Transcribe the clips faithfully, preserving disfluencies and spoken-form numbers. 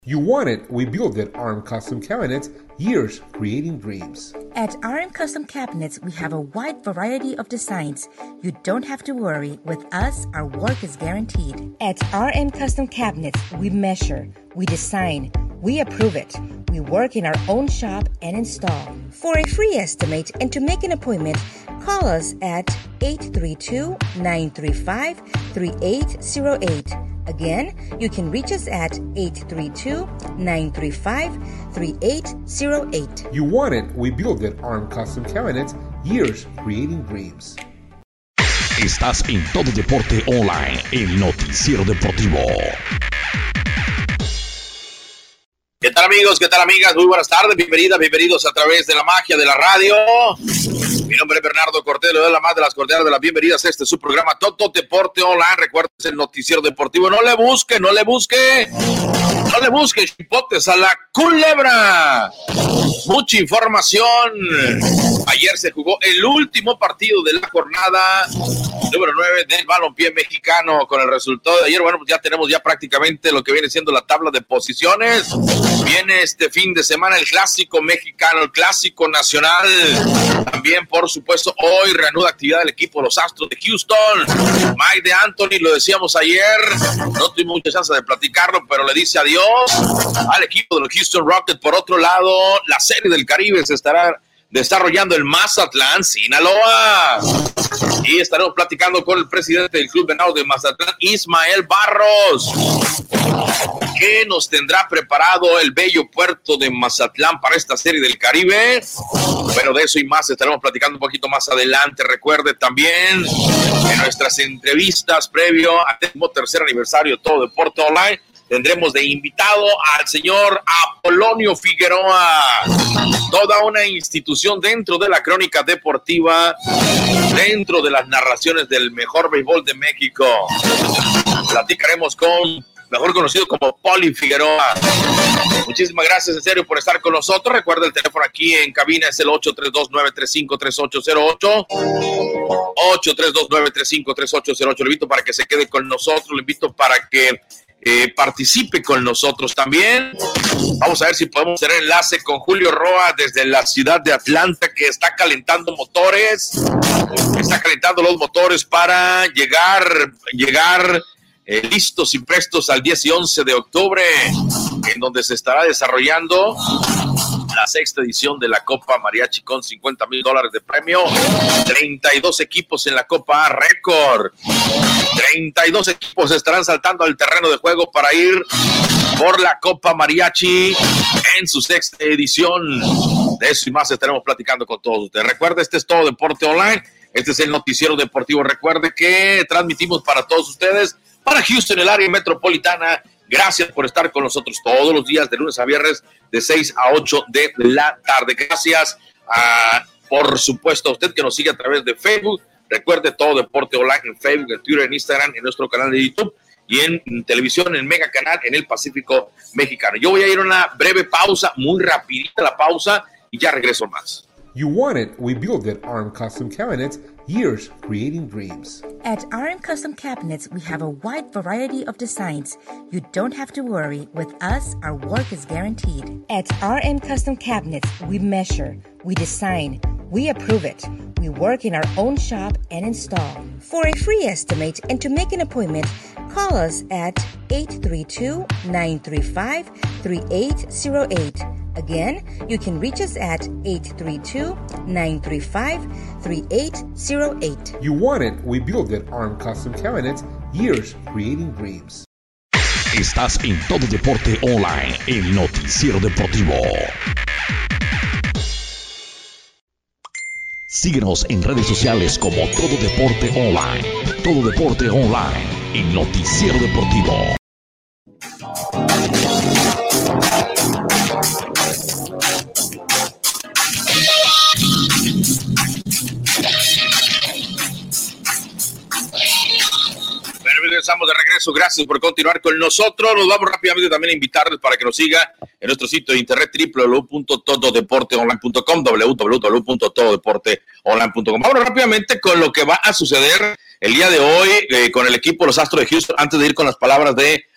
You want it, we build it. R M Custom Cabinets, years creating dreams. At R M Custom Cabinets, we have a wide variety of designs. You don't have to worry. With us, our work is guaranteed. At R M Custom Cabinets, we measure, we design, we approve it. We work in our own shop and install. For a free estimate and to make an appointment, call us at eight three two, nine three five, three eight zero eight. Again, you can reach us at eight three two, nine three five, three eight zero eight. You want it, we build it. R M Custom Cabinets, years creating dreams. Estás en Todo Deporte Online, el noticiero deportivo. ¿Qué tal, amigos? ¿Qué tal, amigas? Muy buenas tardes, bienvenidas, bienvenidos a través de la magia de la radio. Mi nombre es Bernardo Cortés, le doy la más de las cordiales de las bienvenidas a este su programa Todo Deporte Online. Recuerden, el noticiero deportivo. No le busque, no le busque, no le busque chipotes a la culebra. Mucha información. Ayer se jugó el último partido de la jornada número nueve del balompié mexicano. Con el resultado de ayer, bueno, pues ya tenemos ya prácticamente lo que viene siendo la tabla de posiciones. Viene este fin de semana el clásico mexicano, el clásico nacional. También, por supuesto, hoy reanuda actividad del equipo de los Astros de Houston. Mike de Anthony, lo decíamos ayer, no tuvimos mucha chance de platicarlo, pero le dice adiós al equipo de los Houston Rockets. Por otro lado, la Serie del Caribe se estará desarrollando en Mazatlán, Sinaloa. Y estaremos platicando con el presidente del Club Venado de Mazatlán, Ismael Barros. ¿Qué nos tendrá preparado el bello puerto de Mazatlán para esta Serie del Caribe? Bueno, de eso y más estaremos platicando un poquito más adelante. Recuerde también en nuestras entrevistas previo al tercer aniversario de Todo Deporte Online, tendremos de invitado al señor Apolonio Figueroa, toda una institución dentro de la crónica deportiva, dentro de las narraciones del mejor béisbol de México. Platicaremos con, mejor conocido como Poli Figueroa. Muchísimas gracias, en serio, por estar con nosotros. Recuerda, el teléfono aquí en cabina es el ocho tres dos, nueve tres cinco, tres ocho cero ocho. ocho tres dos, nueve tres cinco, tres ocho cero ocho. Le invito para que se quede con nosotros, le invito para que Eh, participe con nosotros también. Vamos a ver si podemos hacer enlace con Julio Roa desde la ciudad de Atlanta, que está calentando motores, está calentando los motores para llegar, llegar eh, listos y prestos al diez y once de octubre, en donde se estará desarrollando la sexta edición de la Copa Mariachi con cincuenta mil dólares de premio, treinta y dos equipos en la Copa Récord, treinta y dos equipos estarán saltando al terreno de juego para ir por la Copa Mariachi en su sexta edición. De eso y más estaremos platicando con todos ustedes. Recuerda, este es Todo Deporte Online, este es el noticiero deportivo. Recuerde que transmitimos para todos ustedes, para Houston, el área metropolitana. Gracias por estar con nosotros todos los días, de lunes a viernes, de seis a ocho de la tarde. Gracias, a, por supuesto, a usted que nos sigue a través de Facebook. Recuerde, Todo Deporte Online en Facebook, en Twitter, en Instagram, en nuestro canal de YouTube y en, en televisión, en Mega Canal, en el Pacífico Mexicano. Yo voy a ir a una breve pausa, muy rapidita la pausa, y ya regreso más. You want it, we build it. R M Custom Cabinets, years creating dreams. At R M Custom Cabinets, we have a wide variety of designs. You don't have to worry. With us, our work is guaranteed. At R M Custom Cabinets, we measure, we design, we approve it. We work in our own shop and install. For a free estimate and to make an appointment, call us at eight three two, nine three five, three eight zero eight. Again, you can reach us at eight three two, nine three five, three eight zero eight. You want it, we build it. R M Custom Cabinets, years creating dreams. Estás en Todo Deporte Online, el noticiero deportivo. Síguenos en redes sociales como Todo Deporte Online. Todo Deporte Online, el noticiero deportivo. Estamos de regreso, gracias por continuar con nosotros. Nos vamos rápidamente también a invitarles para que nos siga en nuestro sitio de internet doble u doble u doble u punto todo deporte online punto com, doble u doble u doble u punto todo deporte online punto com. Vamos rápidamente con lo que va a suceder el día de hoy eh, con el equipo de los Astros de Houston, antes de ir con las palabras de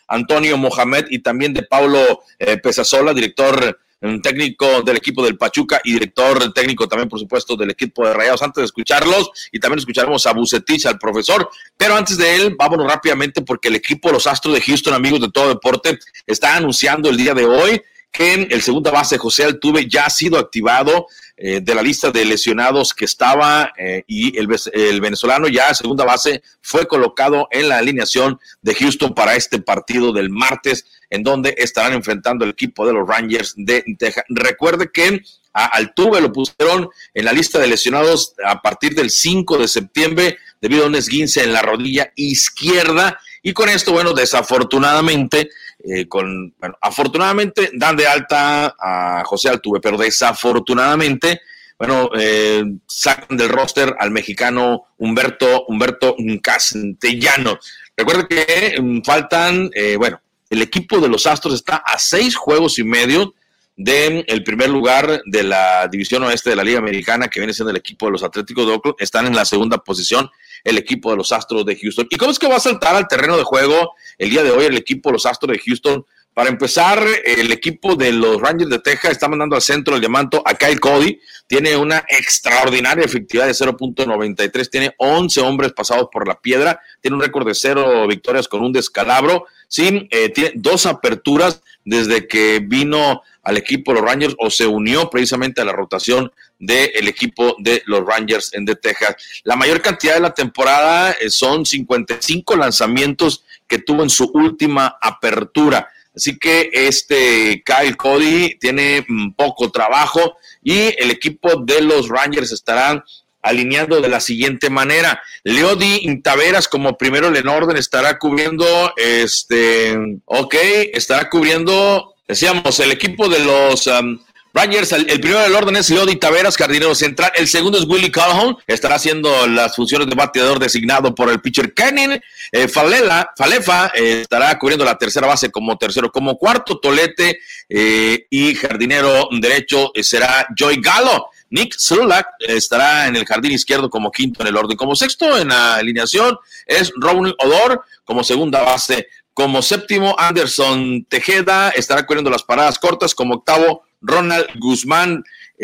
Antonio Mohamed y también de Paulo eh, Pesasola, director técnico del equipo del Pachuca y director técnico también, por supuesto, del equipo de Rayados. Antes de escucharlos, y también escucharemos a Bucetich, al profesor, pero antes de él, vámonos rápidamente porque el equipo de los Astros de Houston, amigos de Todo Deporte, está anunciando el día de hoy que el segunda base José Altuve ya ha sido activado eh, de la lista de lesionados que estaba eh, y el, el venezolano ya segunda base fue colocado en la alineación de Houston para este partido del martes, en donde estarán enfrentando el equipo de los Rangers de Texas. Recuerde que a Altuve lo pusieron en la lista de lesionados a partir del cinco de septiembre debido a un esguince en la rodilla izquierda, y con esto, bueno, desafortunadamente, eh, con, bueno, afortunadamente dan de alta a José Altuve, pero desafortunadamente, bueno, eh, sacan del roster al mexicano Humberto, Humberto Castellano. Recuerda que um, faltan, eh, bueno, el equipo de los Astros está a seis juegos y medio del de primer lugar de la división oeste de la Liga Americana, que viene siendo el equipo de los Atléticos de Oakland. Están en la segunda posición el equipo de los Astros de Houston. ¿Y cómo es que va a saltar al terreno de juego el día de hoy el equipo de los Astros de Houston? Para empezar, el equipo de los Rangers de Texas está mandando al centro del diamante a Kyle Cody. Tiene una extraordinaria efectividad de cero punto noventa y tres. Tiene once hombres pasados por la piedra. Tiene un récord de cero victorias con un descalabro. Sí, eh, tiene dos aperturas desde que vino al equipo de los Rangers o se unió precisamente a la rotación del equipo de los Rangers de Texas. La mayor cantidad de la temporada eh, son cincuenta y cinco lanzamientos que tuvo en su última apertura. Así que este Kyle Cody tiene poco trabajo y el equipo de los Rangers estarán alineando de la siguiente manera. Leody Taveras como primero en orden estará cubriendo, este, ok, estará cubriendo, decíamos, el equipo de los um, Rangers. El, el primero del orden es Leody Taveras, jardinero central. El segundo es Willie Calhoun, estará haciendo las funciones de bateador designado por el pitcher Kenin. Eh, Falela, Falefa eh, estará cubriendo la tercera base como tercero. Como cuarto, Tolete eh, y jardinero derecho eh, será Joey Gallo. Nick Sulak estará en el jardín izquierdo como quinto en el orden. Como sexto en la alineación es Ronald Odor como segunda base. Como séptimo, Anderson Tejeda estará cubriendo las paradas cortas. Como octavo, Ronald Guzmán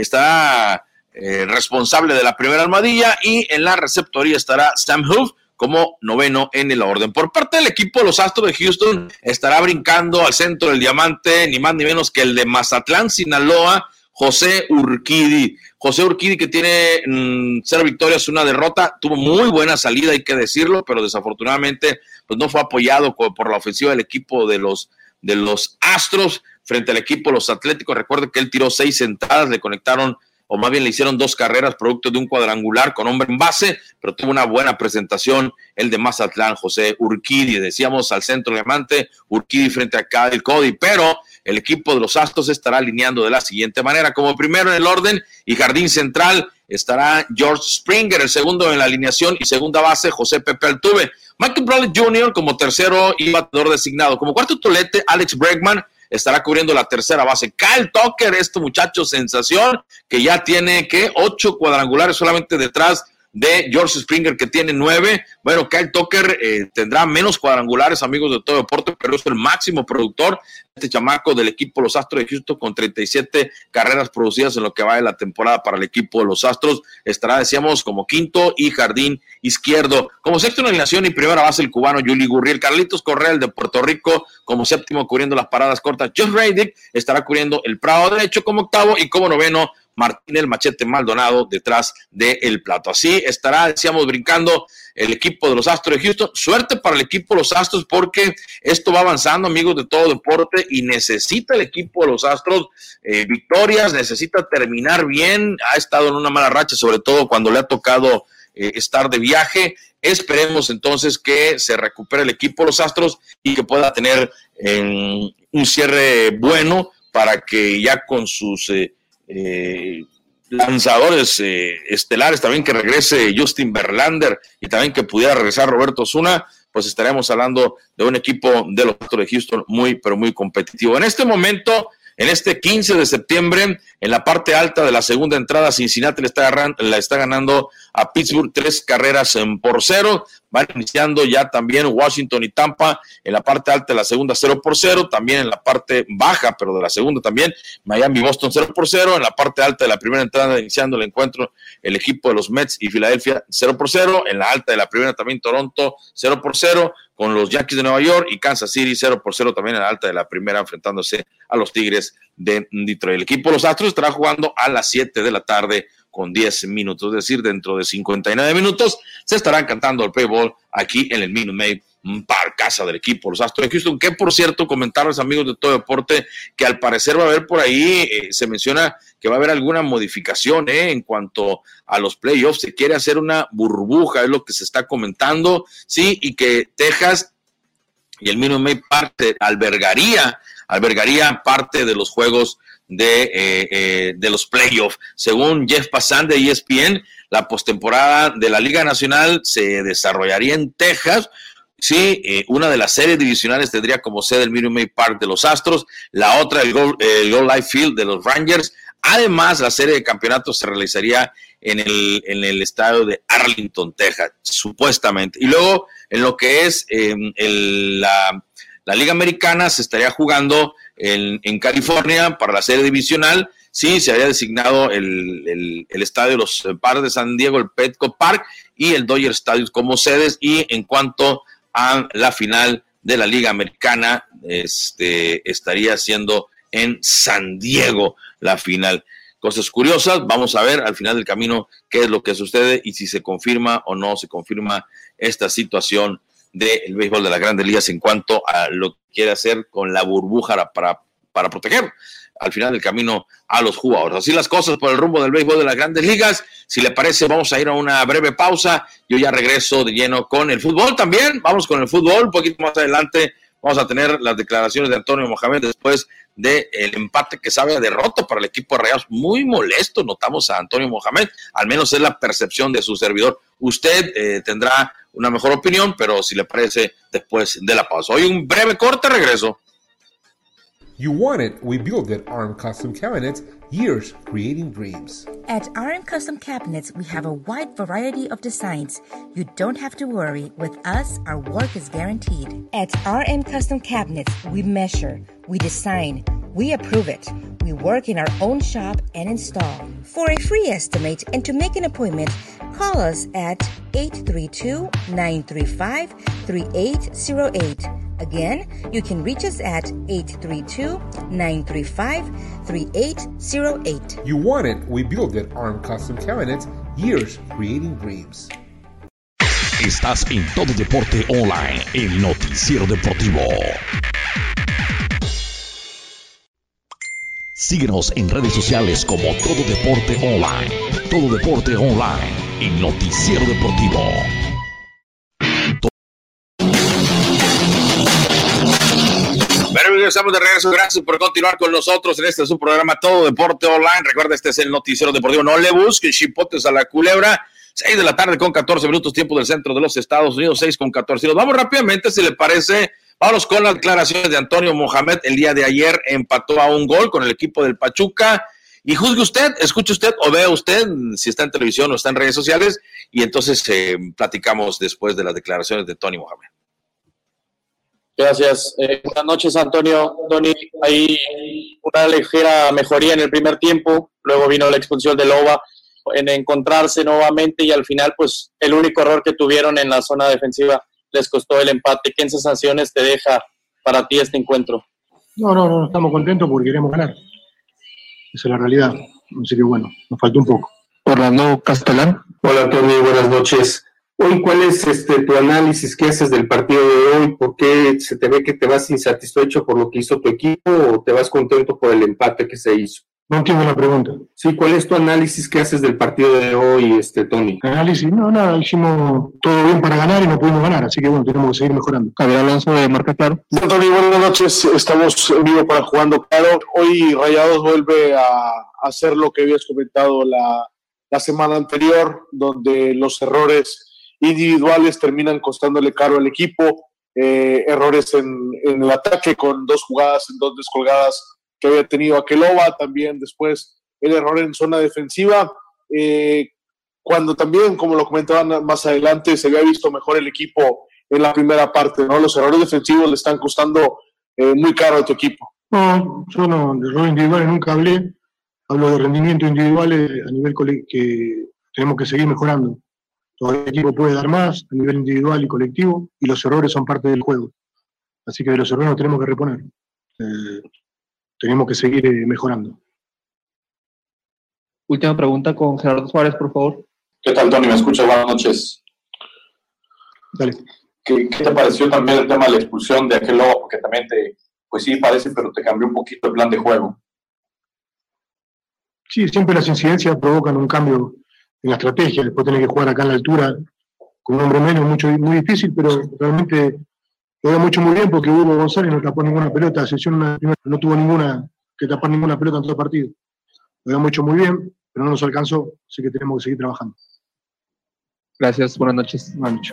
estará eh, responsable de la primera armadilla. Y en la receptoría estará Sam Huff como noveno en el orden. Por parte del equipo de los Astros de Houston estará brincando al centro del diamante, ni más ni menos que el de Mazatlán, Sinaloa, José Urquidi. José Urquidi, que tiene mmm, cero victorias, una derrota, tuvo muy buena salida, hay que decirlo, pero desafortunadamente pues no fue apoyado por la ofensiva del equipo de los, de los Astros frente al equipo de los Atléticos. Recuerde que él tiró seis entradas, le conectaron, o más bien le hicieron dos carreras producto de un cuadrangular con hombre en base, pero tuvo una buena presentación el de Mazatlán, José Urquidi. Decíamos al centro diamante, Urquidi frente a Kyle Cody, pero el equipo de los Astros estará alineando de la siguiente manera. Como primero en el orden y jardín central estará George Springer, el segundo en la alineación y segunda base José Pepe Altuve. Michael Bradley junior como tercero y bateador designado. Como cuarto tolete, Alex Bregman estará cubriendo la tercera base. Kyle Tucker, este muchacho sensación, que ya tiene, ¿qué? Ocho cuadrangulares solamente detrás de George Springer, que tiene nueve. Bueno, Kyle Tucker eh, tendrá menos cuadrangulares, amigos de Todo Deporte, pero es el máximo productor, este chamaco del equipo de los Astros de Houston, con treinta y siete carreras producidas en lo que va de la temporada para el equipo de los Astros. Estará, decíamos, como quinto y jardín izquierdo. Como sexto en la alineación y primera base el cubano Yuli Gurriel. Carlitos Correa, el de Puerto Rico, como séptimo cubriendo las paradas cortas. Josh Reddick estará cubriendo el prado derecho como octavo y como noveno Martín el Machete Maldonado detrás del plato. Así estará, decíamos, brincando el equipo de los Astros de Houston. Suerte para el equipo de los Astros porque esto va avanzando, amigos de Todo Deporte, y necesita el equipo de los Astros eh, victorias, necesita terminar bien. Ha estado en una mala racha, sobre todo cuando le ha tocado eh, estar de viaje. Esperemos entonces que se recupere el equipo de los Astros y que pueda tener eh, un cierre bueno para que ya con sus eh, Eh, lanzadores eh, estelares, también que regrese Justin Verlander y también que pudiera regresar Roberto Osuna, pues estaremos hablando de un equipo de los Astros de Houston muy, pero muy competitivo. En este momento En este quince de septiembre, en la parte alta de la segunda entrada, Cincinnati le está, agarrando, le está ganando a Pittsburgh tres carreras por cero. Van iniciando ya también Washington y Tampa en la parte alta de la segunda cero por cero, también en la parte baja, pero de la segunda también, Miami y Boston cero por cero, en la parte alta de la primera entrada iniciando el encuentro el equipo de los Mets y Filadelfia cero por cero, en la alta de la primera también Toronto cero por cero, con los Yankees de Nueva York y Kansas City cero por cero también en la alta de la primera enfrentándose a los Tigres de Detroit. El equipo de los Astros estará jugando a las siete de la tarde con diez minutos, es decir, dentro de cincuenta y nueve minutos se estarán cantando el Play-Ball aquí en el Minute Maid Park, casa del equipo, los Astros de Houston, que por cierto, comentarles amigos de Todo Deporte, que al parecer va a haber por ahí, eh, se menciona que va a haber alguna modificación eh, en cuanto a los playoffs, se quiere hacer una burbuja, es lo que se está comentando, sí, y que Texas y el Minute Maid Park albergaría, albergaría parte de los juegos de, eh, eh, de los playoffs. Según Jeff Passan de E S P N, la postemporada de la Liga Nacional se desarrollaría en Texas. Sí, eh, una de las series divisionales tendría como sede el Minute Maid Park de los Astros, la otra el Gold, el Gold Life Field de los Rangers. Además, la serie de campeonatos se realizaría en el, en el estadio de Arlington, Texas, supuestamente. Y luego, en lo que es eh, el, la, la Liga Americana, se estaría jugando en, en California para la serie divisional. Sí, se había designado el, el, el estadio de los Padres de San Diego, el Petco Park y el Dodger Stadium como sedes. Y en cuanto a la final de la Liga Americana, este, estaría siendo en San Diego la final. Cosas curiosas, vamos a ver al final del camino qué es lo que sucede y si se confirma o no se confirma esta situación del béisbol de las Grandes Ligas en cuanto a lo que quiere hacer con la burbuja para, para proteger al final del camino a los jugadores. Así las cosas por el rumbo del béisbol de las Grandes Ligas. Si le parece, vamos a ir a una breve pausa. Yo ya regreso de lleno con el fútbol también. Vamos con el fútbol. Un poquito más adelante vamos a tener las declaraciones de Antonio Mohamed después del empate que sabe a derrota para el equipo de Rayados. Muy molesto notamos a Antonio Mohamed. Al menos es la percepción de su servidor. Usted eh, tendrá una mejor opinión, pero si le parece, después de la pausa. Hoy un breve corte, regreso. You want it, we build it. R M Custom Cabinets, years creating dreams. At R M Custom Cabinets, we have a wide variety of designs. You don't have to worry. With us, our work is guaranteed. At R M Custom Cabinets, we measure, we design, we approve it. We work in our own shop and install. For a free estimate and to make an appointment, call us at eight three two, nine three five, three eight zero eight. Again, you can reach us at eight three two, nine three five, three eight zero eight. You want it, we build it. R M Custom Cabinets, years creating dreams. Estás en Todo Deporte Online, el noticiero deportivo. Síguenos en redes sociales como Todo Deporte Online. Todo Deporte Online, el noticiero deportivo. Bueno, estamos de regreso. Gracias por continuar con nosotros en este su programa Todo Deporte Online. Recuerda, este es el noticiero deportivo. No le busques chipotes a la culebra. seis de la tarde con catorce minutos, tiempo del centro de los Estados Unidos, seis con catorce. Nos vamos rápidamente, si le parece. Vámonos con las declaraciones de Antonio Mohamed. El día de ayer empató a un gol con el equipo del Pachuca. Y juzgue usted, escuche usted o vea usted si está en televisión o está en redes sociales. Y entonces eh, platicamos después de las declaraciones de Tony Mohamed. Gracias. Eh, buenas noches, Antonio. Tony, hay una ligera mejoría en el primer tiempo. Luego vino la expulsión de Loba en encontrarse nuevamente y al final, pues, el único error que tuvieron en la zona defensiva les costó el empate. ¿Qué sensaciones te deja para ti este encuentro? No, no, no, estamos contentos porque queremos ganar. Esa es la realidad. Así que bueno, nos faltó un poco. Orlando Castellán. Hola, Antonio, buenas noches. Hoy, ¿cuál es este tu análisis que haces del partido de hoy? ¿Por qué se te ve que te vas insatisfecho por lo que hizo tu equipo o te vas contento por el empate que se hizo? No entiendo la pregunta. Sí, ¿cuál es tu análisis que haces del partido de hoy, este Tony? Análisis, no, nada, hicimos todo bien para ganar y no pudimos ganar, así que bueno, tenemos que seguir mejorando. Javier Alonso de Marca Claro. Tony, buenas noches, estamos en vivo para Jugando Claro. Hoy Rayados vuelve a hacer lo que habías comentado la, la semana anterior, donde los errores individuales terminan costándole caro al equipo, eh, errores en, en el ataque con dos jugadas en dos descolgadas que había tenido Akeloba, también después el error en zona defensiva, eh, cuando también, como lo comentaban más adelante, se había visto mejor el equipo en la primera parte, ¿no? Los errores defensivos le están costando eh, muy caro a tu equipo. No, yo no, de errores individuales nunca hablé, hablo de rendimiento individuales a nivel cole- que tenemos que seguir mejorando. Todo el equipo puede dar más a nivel individual y colectivo, y los errores son parte del juego. Así que de los errores nos tenemos que reponer. Eh, tenemos que seguir eh, mejorando. Última pregunta con Gerardo Suárez, por favor. ¿Qué tal, Tony? ¿Me escuchas? Buenas noches. Dale. ¿Qué, qué te pareció también el tema de la expulsión de Akeloba? Porque también te, pues sí parece, pero te cambió un poquito el plan de juego. Sí, siempre las incidencias provocan un cambio en la estrategia. Después tenés que jugar acá en la altura con un hombre menos, mucho, muy difícil, pero realmente lo había hecho muy bien porque Hugo González no tapó ninguna pelota, a excepción una, no tuvo ninguna que tapar ninguna pelota en todo el partido. Lo habíamos hecho muy bien, pero no nos alcanzó, así que tenemos que seguir trabajando. Gracias, buenas noches. Buenas noches.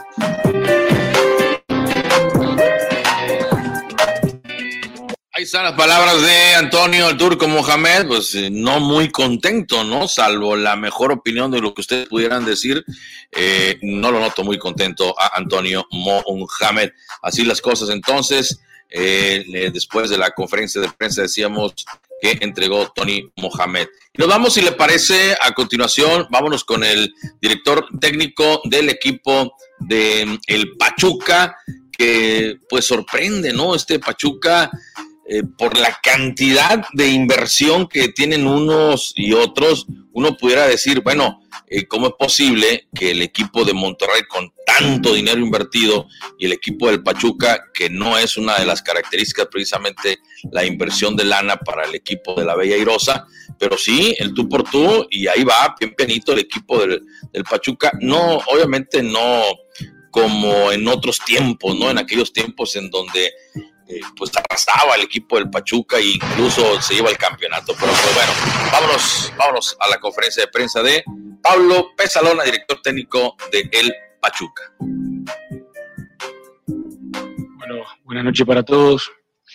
Ahí están las palabras de Antonio el Turco Mohamed, pues eh, no muy contento, ¿no? Salvo la mejor opinión de lo que ustedes pudieran decir, eh, no lo noto muy contento a Antonio Mohamed. Así las cosas entonces, eh, después de la conferencia de prensa decíamos que entregó Tony Mohamed. Y nos vamos, si le parece, a continuación, vámonos con el director técnico del equipo de el Pachuca, que pues sorprende, ¿no? Este Pachuca, eh, por la cantidad de inversión que tienen unos y otros, uno pudiera decir, bueno, eh, ¿cómo es posible que el equipo de Monterrey con tanto dinero invertido y el equipo del Pachuca, que no es una de las características precisamente la inversión de lana para el equipo de la Bella Airosa, pero sí, el tú por tú, y ahí va, bien pianito el equipo del, del Pachuca, no, obviamente no como en otros tiempos, ¿no? En aquellos tiempos en donde eh, pues arrasaba el equipo del Pachuca e incluso se lleva el campeonato. Pero pues bueno, vámonos, vámonos a la conferencia de prensa de Pablo Pesalona, director técnico de el Pachuca. Bueno, buenas noches para todos.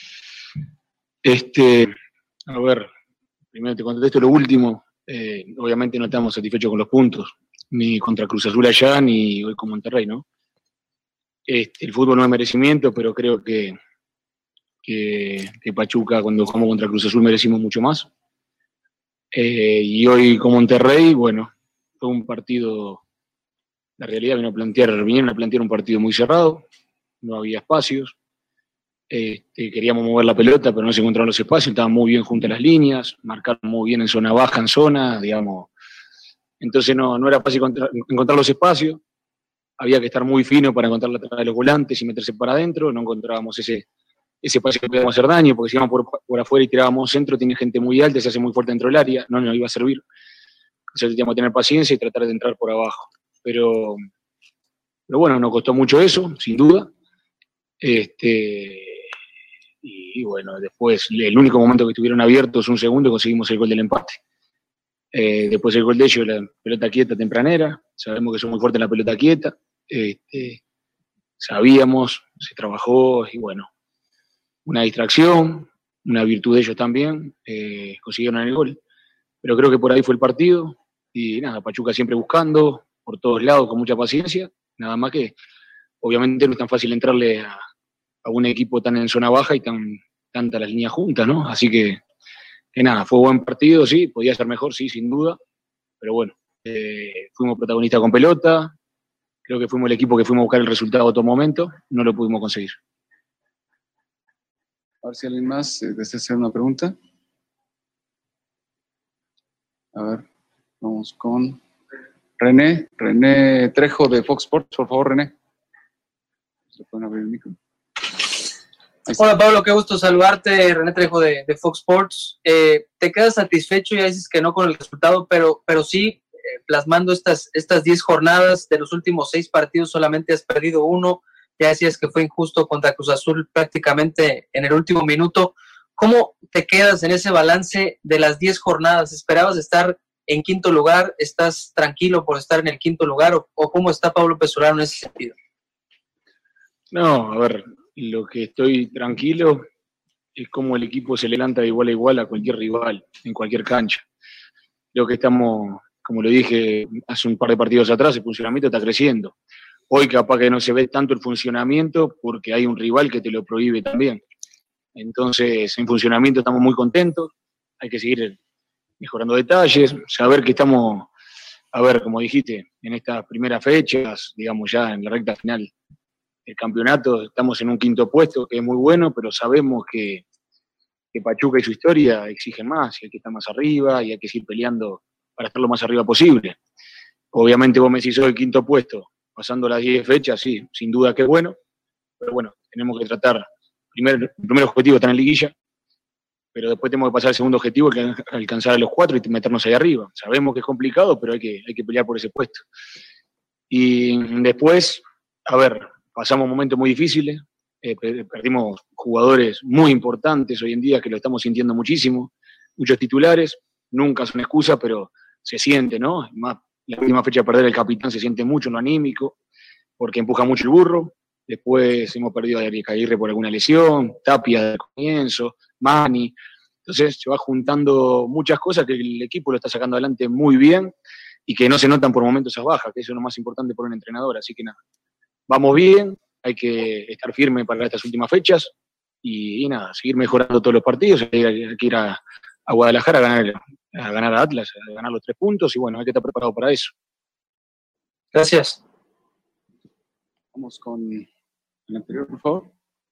Este, a ver, primero te contesto lo último. Eh, obviamente no estamos satisfechos con los puntos, ni contra Cruz Azul allá, ni hoy con Monterrey, ¿no? Este, el fútbol no es merecimiento, pero creo que, que, que Pachuca, cuando jugamos contra Cruz Azul, merecimos mucho más. Eh, y hoy con Monterrey, bueno, fue un partido, la realidad vino a plantear, vinieron a plantear un partido muy cerrado, no había espacios. Este, queríamos mover la pelota, pero no se encontraron los espacios, estaban muy bien junto a las líneas, marcaron muy bien en zona baja, en zona, digamos. Entonces no, no era fácil encontrar, encontrar los espacios, había que estar muy fino para encontrar la entrada de los volantes y meterse para adentro, no encontrábamos ese, ese espacio que podíamos hacer daño, porque si íbamos por, por afuera y tirábamos centro, tiene gente muy alta, se hace muy fuerte dentro del área, no nos iba a servir. Entonces teníamos que tener paciencia y tratar de entrar por abajo. Pero, pero bueno, nos costó mucho eso, sin duda. Este... Y, y bueno, después el único momento que estuvieron abiertos, un segundo, conseguimos el gol del empate. Eh, después el gol de ellos, la pelota quieta tempranera, sabemos que son muy fuertes en la pelota quieta, este, sabíamos, se trabajó y bueno, una distracción, una virtud de ellos también, eh, consiguieron el gol. Pero creo que por ahí fue el partido y nada, Pachuca siempre buscando, por todos lados, con mucha paciencia, nada más que obviamente no es tan fácil entrarle a a un equipo tan en zona baja y tan tantas las líneas juntas, ¿no? Así que, que nada, fue buen partido, sí, podía ser mejor, sí, sin duda, pero bueno, eh, fuimos protagonistas con pelota, creo que fuimos el equipo que fuimos a buscar el resultado a todo momento, no lo pudimos conseguir. A ver si alguien más eh, desea hacer una pregunta. A ver, vamos con René, René Trejo de Fox Sports, por favor, René. ¿Se pueden abrir el micro? Hola Pablo, qué gusto saludarte, René Trejo de, de Fox Sports. Eh, ¿Te quedas satisfecho? Ya dices que no con el resultado, pero, pero sí, eh, plasmando estas estas diez jornadas, de los últimos seis partidos solamente has perdido uno, ya decías que fue injusto contra Cruz Azul prácticamente en el último minuto. ¿Cómo te quedas en ese balance de las diez jornadas? ¿Esperabas estar en quinto lugar? ¿Estás tranquilo por estar en el quinto lugar? ¿O, o cómo está Pablo Pesolano en ese sentido? No, a ver... Lo que estoy tranquilo es cómo el equipo se le levanta de igual a igual a cualquier rival, en cualquier cancha. Creo que estamos, como lo dije hace un par de partidos atrás, el funcionamiento está creciendo. Hoy capaz que no se ve tanto el funcionamiento porque hay un rival que te lo prohíbe también. Entonces, en funcionamiento estamos muy contentos, hay que seguir mejorando detalles, saber que estamos, a ver, como dijiste, en estas primeras fechas, digamos ya en la recta final del campeonato, estamos en un quinto puesto, que es muy bueno, pero sabemos que, que Pachuca y su historia exigen más, y hay que estar más arriba, y hay que seguir peleando para estar lo más arriba posible. Obviamente vos me decís hoy el quinto puesto, pasando las diez fechas, sí, sin duda que es bueno, pero bueno, tenemos que tratar, primer, el primer objetivo está en liguilla, pero después tenemos que pasar al segundo objetivo, que es alcanzar a los cuatro y meternos ahí arriba. Sabemos que es complicado, pero hay que, hay que pelear por ese puesto. Y después, a ver, pasamos momentos muy difíciles, eh, perdimos jugadores muy importantes hoy en día, que lo estamos sintiendo muchísimo, muchos titulares, nunca son excusa, pero se siente, ¿no? Más, la última fecha de perder el capitán se siente mucho en lo anímico, porque empuja mucho el burro. Después hemos perdido a Eric Aguirre por alguna lesión, Tapia del comienzo, Mani. Entonces se va juntando muchas cosas que el equipo lo está sacando adelante muy bien y que no se notan por momentos esas bajas, que eso es lo más importante por un entrenador. Así que nada, vamos bien, hay que estar firme para estas últimas fechas y, y nada, seguir mejorando todos los partidos. Hay, hay que ir a, a Guadalajara a ganar, a ganar a Atlas, a ganar los tres puntos y bueno, hay que estar preparado para eso. Gracias. Vamos con el anterior, por favor.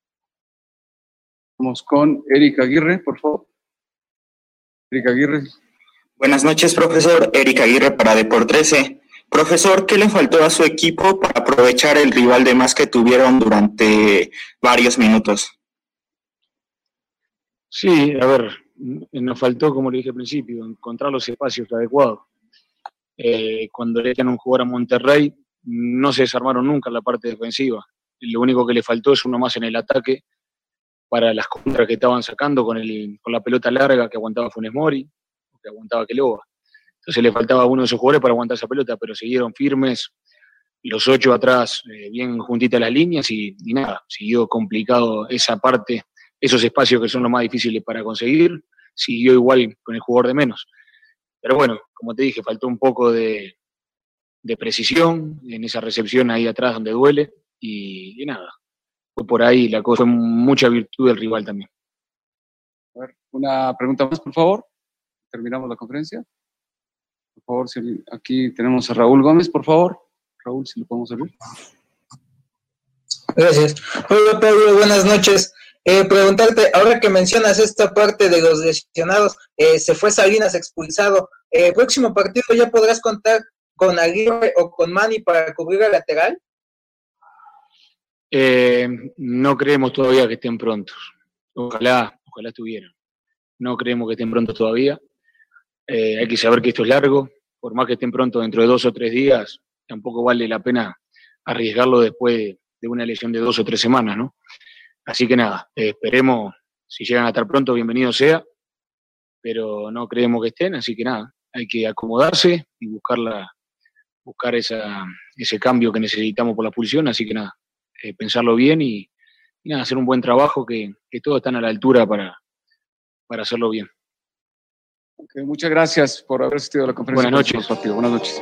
Vamos con Eric Aguirre, por favor. Eric Aguirre. Buenas noches, profesor. Eric Aguirre para Deport trece. Profesor, ¿qué le faltó a su equipo para aprovechar el rival de más que tuvieron durante varios minutos? Sí, a ver, nos faltó, como le dije al principio, encontrar los espacios adecuados. Eh, cuando le echan un jugador a Monterrey, no se desarmaron nunca en la parte defensiva. Lo único que le faltó es uno más en el ataque para las contras que estaban sacando con, el, con la pelota larga que aguantaba Funes Mori, que aguantaba Keloba. Entonces le faltaba uno de esos jugadores para aguantar esa pelota, pero siguieron firmes, los ocho atrás eh, bien juntitas las líneas y, y nada, siguió complicado esa parte, esos espacios que son los más difíciles para conseguir, siguió igual con el jugador de menos. Pero bueno, como te dije, faltó un poco de, de precisión en esa recepción ahí atrás donde duele y, y nada. Fue por ahí la cosa, fue mucha virtud del rival también. A ver, una pregunta más, por favor. Terminamos la conferencia. Por favor, si aquí tenemos a Raúl Gómez, por favor. Raúl, si lo podemos abrir. Gracias. Hola, Pablo, buenas noches. Eh, preguntarte, ahora que mencionas esta parte de los lesionados, eh, se fue Salinas expulsado. Eh, próximo partido ya podrás contar con Aguirre o con Mani para cubrir el lateral. Eh, no creemos todavía que estén prontos. Ojalá, ojalá estuvieran. No creemos que estén prontos todavía. Eh, hay que saber que esto es largo. Por más que estén prontos dentro de dos o tres días, tampoco vale la pena arriesgarlo después de una lesión de dos o tres semanas, ¿no? Así que nada, eh, esperemos, si llegan a estar pronto, bienvenido sea, pero no creemos que estén, así que nada, hay que acomodarse y buscar, la, buscar esa, ese cambio que necesitamos por la expulsión, así que nada, eh, pensarlo bien y, y nada, hacer un buen trabajo, que, que todos están a la altura para, para hacerlo bien. Okay, muchas gracias por haber asistido a la conferencia. Buenas noches. Partido. Buenas noches.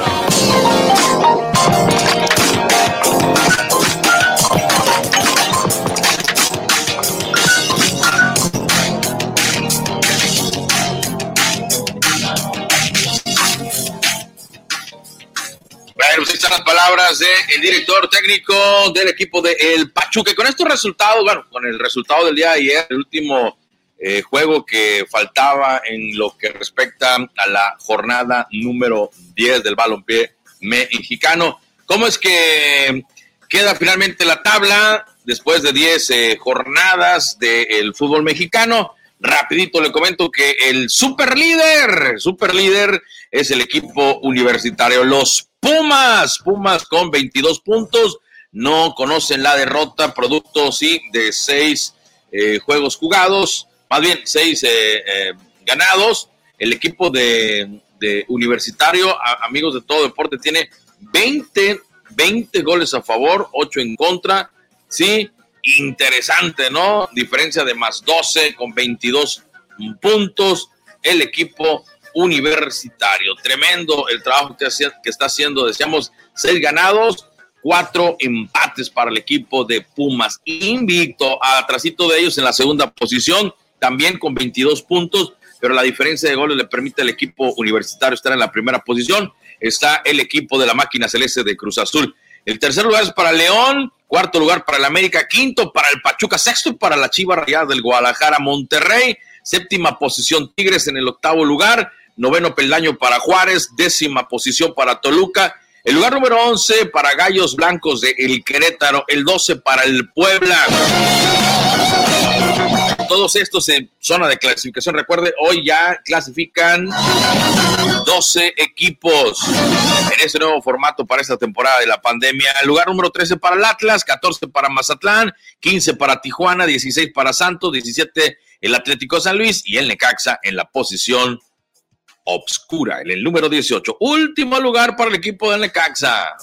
Bueno, pues están las palabras del director técnico del equipo de El Pachuca. Y con estos resultados, bueno, con el resultado del día de ayer, el último Eh, juego que faltaba en lo que respecta a la jornada número diez del balompié mexicano. ¿Cómo es que queda finalmente la tabla después de diez eh, jornadas del fútbol mexicano? Rapidito le comento que el superlíder, superlíder es el equipo universitario, los Pumas, Pumas con veintidós puntos, no conocen la derrota, producto sí de seis eh, juegos jugados, más bien seis eh, eh, ganados. El equipo de, de Universitario, a, amigos de todo deporte, tiene veinte, veinte goles a favor, ocho en contra. Sí, interesante, ¿no? Diferencia de más doce con veintidós puntos el equipo universitario. Tremendo el trabajo que, que está haciendo. Decíamos seis ganados, cuatro empates para el equipo de Pumas. Invicto, atrasito de ellos en la segunda posición, también con veintidós puntos, pero la diferencia de goles le permite al equipo universitario estar en la primera posición. Está el equipo de la máquina celeste de Cruz Azul. El tercer lugar es para León, cuarto lugar para el América, quinto para el Pachuca, sexto para la Chivas Rayadas del Guadalajara. Monterrey, séptima posición Tigres en el octavo lugar, noveno peldaño para Juárez, décima posición para Toluca, el lugar número once para Gallos Blancos de El Querétaro, el doce para el Puebla. Todos estos en zona de clasificación. Recuerde, hoy ya clasifican doce equipos en este nuevo formato para esta temporada de la pandemia. El lugar número trece para el Atlas, catorce para Mazatlán, quince para Tijuana, dieciséis para Santos, diecisiete el Atlético San Luis y el Necaxa en la posición obscura, en el número dieciocho. Último lugar para el equipo del Necaxa.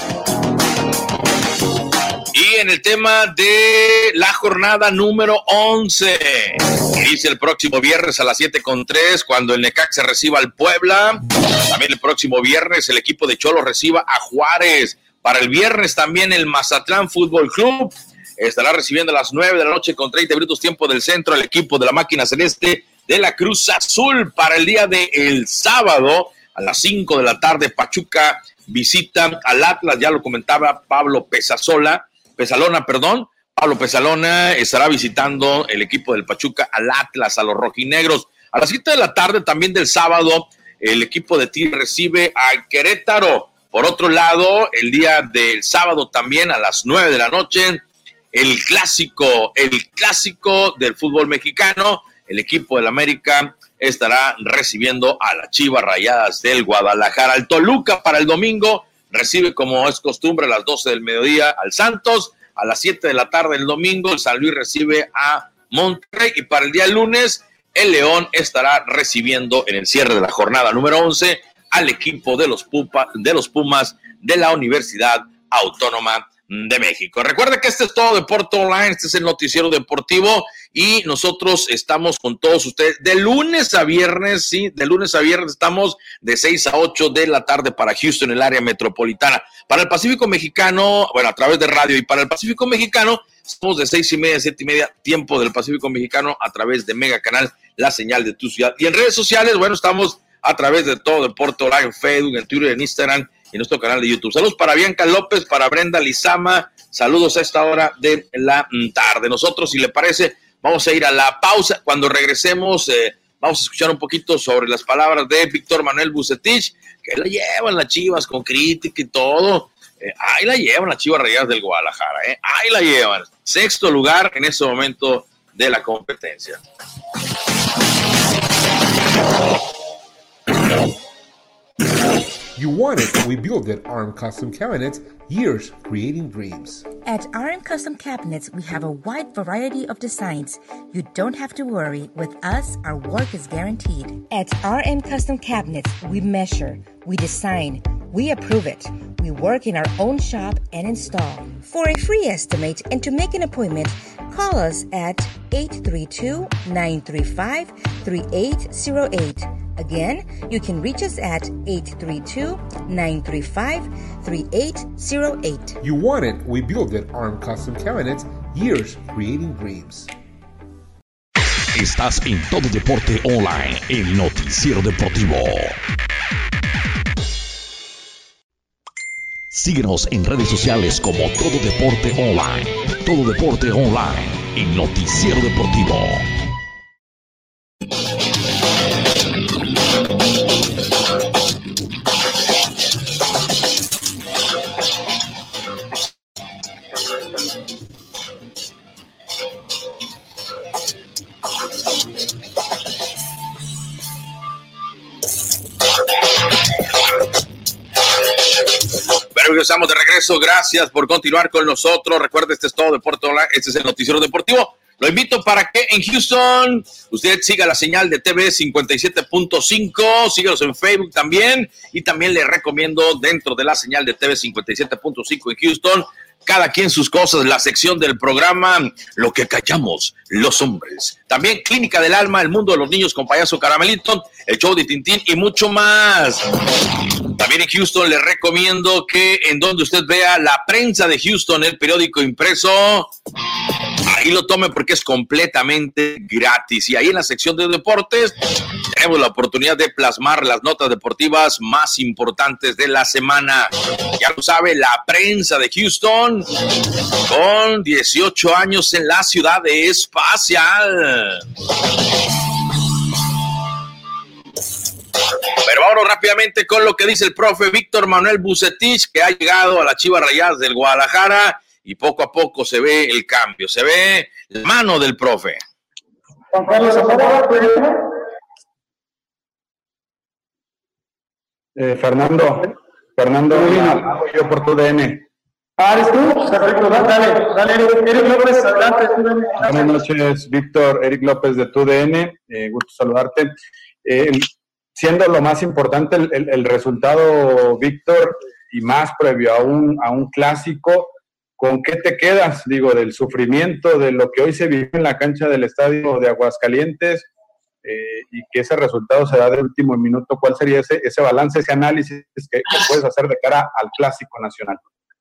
Y en el tema de la jornada número once, inicia el próximo viernes a las siete con tres, cuando el Necaxa reciba al Puebla. También el próximo viernes el equipo de Cholos reciba a Juárez. Para el viernes también el Mazatlán Fútbol Club estará recibiendo a las nueve de la noche con treinta minutos tiempo del centro al equipo de la máquina celeste de la Cruz Azul. Para el día de el sábado a las cinco de la tarde, Pachuca visita al Atlas. Ya lo comentaba Pablo Pesasola. Pesalona, perdón, Pablo Pesalona estará visitando el equipo del Pachuca al Atlas, a los rojinegros. A las siete de la tarde también del sábado, el equipo de Tigres recibe a Querétaro. Por otro lado, el día del sábado también a las nueve de la noche, el clásico, el clásico del fútbol mexicano, el equipo del América estará recibiendo a las Chivas Rayadas del Guadalajara. El Toluca para el domingo recibe, como es costumbre, a las doce del mediodía al Santos. A las siete de la tarde el domingo, el San Luis recibe a Monterrey. Y para el día lunes, el León estará recibiendo en el cierre de la jornada número once al equipo de los, Pupa, de los Pumas de la Universidad Autónoma de México. Recuerda que este es Todo Deporte Online, este es el noticiero deportivo y nosotros estamos con todos ustedes de lunes a viernes, sí, de lunes a viernes estamos de seis a ocho de la tarde para Houston, el área metropolitana. Para el Pacífico Mexicano, bueno, a través de radio, y para el Pacífico Mexicano estamos de seis y media a siete y media, tiempo del Pacífico Mexicano, a través de Mega Canal, la señal de tu ciudad. Y en redes sociales, bueno, estamos a través de Todo Deporte Online, en Facebook, en Twitter, en Instagram y nuestro canal de YouTube. Saludos para Bianca López, para Brenda Lizama, saludos a esta hora de la tarde. Nosotros, si le parece, vamos a ir a la pausa. Cuando regresemos, eh, vamos a escuchar un poquito sobre las palabras de Víctor Manuel Vucetich, que la llevan las Chivas con crítica y todo. Eh, ahí la llevan las Chivas Rayadas del Guadalajara, eh. ahí la llevan. Sexto lugar en este momento de la competencia. You want it, we build it. A R M Custom Cabinets, years creating dreams. At R M Custom Cabinets, we have a wide variety of designs. You don't have to worry. With us, our work is guaranteed. At R M Custom Cabinets, we measure, we design, we approve it. We work in our own shop and install. For a free estimate and to make an appointment, call us at eight three two, nine three five, three eight zero eight. Again, you can reach us at eight three two, nine three five, three eight zero eight. You want it, we build it. A R M Custom Cabinets, years creating dreams. Estás en Todo Deporte Online, el noticiero deportivo. Síguenos en redes sociales como Todo Deporte Online. Todo Deporte Online, el noticiero deportivo. Bueno, estamos de regreso. Gracias por continuar con nosotros. Recuerda, este es Todo Deporte Online. Este es el noticiero deportivo. Lo invito para que en Houston usted siga la señal de T V cincuenta y siete punto cinco, síganos en Facebook también, y también le recomiendo dentro de la señal de T V cincuenta y siete punto cinco en Houston Cada quien sus cosas, la sección del programa Lo que callamos los hombres. También Clínica del Alma, El Mundo de los Niños con Payaso Caramelito, El Show de Tintín y mucho más. También en Houston les recomiendo que en donde usted vea la prensa de Houston, el periódico impreso, ahí lo tome porque es completamente gratis. Y ahí en la sección de deportes tenemos la oportunidad de plasmar las notas deportivas más importantes de la semana. Ya lo sabe, la prensa de Houston con dieciocho años en la ciudad espacial. Pero vámonos rápidamente con lo que dice el profe Víctor Manuel Vucetich, que ha llegado a las Chivas Rayadas del Guadalajara y poco a poco se ve el cambio, se ve la mano del profe. Juan Carlos, eh, Fernando, Fernando, hago yo por tu D N. Ah, ¿eres tú? Perfecto, dale, dale, Eric López, adelante. Buenas noches, Víctor, Eric López de tu D N, eh, gusto saludarte. Eh, siendo lo más importante el, el, el resultado, Víctor, y más previo a un, a un clásico, ¿con qué te quedas? Digo, del sufrimiento, de lo que hoy se vivió en la cancha del estadio de Aguascalientes, eh, y que ese resultado se da de último minuto. ¿Cuál sería ese, ese balance, ese análisis que, que puedes hacer de cara al clásico nacional?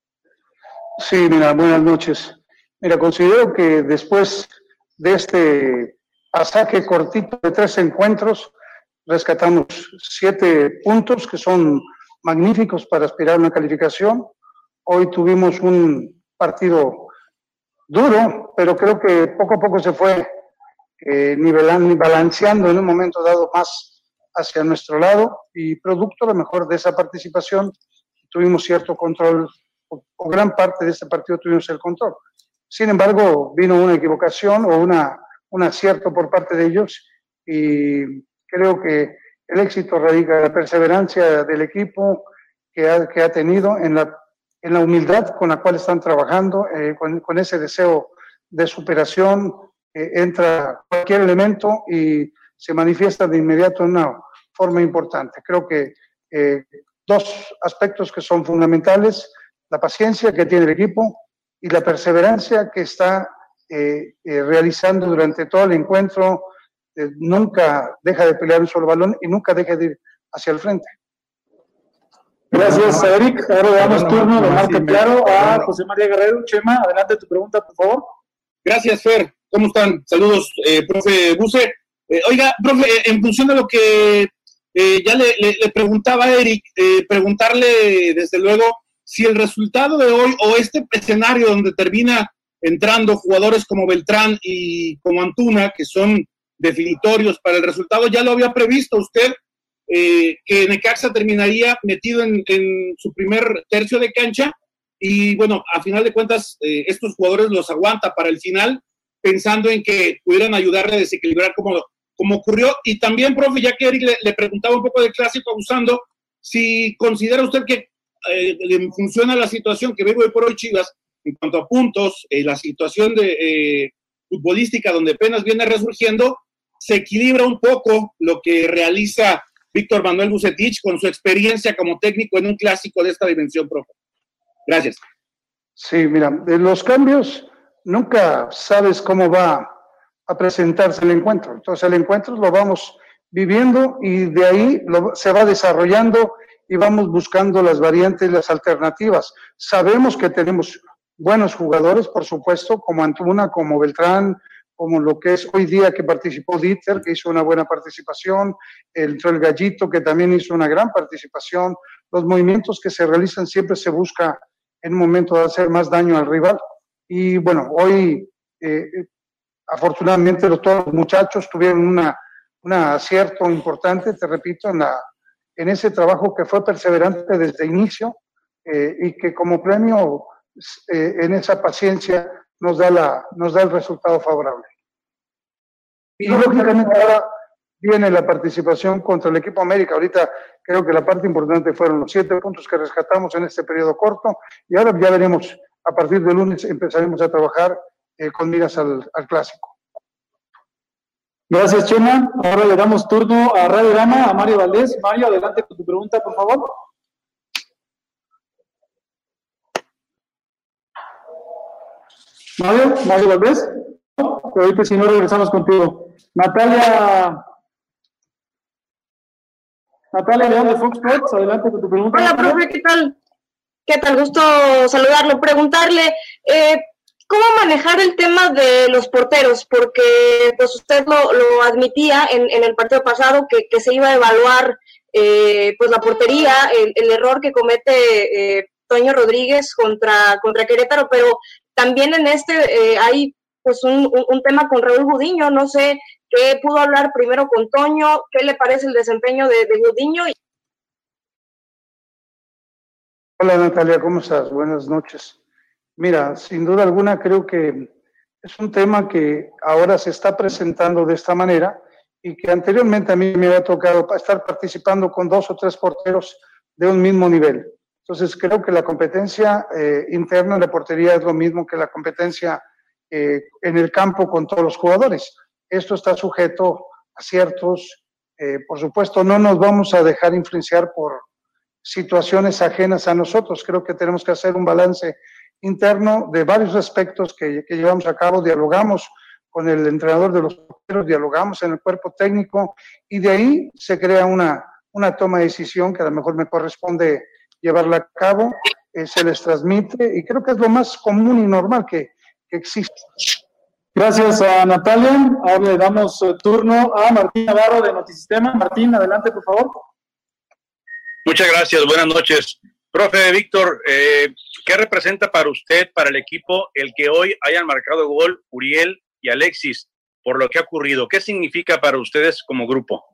Sí, mira, buenas noches. Mira, considero que después de este pasaje cortito de tres encuentros, rescatamos siete puntos que son magníficos para aspirar a una calificación. Hoy tuvimos un partido duro, pero creo que poco a poco se fue eh, nivelando y balanceando en un momento dado más hacia nuestro lado, y producto a lo mejor de esa participación tuvimos cierto control, o, o gran parte de este partido tuvimos el control. Sin embargo, vino una equivocación o una, un acierto por parte de ellos, y creo que el éxito radica en la perseverancia del equipo que ha, que ha tenido, en la, en la humildad con la cual están trabajando, eh, con, con ese deseo de superación. Eh, entra cualquier elemento y se manifiesta de inmediato en una forma importante. Creo que eh, dos aspectos que son fundamentales: la paciencia que tiene el equipo y la perseverancia que está eh, eh, realizando durante todo el encuentro. Eh, nunca deja de pelear un solo balón y nunca deja de ir hacia el frente. Gracias, Eric. Ahora le damos turno de Marco Claro a José María Guerrero. Chema, adelante tu pregunta, por favor. Gracias, Fer. ¿Cómo están? Saludos, eh, profe Buce. Eh, oiga, profe, en función de lo que eh, ya le, le, le preguntaba a Eric, eh, preguntarle desde luego si el resultado de hoy o este escenario donde termina entrando jugadores como Beltrán y como Antuna, que son definitorios para el resultado, ya lo había previsto usted, eh, que Necaxa terminaría metido en, en su primer tercio de cancha, y bueno, a final de cuentas, eh, estos jugadores los aguanta para el final, pensando en que pudieran ayudarle a desequilibrar como, como ocurrió. Y también, profe, ya que Eric le, le preguntaba un poco del clásico abusando, si considera usted que eh, funciona la situación que vive hoy por hoy Chivas en cuanto a puntos, eh, la situación de eh, futbolística donde apenas viene resurgiendo, se equilibra un poco lo que realiza Víctor Manuel Vucetich con su experiencia como técnico en un clásico de esta dimensión, profe. Gracias. Sí, mira, de los cambios nunca sabes cómo va a presentarse el encuentro. Entonces el encuentro lo vamos viviendo y de ahí lo, se va desarrollando y vamos buscando las variantes, las alternativas. Sabemos que tenemos buenos jugadores, por supuesto, como Antuna, como Beltrán, como lo que es hoy día que participó Dieter, que hizo una buena participación, entró el Gallito, que también hizo una gran participación. Los movimientos que se realizan siempre se busca en un momento de hacer más daño al rival. Y bueno, hoy eh, afortunadamente los, todos los muchachos tuvieron una, una acierto importante, te repito, en, la, en ese trabajo que fue perseverante desde el inicio, eh, y que como premio eh, en esa paciencia nos da, la, nos da el resultado favorable. Y lógicamente ahora viene la participación contra el equipo América. Ahorita creo que la parte importante fueron los siete puntos que rescatamos en este periodo corto, y ahora ya veremos, a partir de lunes empezaremos a trabajar eh, con miras al, al clásico. Gracias, Chema. Ahora le damos turno a Radio Gama, a Mario Valdés. Mario, adelante con tu pregunta, por favor. Mario, Mario Valdés. Pero ahorita si no regresamos contigo. Natalia. Natalia León de Fox Sports, adelante con tu pregunta. Hola, profe, ¿qué tal? ¿Qué tal? Gusto saludarlo. Preguntarle, eh, ¿cómo manejar el tema de los porteros? Porque pues usted lo, lo admitía en, en el partido pasado que, que se iba a evaluar eh, pues la portería, el, el error que comete eh, Toño Rodríguez contra, contra Querétaro, pero también en este eh, hay pues un, un, un tema con Raúl Gudiño. No sé qué pudo hablar primero con Toño, qué le parece el desempeño de, de Gudiño. Hola Natalia, ¿cómo estás? Buenas noches. Mira, sin duda alguna creo que es un tema que ahora se está presentando de esta manera y que anteriormente a mí me había tocado estar participando con dos o tres porteros de un mismo nivel. Entonces creo que la competencia eh, interna en la portería es lo mismo que la competencia eh, en el campo con todos los jugadores. Esto está sujeto a ciertos, eh, por supuesto, no nos vamos a dejar influenciar por situaciones ajenas a nosotros. Creo que tenemos que hacer un balance interno de varios aspectos que, que llevamos a cabo. Dialogamos con el entrenador de los porteros, dialogamos en el cuerpo técnico y de ahí se crea una, una toma de decisión que a lo mejor me corresponde llevarla a cabo, eh, se les transmite y creo que es lo más común y normal que, que existe. Gracias a Natalia. Ahora le damos uh, turno a Martín Navarro de Notisistema. Martín, adelante, por favor. Muchas gracias, buenas noches. Profe Víctor, eh, ¿qué representa para usted, para el equipo, el que hoy hayan marcado gol Uriel y Alexis por lo que ha ocurrido? ¿Qué significa para ustedes como grupo?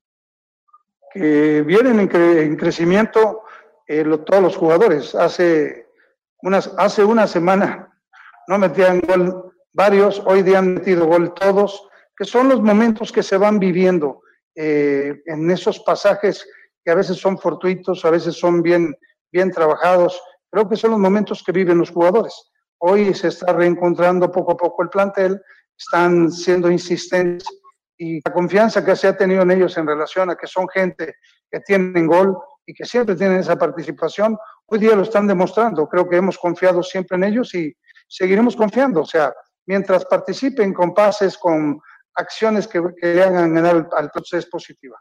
Que vienen en, cre en crecimiento eh, lo, todos los jugadores. Hace, unas, hace una semana no metían gol varios, hoy día han metido gol todos, que son los momentos que se van viviendo eh, en esos pasajes que a veces son fortuitos, a veces son bien, bien trabajados. Creo que son los momentos que viven los jugadores. Hoy se está reencontrando poco a poco el plantel, están siendo insistentes y la confianza que se ha tenido en ellos en relación a que son gente que tienen gol y que siempre tienen esa participación, hoy día lo están demostrando. Creo que hemos confiado siempre en ellos y seguiremos confiando. O sea, mientras participen con pases, con acciones que, que le hagan ganar al, al proceso es positiva.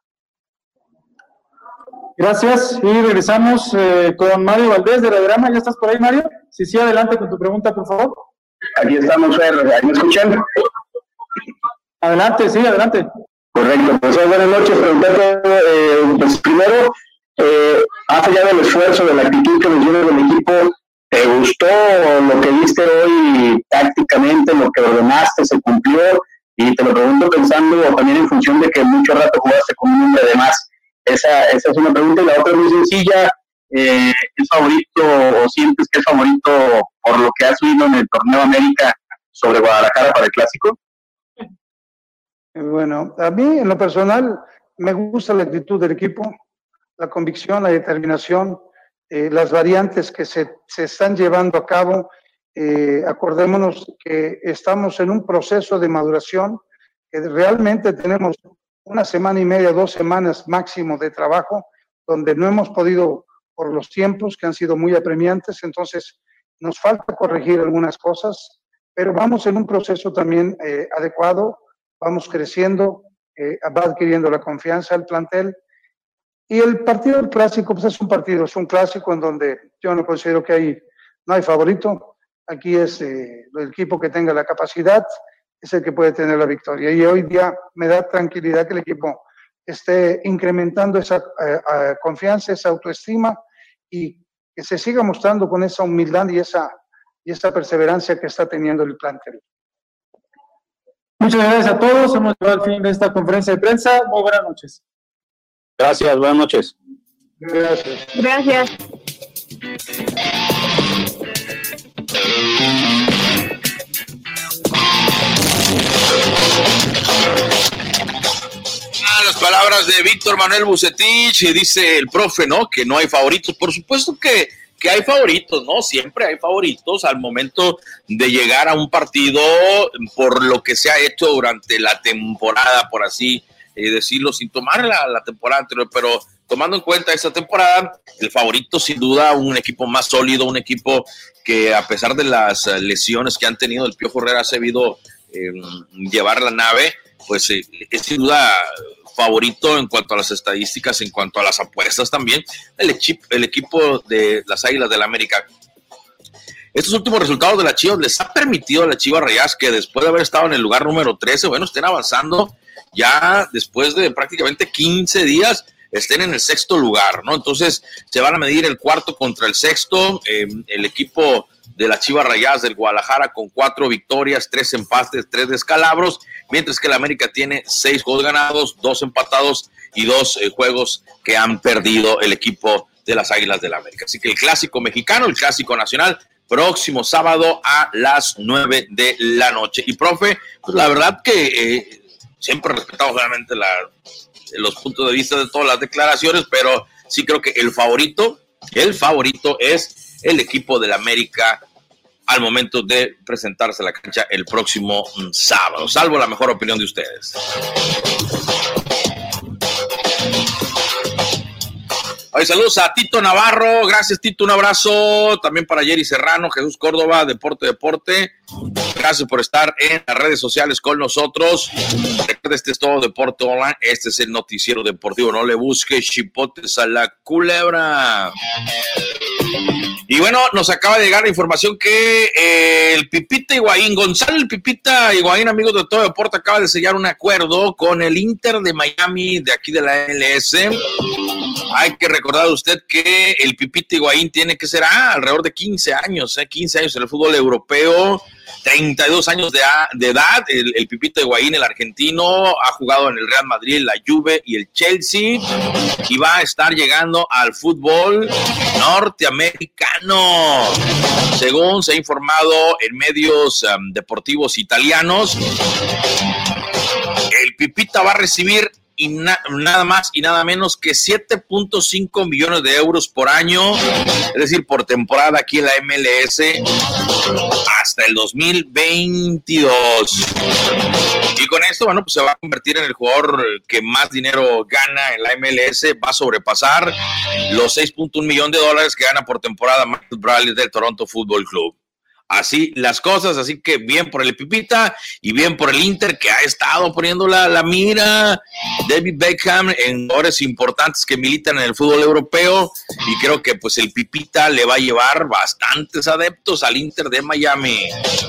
Gracias. Y regresamos eh, con Mario Valdés de Radiograma. ¿Ya estás por ahí, Mario? Sí, sí, adelante con tu pregunta, por favor. Aquí estamos, Fer. ¿Me escuchan? Adelante, sí, adelante. Correcto. Pues buenas noches. Preguntarte, eh, pues primero, eh, más allá del esfuerzo, de la actitud que mencionas del equipo, ¿te gustó lo que viste hoy tácticamente, lo que ordenaste, se cumplió? Y te lo pregunto pensando también en función de que mucho rato jugaste con un hombre de más. Esa, esa es una pregunta, y la otra es muy sencilla. Eh, ¿Es favorito o sientes que es favorito por lo que has oído en el Torneo América sobre Guadalajara para el Clásico? Bueno, a mí en lo personal me gusta la actitud del equipo, la convicción, la determinación, eh, las variantes que se, se están llevando a cabo. Eh, acordémonos que estamos en un proceso de maduración, que realmente tenemos una semana y media, dos semanas máximo de trabajo, donde no hemos podido, por los tiempos que han sido muy apremiantes, entonces nos falta corregir algunas cosas, pero vamos en un proceso también eh, adecuado, vamos creciendo, eh, va adquiriendo la confianza del plantel, y el partido del clásico, pues es un partido, es un clásico en donde yo no considero que hay, no hay favorito, aquí es eh, el equipo que tenga la capacidad, es el que puede tener la victoria. Y hoy día me da tranquilidad que el equipo esté incrementando esa eh, eh, confianza, esa autoestima y que se siga mostrando con esa humildad y esa, y esa perseverancia que está teniendo el plantel. Muchas gracias a todos. Hemos llegado al fin de esta conferencia de prensa. Muy buenas noches. Gracias, buenas noches. Gracias. Gracias. Las palabras de Víctor Manuel Bucetich, y dice el profe, ¿no? Que no hay favoritos. Por supuesto que, que hay favoritos, ¿no? Siempre hay favoritos al momento de llegar a un partido por lo que se ha hecho durante la temporada, por así eh, decirlo sin tomar la, la temporada anterior, pero tomando en cuenta esta temporada, el favorito sin duda, un equipo más sólido, un equipo que a pesar de las lesiones que han tenido, el Piojo Herrera ha sabido eh, llevar la nave, pues eh, es sin duda favorito en cuanto a las estadísticas, en cuanto a las apuestas también, el, equipo, el equipo de las Águilas del América. Estos últimos resultados de las Chivas les ha permitido a las Chivas Rayadas que después de haber estado en el lugar número trece, bueno, estén avanzando ya después de prácticamente quince días, estén en el sexto lugar, ¿no? Entonces se van a medir el cuarto contra el sexto, eh, el equipo de las Chivas Rayadas del Guadalajara con cuatro victorias, tres empates, tres descalabros, mientras que el América tiene seis juegos ganados, dos empatados y dos eh, juegos que han perdido el equipo de las Águilas del América. Así que el clásico mexicano, el clásico nacional, próximo sábado a las nueve de la noche. Y profe, pues la verdad que eh, siempre respetamos obviamente la, los puntos de vista de todas las declaraciones, pero sí creo que el favorito, el favorito es el equipo del América al momento de presentarse a la cancha el próximo sábado, salvo la mejor opinión de ustedes. Hoy saludos a Tito Navarro, gracias Tito, un abrazo también para Jerry Serrano, Jesús Córdoba, Deporte Deporte, gracias por estar en las redes sociales con nosotros. Recuerda, este es todo Deporte Online, este es el noticiero deportivo, no le busques chipotes a la culebra. Y bueno, nos acaba de llegar la información que eh, el Pipita Higuaín, Gonzalo el Pipita Higuaín, amigos de Todo Deporte, acaba de sellar un acuerdo con el Inter de Miami, de aquí de la M L S. Hay que recordar a usted que el Pipita Higuaín tiene que ser ah, alrededor de quince años, eh, quince años en el fútbol europeo, treinta y dos años de, de edad. El, el Pipita Higuaín, el argentino, ha jugado en el Real Madrid, la Juve y el Chelsea, y va a estar llegando al fútbol norteamericano, según se ha informado en medios um, deportivos italianos. El Pipita va a recibir y na- nada más y nada menos que siete punto cinco millones de euros por año, es decir, por temporada aquí en la M L S hasta el dos mil veintidós. Y con esto, bueno, pues se va a convertir en el jugador que más dinero gana en la M L S, va a sobrepasar los seis punto uno millones de dólares que gana por temporada Michael Bradley del Toronto Football Club. Así las cosas, así que bien por el Pipita y bien por el Inter, que ha estado poniendo la, la mira David Beckham en jugadores importantes que militan en el fútbol europeo, y creo que pues el Pipita le va a llevar bastantes adeptos al Inter de Miami.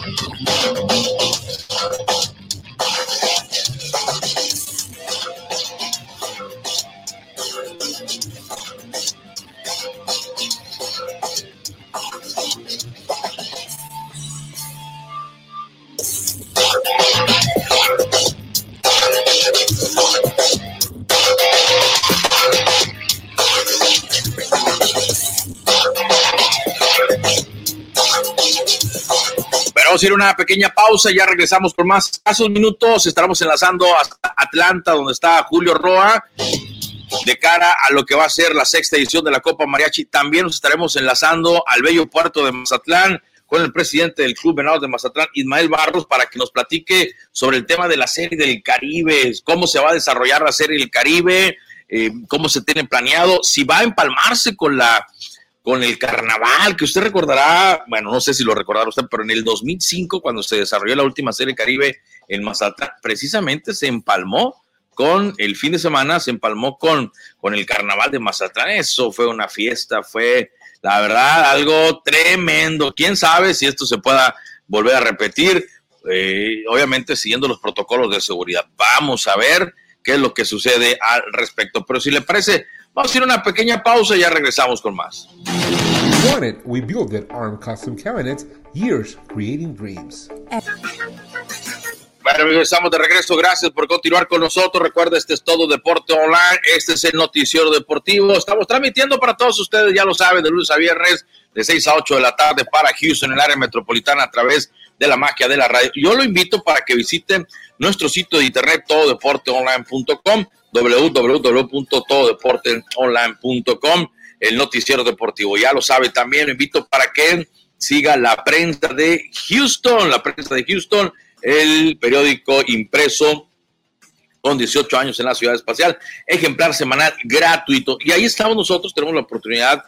Pero vamos a ir a una pequeña pausa, ya regresamos por más escasos minutos. Estaremos enlazando hasta Atlanta, donde está Julio Roa, de cara a lo que va a ser la sexta edición de la Copa Mariachi. También nos estaremos enlazando al bello puerto de Mazatlán con el presidente del Club Venados de Mazatlán, Ismael Barros, para que nos platique sobre el tema de la Serie del Caribe, cómo se va a desarrollar la Serie del Caribe, eh, cómo se tiene planeado, si va a empalmarse con la con el carnaval, que usted recordará, bueno, no sé si lo recordará usted, pero en el dos mil cinco, cuando se desarrolló la última Serie Caribe en Mazatlán, precisamente se empalmó con el fin de semana, se empalmó con, con el carnaval de Mazatlán. Eso fue una fiesta, fue la verdad algo tremendo. Quién sabe si esto se pueda volver a repetir, eh, obviamente siguiendo los protocolos de seguridad. Vamos a ver qué es lo que sucede al respecto, pero si le parece, vamos a ir a una pequeña pausa y ya regresamos con más. You want it, we build it. Arm Custom Cabinets, years creating dreams. Bueno, amigos, estamos de regreso. Gracias por continuar con nosotros. Recuerda, este es Todo Deporte Online. Este es el noticiero deportivo. Estamos transmitiendo para todos ustedes, ya lo saben, de lunes a viernes, de seis a ocho de la tarde para Houston, en el área metropolitana, a través de la magia de la radio. Yo lo invito para que visiten nuestro sitio de internet, todo deporte online punto com, doble u doble u doble u punto todo deporte online punto com, el noticiero deportivo. Ya lo sabe, también lo invito para que siga la prensa de Houston, la prensa de Houston, el periódico impreso con dieciocho años en la Ciudad Espacial, ejemplar semanal gratuito. Y ahí estamos nosotros, tenemos la oportunidad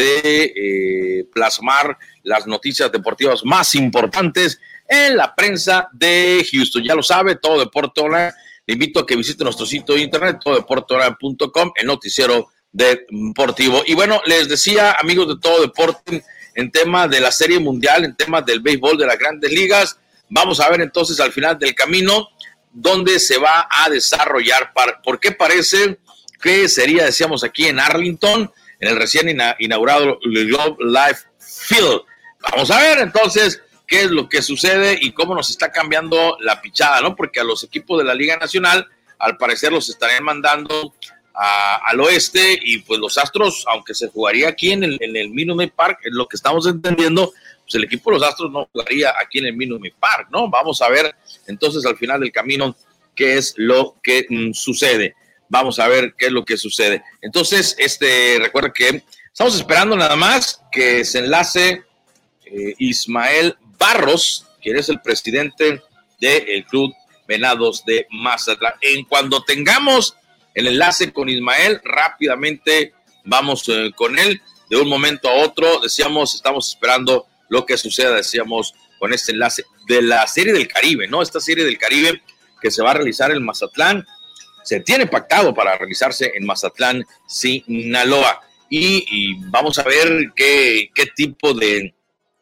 de eh, plasmar las noticias deportivas más importantes en la prensa de Houston. Ya lo sabe, Todo Deporte Online. Le invito a que visite nuestro sitio de internet, todo deporte online punto com, el noticiero deportivo. Y bueno, les decía, amigos de Todo Deporte, en tema de la Serie Mundial, en tema del béisbol de las Grandes Ligas, vamos a ver entonces al final del camino dónde se va a desarrollar, porque parece que sería, decíamos aquí en Arlington, en el recién ina- inaugurado Globe Life Field. Vamos a ver entonces qué es lo que sucede y cómo nos está cambiando la pichada, ¿no? Porque a los equipos de la Liga Nacional, al parecer los estarían mandando a, al oeste, y pues los Astros, aunque se jugaría aquí en el, en el Minute Maid Park, es lo que estamos entendiendo, pues el equipo de los Astros no jugaría aquí en el Minute Maid Park, ¿no? Vamos a ver entonces al final del camino qué es lo que mm, sucede. Vamos a ver qué es lo que sucede. Entonces, este, recuerda que estamos esperando nada más que se enlace eh, Ismael Barros, quien es el presidente del Club Venados de Mazatlán. En cuando tengamos el enlace con Ismael, rápidamente vamos eh, con él. De un momento a otro, decíamos, estamos esperando lo que suceda, decíamos, con este enlace de la Serie del Caribe, ¿no? Esta Serie del Caribe que se va a realizar en Mazatlán, se tiene pactado para realizarse en Mazatlán, Sinaloa. Y, y vamos a ver qué, qué tipo de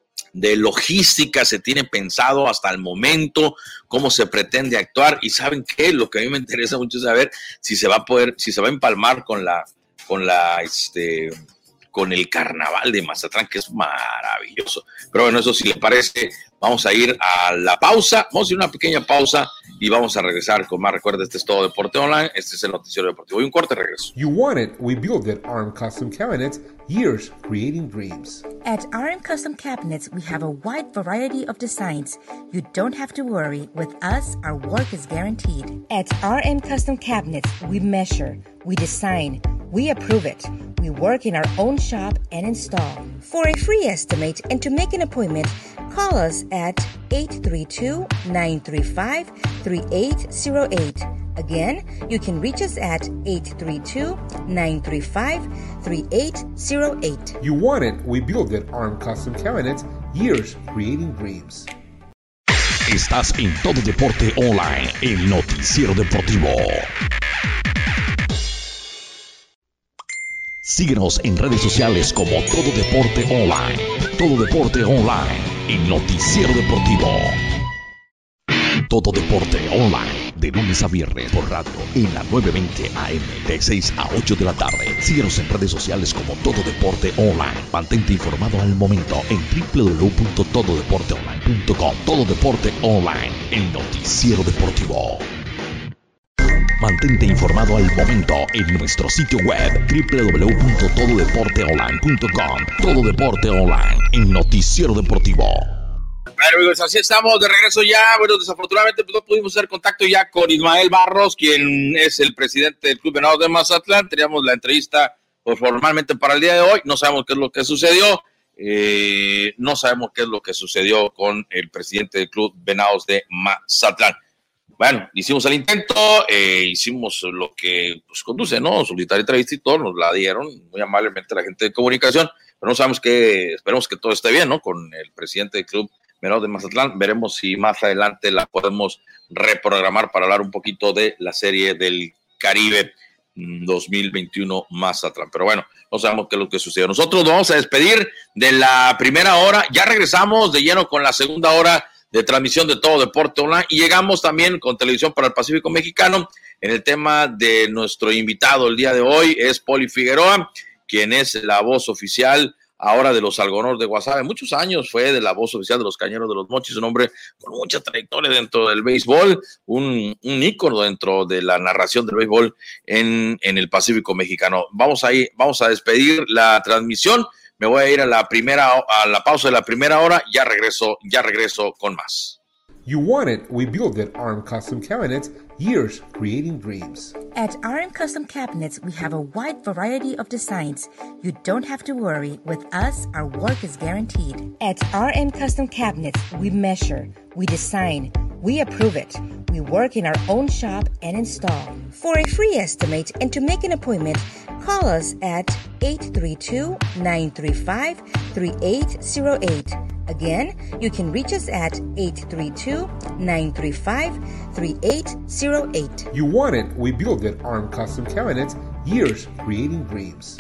de logística se tiene pensado hasta el momento, cómo se pretende actuar, y ¿saben qué? Lo que a mí me interesa mucho es saber si se va a poder, si se va a empalmar con la, con la, este, con el carnaval de Mazatlán, que es maravilloso. Pero bueno, eso si le parece, vamos a ir a la pausa, vamos a ir a una pequeña pausa y vamos a regresar con más. Recuerda, este es Todo Deporte Online, este es el noticiero deportivo. Y un corte, regreso. You want it, we build it. Arm Custom Cabinets, years creating dreams. At R M Custom Cabinets, we have a wide variety of designs. You don't have to worry. With us, our work is guaranteed. At R M Custom Cabinets, we measure, we design, we approve it. We work in our own shop and install. For a free estimate and to make an appointment, call us at eight three two, nine three five, three eight zero eight. Again, you can reach us at eight three two, nine three five, three eight zero eight. You want it, we build it. Arm Custom Cabinets, years creating dreams. Estás en Todo Deporte Online, el noticiero deportivo. Síguenos en redes sociales como Todo Deporte Online. Todo Deporte Online, el noticiero deportivo. Todo Deporte Online, de lunes a viernes por radio en la nueve veinte A M, de seis a ocho de la tarde. Síguenos en redes sociales como Todo Deporte Online. Mantente informado al momento en doble u doble u doble u punto todo deporte online punto com. Todo Deporte Online, el noticiero deportivo. Mantente informado al momento en nuestro sitio web doble u doble u doble u punto todo deporte online punto com. Todo Deporte Online, el noticiero deportivo. Bueno, amigos, así estamos de regreso ya. Bueno, desafortunadamente no pudimos hacer contacto ya con Ismael Barros, quien es el presidente del Club Venados de Mazatlán. Teníamos la entrevista pues, formalmente para el día de hoy. No sabemos qué es lo que sucedió. Eh, no sabemos qué es lo que sucedió con el presidente del Club Venados de Mazatlán. Bueno, hicimos el intento, eh, hicimos lo que pues, conduce, ¿no? Solitaria entrevista y todo, nos la dieron muy amablemente la gente de comunicación, pero no sabemos que, esperemos que todo esté bien, ¿no? Con el presidente del Club Venados de Mazatlán, veremos si más adelante la podemos reprogramar para hablar un poquito de la Serie del Caribe dos mil veintiuno Mazatlán. Pero bueno, no sabemos qué es lo que sucedió. Nosotros nos vamos a despedir de la primera hora, ya regresamos de lleno con la segunda hora de transmisión de Todo Deporte Online y llegamos también con Televisión para el Pacífico Mexicano en el tema de nuestro invitado el día de hoy, es Poli Figueroa, quien es la voz oficial ahora de los Algodoneros de Guasave. Muchos años fue de la voz oficial de los Cañeros de los Mochis, un hombre con mucha trayectoria dentro del béisbol, un, un ícono dentro de la narración del béisbol en, en el Pacífico Mexicano. Vamos a ir, vamos a despedir la transmisión. Me voy a ir a la primera, a la pausa de la primera hora. Ya regreso, ya regreso con más. You want it, we build it. Arm Custom Cabinets, years creating dreams. At R M Custom Cabinets, we have a wide variety of designs. You don't have to worry. With us, our work is guaranteed. At R M Custom Cabinets, we measure, we design, We approve it. We work in our own shop and install. For a free estimate and to make an appointment, call us at eight three two, nine three five, three eight zero eight. Again, you can reach us at eight three two, nine three five, three eight zero eight. You want it, we build it. Arm Custom Cabinets, years creating dreams.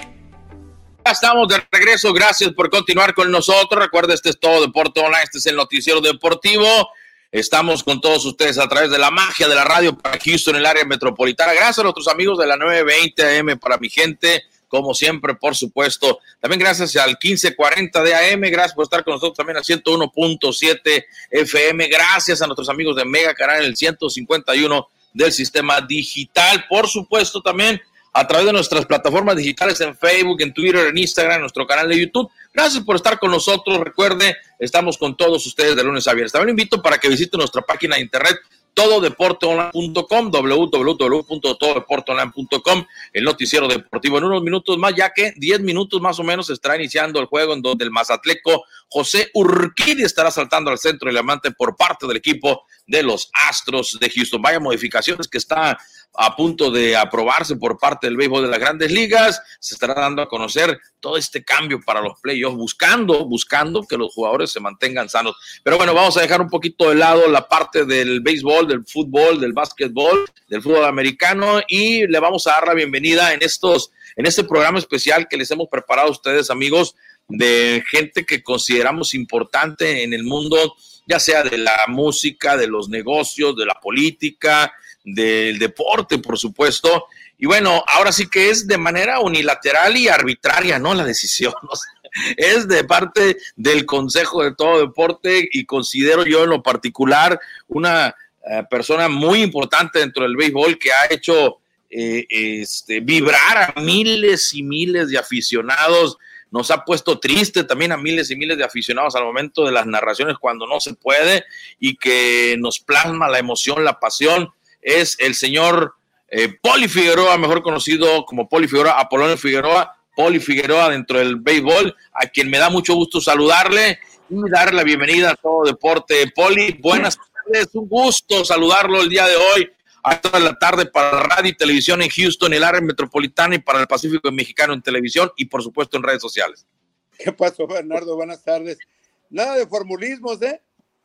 Ya estamos de regreso, gracias por continuar con nosotros. Recuerda, este es Todo Deporte Online, este es el noticiero deportivo. Estamos con todos ustedes a través de la magia de la radio para Houston, el área metropolitana. Gracias a nuestros amigos de la nueve veinte A M para mi gente, como siempre, por supuesto. También gracias al quince cuarenta de A M, gracias por estar con nosotros también al ciento uno punto siete F M. Gracias a nuestros amigos de Mega Canal, el ciento cincuenta y uno del sistema digital. Por supuesto, también a través de nuestras plataformas digitales en Facebook, en Twitter, en Instagram, en nuestro canal de YouTube. Gracias por estar con nosotros. Recuerde, estamos con todos ustedes de lunes a viernes. También lo invito para que visite nuestra página de internet todo deporte online punto com, doble u doble u doble u punto todo deporte online punto com, el noticiero deportivo en unos minutos más, ya que diez minutos más o menos estará iniciando el juego en donde el mazatleco José Urquidi estará saltando al centro del diamante por parte del equipo de los Astros de Houston. Vaya modificaciones que está a punto de aprobarse por parte del béisbol de las Grandes Ligas. Se estará dando a conocer todo este cambio para los playoffs, buscando, buscando que los jugadores se mantengan sanos. Pero bueno, vamos a dejar un poquito de lado la parte del béisbol, del fútbol, del básquetbol, del fútbol americano, y le vamos a dar la bienvenida en estos, en este programa especial que les hemos preparado a ustedes, amigos, de gente que consideramos importante en el mundo, ya sea de la música, de los negocios, de la política, del deporte, por supuesto. Y bueno, ahora sí que es de manera unilateral y arbitraria, ¿no? La decisión, o sea, es de parte del Consejo de Todo Deporte, y considero yo en lo particular una uh, persona muy importante dentro del béisbol que ha hecho eh, este, vibrar a miles y miles de aficionados. Nos ha puesto triste también a miles y miles de aficionados al momento de las narraciones cuando no se puede, y que nos plasma la emoción, la pasión. Es el señor eh, Poli Figueroa, mejor conocido como Poli Figueroa, Apolonio Figueroa, Poli Figueroa dentro del béisbol, a quien me da mucho gusto saludarle y darle la bienvenida a Todo Deporte. Poli, buenas tardes, un gusto saludarlo el día de hoy, a toda la tarde para radio y televisión en Houston, el área metropolitana, y para el Pacífico Mexicano en televisión y por supuesto en redes sociales. ¿Qué pasó, Bernardo? Buenas tardes. Nada de formulismos, ¿eh?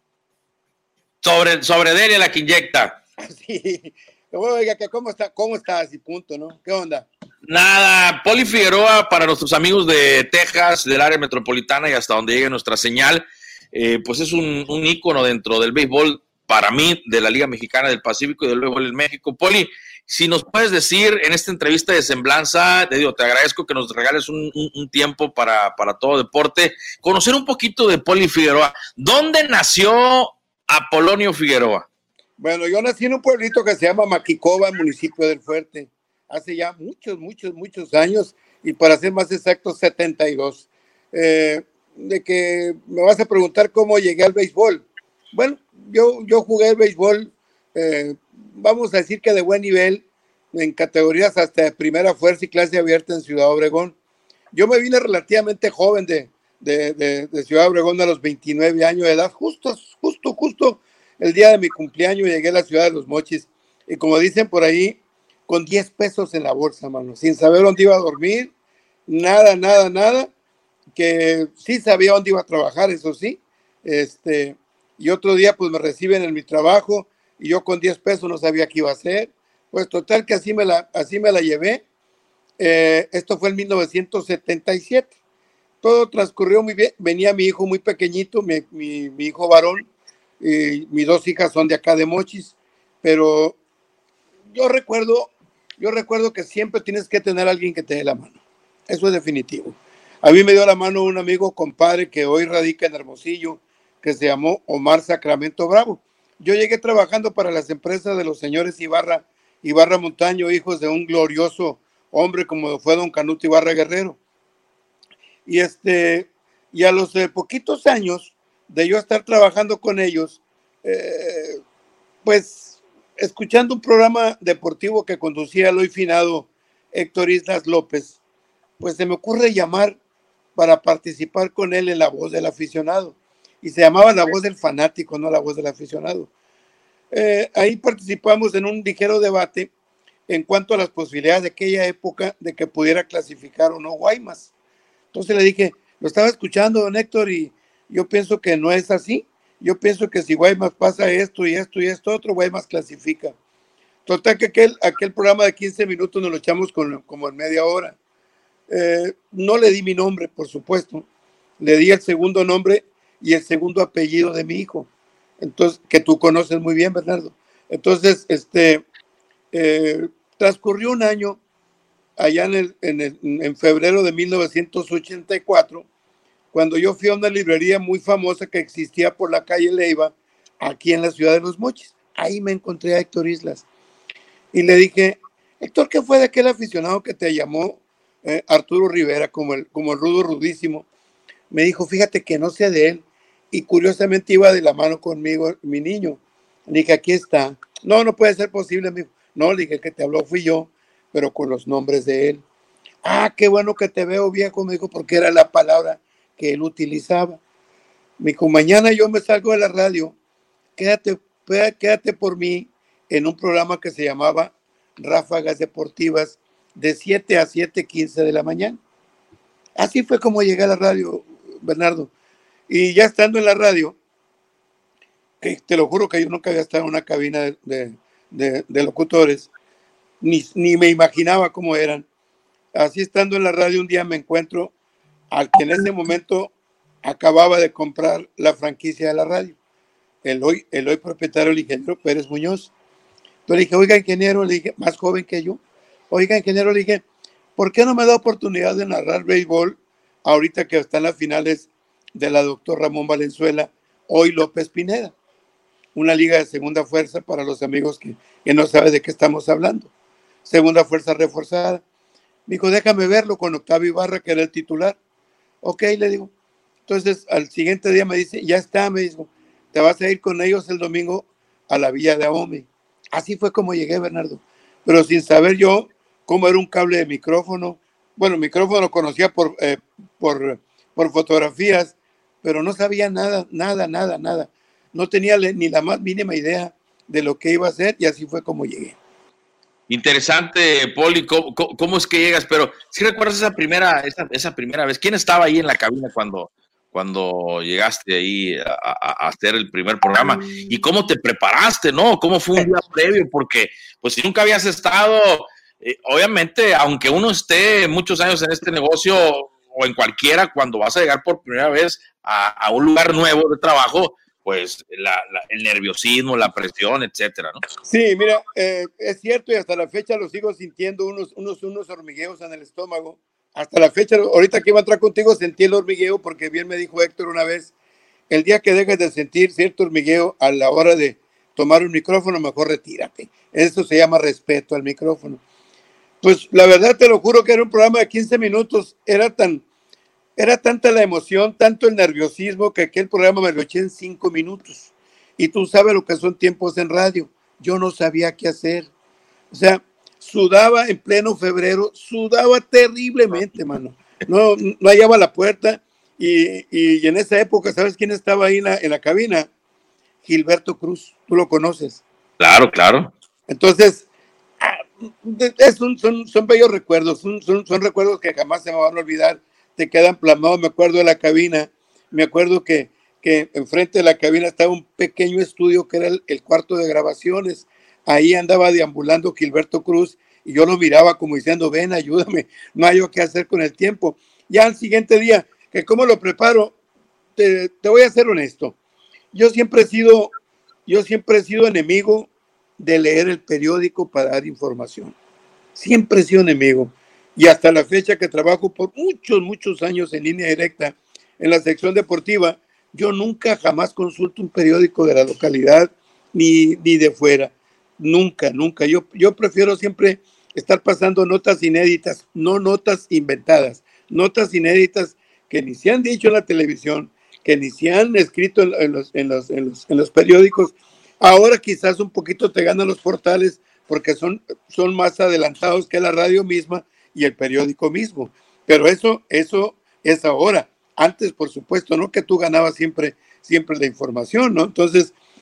Sobre, sobre Delia, la que inyecta. Sí. Oiga, que cómo está, cómo estás y punto, ¿no? ¿Qué onda? Nada, Poli Figueroa, para nuestros amigos de Texas, del área metropolitana y hasta donde llegue nuestra señal, eh, pues es un, un ícono dentro del béisbol, para mí, de la Liga Mexicana del Pacífico y del béisbol en México. Poli, si nos puedes decir en esta entrevista de semblanza, te digo, te agradezco que nos regales un, un, un tiempo para, para Todo Deporte, conocer un poquito de Poli Figueroa. ¿Dónde nació Apolonio Figueroa? Bueno, yo nací en un pueblito que se llama Maquicoba, municipio del Fuerte, hace ya muchos, muchos, muchos años, y para ser más exactos, setenta y dos. Eh, de que me vas a preguntar cómo llegué al béisbol. Bueno, yo, yo jugué el béisbol, eh, vamos a decir que de buen nivel, en categorías hasta de primera fuerza y clase abierta en Ciudad Obregón. Yo me vine relativamente joven de, de, de, de Ciudad Obregón a los veintinueve años de edad, justo, justo, justo, el día de mi cumpleaños llegué a la ciudad de Los Mochis, y como dicen por ahí, con diez pesos en la bolsa, mano, sin saber dónde iba a dormir, nada, nada, nada, que sí sabía dónde iba a trabajar, eso sí, este, y otro día pues me reciben en mi trabajo, y yo con diez pesos no sabía qué iba a hacer, pues total que así me la, así me la llevé. Eh, esto fue en mil novecientos setenta y siete, todo transcurrió muy bien, venía mi hijo muy pequeñito, mi, mi, mi hijo varón, y mis dos hijas son de acá de Mochis, pero yo recuerdo, yo recuerdo que siempre tienes que tener a alguien que te dé la mano, eso es definitivo. A mí me dio la mano un amigo compadre que hoy radica en Hermosillo, que se llamó Omar Sacramento Bravo. Yo llegué trabajando para las empresas de los señores Ibarra, Ibarra Montaño, hijos de un glorioso hombre como fue don Canuto Ibarra Guerrero. Y, este, y a los eh, poquitos años de yo estar trabajando con ellos, eh, pues escuchando un programa deportivo que conducía el hoy finado Héctor Islas López, pues se me ocurre llamar para participar con él en La Voz del Aficionado, y se llamaba La Voz del Fanático, no La Voz del Aficionado. eh, ahí participamos en un ligero debate en cuanto a las posibilidades de aquella época de que pudiera clasificar o no Guaymas. Entonces le dije, lo estaba escuchando, don Héctor, y yo pienso que no es así. Yo pienso que si Guaymas pasa esto y esto y esto otro, Guaymas clasifica. Total que aquel, aquel programa de quince minutos nos lo echamos con, como en media hora. Eh, no le di mi nombre, por supuesto. Le di el segundo nombre y el segundo apellido de mi hijo. Entonces, que tú conoces muy bien, Bernardo. Entonces, este, eh, transcurrió un año allá en, el, en, el, en febrero de mil novecientos ochenta y cuatro, cuando yo fui a una librería muy famosa que existía por la calle Leiva, aquí en la ciudad de Los Mochis. Ahí me encontré a Héctor Islas. Y le dije, Héctor, ¿qué fue de aquel aficionado que te llamó eh, Arturo Rivera, como el, como el rudo rudísimo? Me dijo, fíjate que no sé de él. Y curiosamente iba de la mano conmigo mi niño. Le dije, aquí está. No, no puede ser posible, amigo. No, le dije, el que te habló fui yo, pero con los nombres de él. Ah, qué bueno que te veo, viejo, me dijo, porque era la palabra que él utilizaba. Me dijo, mañana yo me salgo de la radio, quédate, quédate por mí en un programa que se llamaba Ráfagas Deportivas de siete a siete quince de la mañana. Así fue como llegué a la radio, Bernardo. Y ya estando en la radio, que te lo juro que yo nunca había estado en una cabina de, de, de, de locutores, ni, ni me imaginaba cómo eran. Así estando en la radio, un día me encuentro al que en ese momento acababa de comprar la franquicia de la radio, el hoy, el hoy propietario, el ingeniero Pérez Muñoz. Entonces le dije, oiga, ingeniero, le dije, más joven que yo, oiga, ingeniero, le dije, ¿por qué no me da oportunidad de narrar béisbol ahorita que están las finales de la doctor Ramón Valenzuela, hoy López Pineda? Una liga de segunda fuerza para los amigos que, que no saben de qué estamos hablando. Segunda fuerza reforzada. Me dijo, déjame verlo con Octavio Ibarra, que era el titular. Ok, le digo. Entonces, al siguiente día me dice, ya está, me dijo, te vas a ir con ellos el domingo a la Villa de Ahome. Así fue como llegué, Bernardo. Pero sin saber yo cómo era un cable de micrófono. Bueno, micrófono lo conocía por, eh, por, por fotografías, pero no sabía nada, nada, nada, nada. No tenía ni la más mínima idea de lo que iba a hacer y así fue como llegué. Interesante, Poli, ¿cómo, cómo, cómo es que llegas? Pero ¿sí recuerdas esa primera, esa, esa primera vez? ¿Quién estaba ahí en la cabina cuando, cuando llegaste ahí a, a, a hacer el primer programa? ¿Y cómo te preparaste, no? ¿Cómo fue un día previo? Porque, pues, si nunca habías estado, eh, obviamente, aunque uno esté muchos años en este negocio o en cualquiera, cuando vas a llegar por primera vez a, a un lugar nuevo de trabajo, pues la, la, el nerviosismo, la presión, etcétera, ¿no? Sí, mira, eh, es cierto y hasta la fecha lo sigo sintiendo unos, unos, unos hormigueos en el estómago. Hasta la fecha, ahorita que iba a entrar contigo sentí el hormigueo porque bien me dijo Héctor una vez, el día que dejes de sentir cierto hormigueo a la hora de tomar un micrófono, mejor retírate. Eso se llama respeto al micrófono. Pues la verdad te lo juro que era un programa de quince minutos, era tan... Era tanta la emoción, tanto el nerviosismo, que aquel programa me lo eché en cinco minutos. Y tú sabes lo que son tiempos en radio. Yo no sabía qué hacer. O sea, sudaba en pleno febrero, sudaba terriblemente, mano. No, no hallaba la puerta. Y, y, y en esa época, ¿sabes quién estaba ahí en la, en la cabina? Gilberto Cruz. Tú lo conoces. Claro, claro. Entonces, es un, son, son bellos recuerdos. Son, son, son recuerdos que jamás se me van a olvidar. Te quedan plasmados. Me acuerdo de la cabina, me acuerdo que, que enfrente de la cabina estaba un pequeño estudio que era el, el cuarto de grabaciones. Ahí andaba deambulando Gilberto Cruz y yo lo miraba como diciendo, ven, ayúdame, no hay yo qué hacer con el tiempo. Ya al siguiente día, que cómo lo preparo, te, te voy a ser honesto. Yo siempre he sido, yo siempre he sido enemigo de leer el periódico para dar información. Siempre he sido enemigo. Y hasta la fecha que trabajo por muchos, muchos años en línea directa en la sección deportiva, yo nunca jamás consulto un periódico de la localidad ni, ni de fuera. Nunca, nunca. Yo, yo prefiero siempre estar pasando notas inéditas, no notas inventadas, notas inéditas que ni se han dicho en la televisión, que ni se han escrito en, en, los, en, los, en, los, en los periódicos. Ahora quizás un poquito te ganan los portales porque son, son más adelantados que la radio misma y el periódico mismo, pero eso, eso es ahora. Antes, por supuesto, no que tú ganabas siempre, siempre la información, ¿no? Entonces,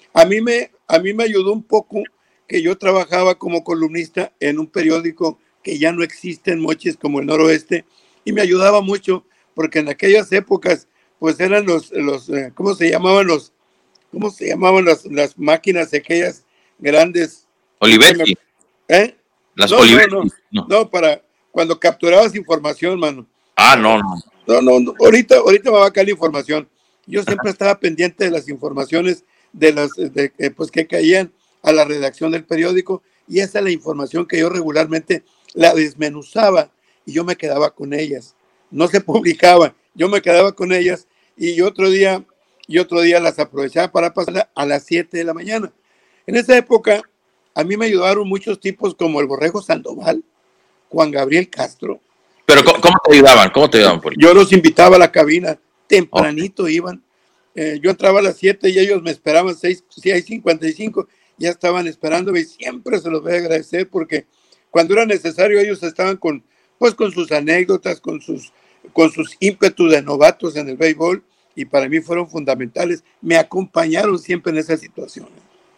A mí me, a mí me ayudó un poco que yo trabajaba como columnista en un periódico que ya no existe en Mochis como el Noroeste, y me ayudaba mucho porque en aquellas épocas pues eran los, los eh, ¿cómo se llamaban los, cómo se llamaban las, las máquinas aquellas grandes? Olivetti. ¿Eh? Las no, Olivetti. No, no, no, no, para cuando capturabas información, mano. Ah, no, no. No, no, no, ahorita, ahorita me va a caer la información. Yo siempre estaba pendiente de las informaciones de las de, eh, pues que caían a la redacción del periódico, y esa es la información que yo regularmente la desmenuzaba y yo me quedaba con ellas. No se publicaba, yo me quedaba con ellas y otro día y otro día las aprovechaba para pasarla a las siete de la mañana. En esa época a mí me ayudaron muchos tipos como el Borrego Sandoval, Juan Gabriel Castro. Pero ¿cómo, cómo te ayudaban? ¿Cómo te ayudaban? Poli? Yo los invitaba a la cabina, tempranito okay. iban. Eh, yo entraba a las siete y ellos me esperaban seis cincuenta y cinco, ya estaban esperándome y siempre se los voy a agradecer porque cuando era necesario ellos estaban con, pues, con sus anécdotas, con sus, con sus ímpetus de novatos en el béisbol, y para mí fueron fundamentales. Me acompañaron siempre en esas situaciones.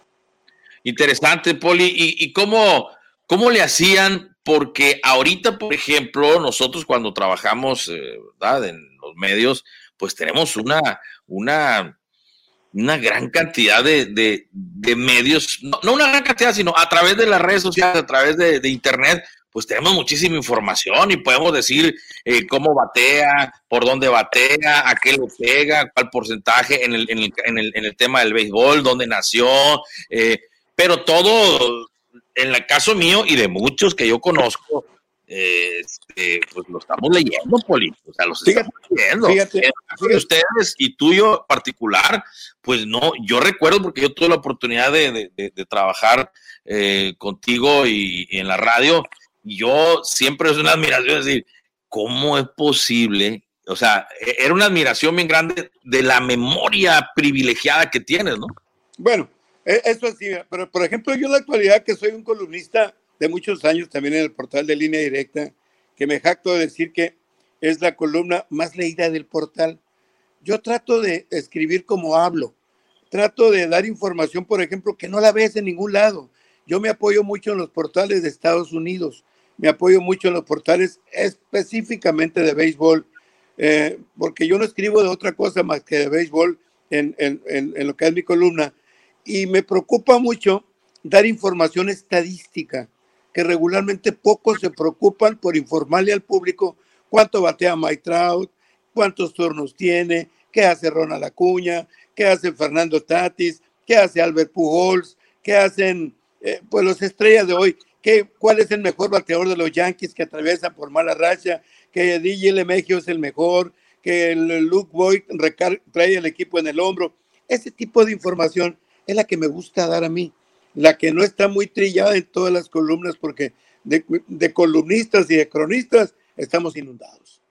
Interesante, Poli. ¿Y, y cómo, cómo le hacían? Porque ahorita, por ejemplo, nosotros cuando trabajamos eh, ¿verdad? en los medios, pues tenemos una, una, una gran cantidad de, de, de medios, no, no una gran cantidad, sino a través de las redes sociales, a través de, de internet, pues tenemos muchísima información y podemos decir eh, cómo batea, por dónde batea, a qué le pega, cuál porcentaje en el, en el, en el, en el tema del béisbol, dónde nació, eh, pero todo, en el caso mío y de muchos que yo conozco, eh, este, pues lo estamos leyendo, Poli, o sea, los estamos fíjate, leyendo. Fíjate, en el caso de ustedes y tuyo particular, pues no, yo recuerdo porque yo tuve la oportunidad de, de, de, de trabajar eh, contigo y, y en la radio, y yo siempre es una admiración, es decir, ¿cómo es posible? O sea, era una admiración bien grande de la memoria privilegiada que tienes, ¿no? Bueno, eso sí, pero por ejemplo, yo en la actualidad que soy un columnista de muchos años también en el portal de Línea Directa, que me jacto de decir que es la columna más leída del portal. Yo trato de escribir como hablo, trato de dar información, por ejemplo, que no la ves en ningún lado. Yo me apoyo mucho en los portales de Estados Unidos, me apoyo mucho en los portales específicamente de béisbol, eh, porque yo no escribo de otra cosa más que de béisbol en, en, en, en lo que es mi columna, y me preocupa mucho dar información estadística, que regularmente pocos se preocupan por informarle al público cuánto batea Mike Trout, cuántos turnos tiene, qué hace Ronald Acuña, qué hace Fernando Tatis, qué hace Albert Pujols, qué hacen eh, pues los estrellas de hoy, qué, cuál es el mejor bateador de los Yankees que atraviesan por mala racha, que D J LeMahieu es el mejor, que el Luke Voigt trae el equipo en el hombro. Ese tipo de información es la que me gusta dar a mí, la que no está muy trillada en todas las columnas, porque de, de columnistas y de cronistas estamos inundados.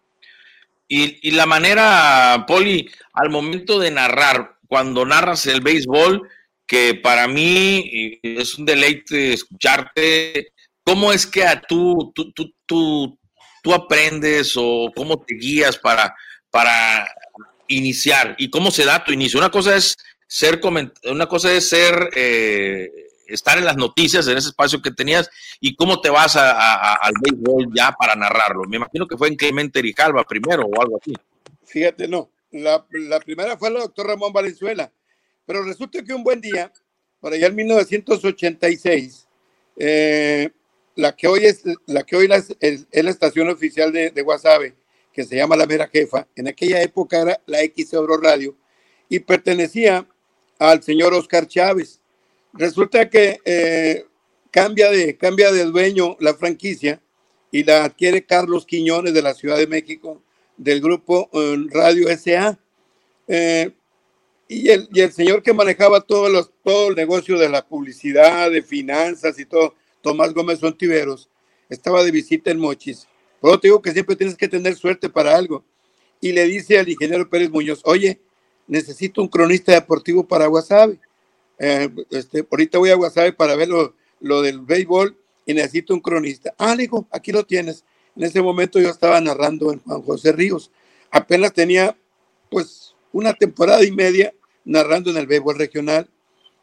Y, y la manera, Poli, al momento de narrar, cuando narras el béisbol, que para mí es un deleite escucharte, ¿cómo es que a tú, tú, tú, tú, tú aprendes o cómo te guías para, para iniciar? ¿Y cómo se da tu inicio? Una cosa es ser, una cosa es ser eh, estar en las noticias, en ese espacio que tenías, y cómo te vas a, a, al béisbol ya para narrarlo. Me imagino que fue en Clemente Grijalva primero o algo así. Fíjate, no. La, la primera fue el doctor Ramón Valenzuela, pero resulta que un buen día, por allá en mil novecientos ochenta y seis, eh, la que hoy es la, que hoy la, es, es la estación oficial de, de Guasave, que se llama La Mera Jefa, en aquella época era la X Euro Radio, y pertenecía al señor Oscar Chávez. Resulta que eh, cambia, de, cambia de dueño la franquicia y la adquiere Carlos Quiñones de la Ciudad de México, del grupo eh, Radio S A. Eh, y, el, y el señor que manejaba todos los, todo el negocio de la publicidad, de finanzas y todo, Tomás Gómez Ontiveros, estaba de visita en Mochis. Pero te digo que siempre tienes que tener suerte para algo. Y le dice al ingeniero Pérez Muñoz, oye, necesito un cronista deportivo para Guasave. Eh, este, ahorita voy a Guasave para ver lo, lo del béisbol y necesito un cronista. Ah, le digo, aquí lo tienes. En ese momento yo estaba narrando en Juan José Ríos. Apenas tenía pues una temporada y media narrando en el béisbol regional.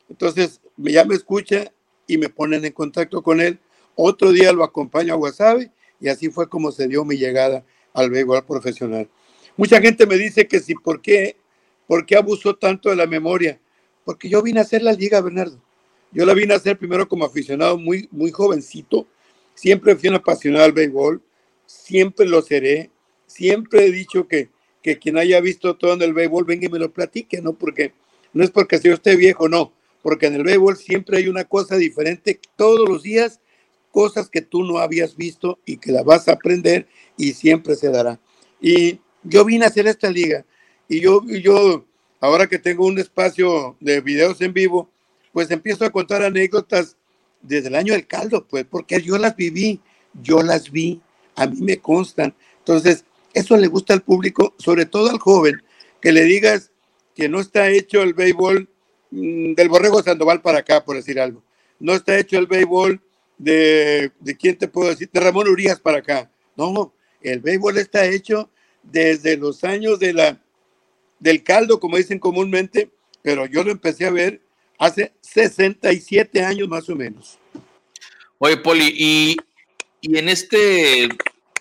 Entonces ya me escucha y me ponen en contacto con él. Otro día lo acompaño a Guasave y así fue como se dio mi llegada al béisbol profesional. Mucha gente me dice que si, ¿por qué, por qué abusó tanto de la memoria? Porque yo vine a hacer la liga, Bernardo. Yo la vine a hacer primero como aficionado muy, muy jovencito. Siempre fui un apasionado al béisbol. Siempre lo seré. Siempre he dicho que, que quien haya visto todo en el béisbol, venga y me lo platique, ¿no? Porque no es porque yo esté viejo, no. Porque en el béisbol siempre hay una cosa diferente todos los días, cosas que tú no habías visto y que la vas a aprender y siempre se dará. Y yo vine a hacer esta liga y yo, yo ahora que tengo un espacio de videos en vivo, pues empiezo a contar anécdotas desde el año del caldo, pues porque yo las viví, yo las vi, a mí me constan. Entonces, eso le gusta al público, sobre todo al joven, que le digas que no está hecho el béisbol mmm, del Borrego Sandoval para acá, por decir algo. No está hecho el béisbol de, de ¿quién te puedo decir? De Ramón Urias para acá. No, el béisbol está hecho desde los años de la, del caldo, como dicen comúnmente, pero yo lo empecé a ver hace sesenta y siete años más o menos. Oye, Poli, y, y en este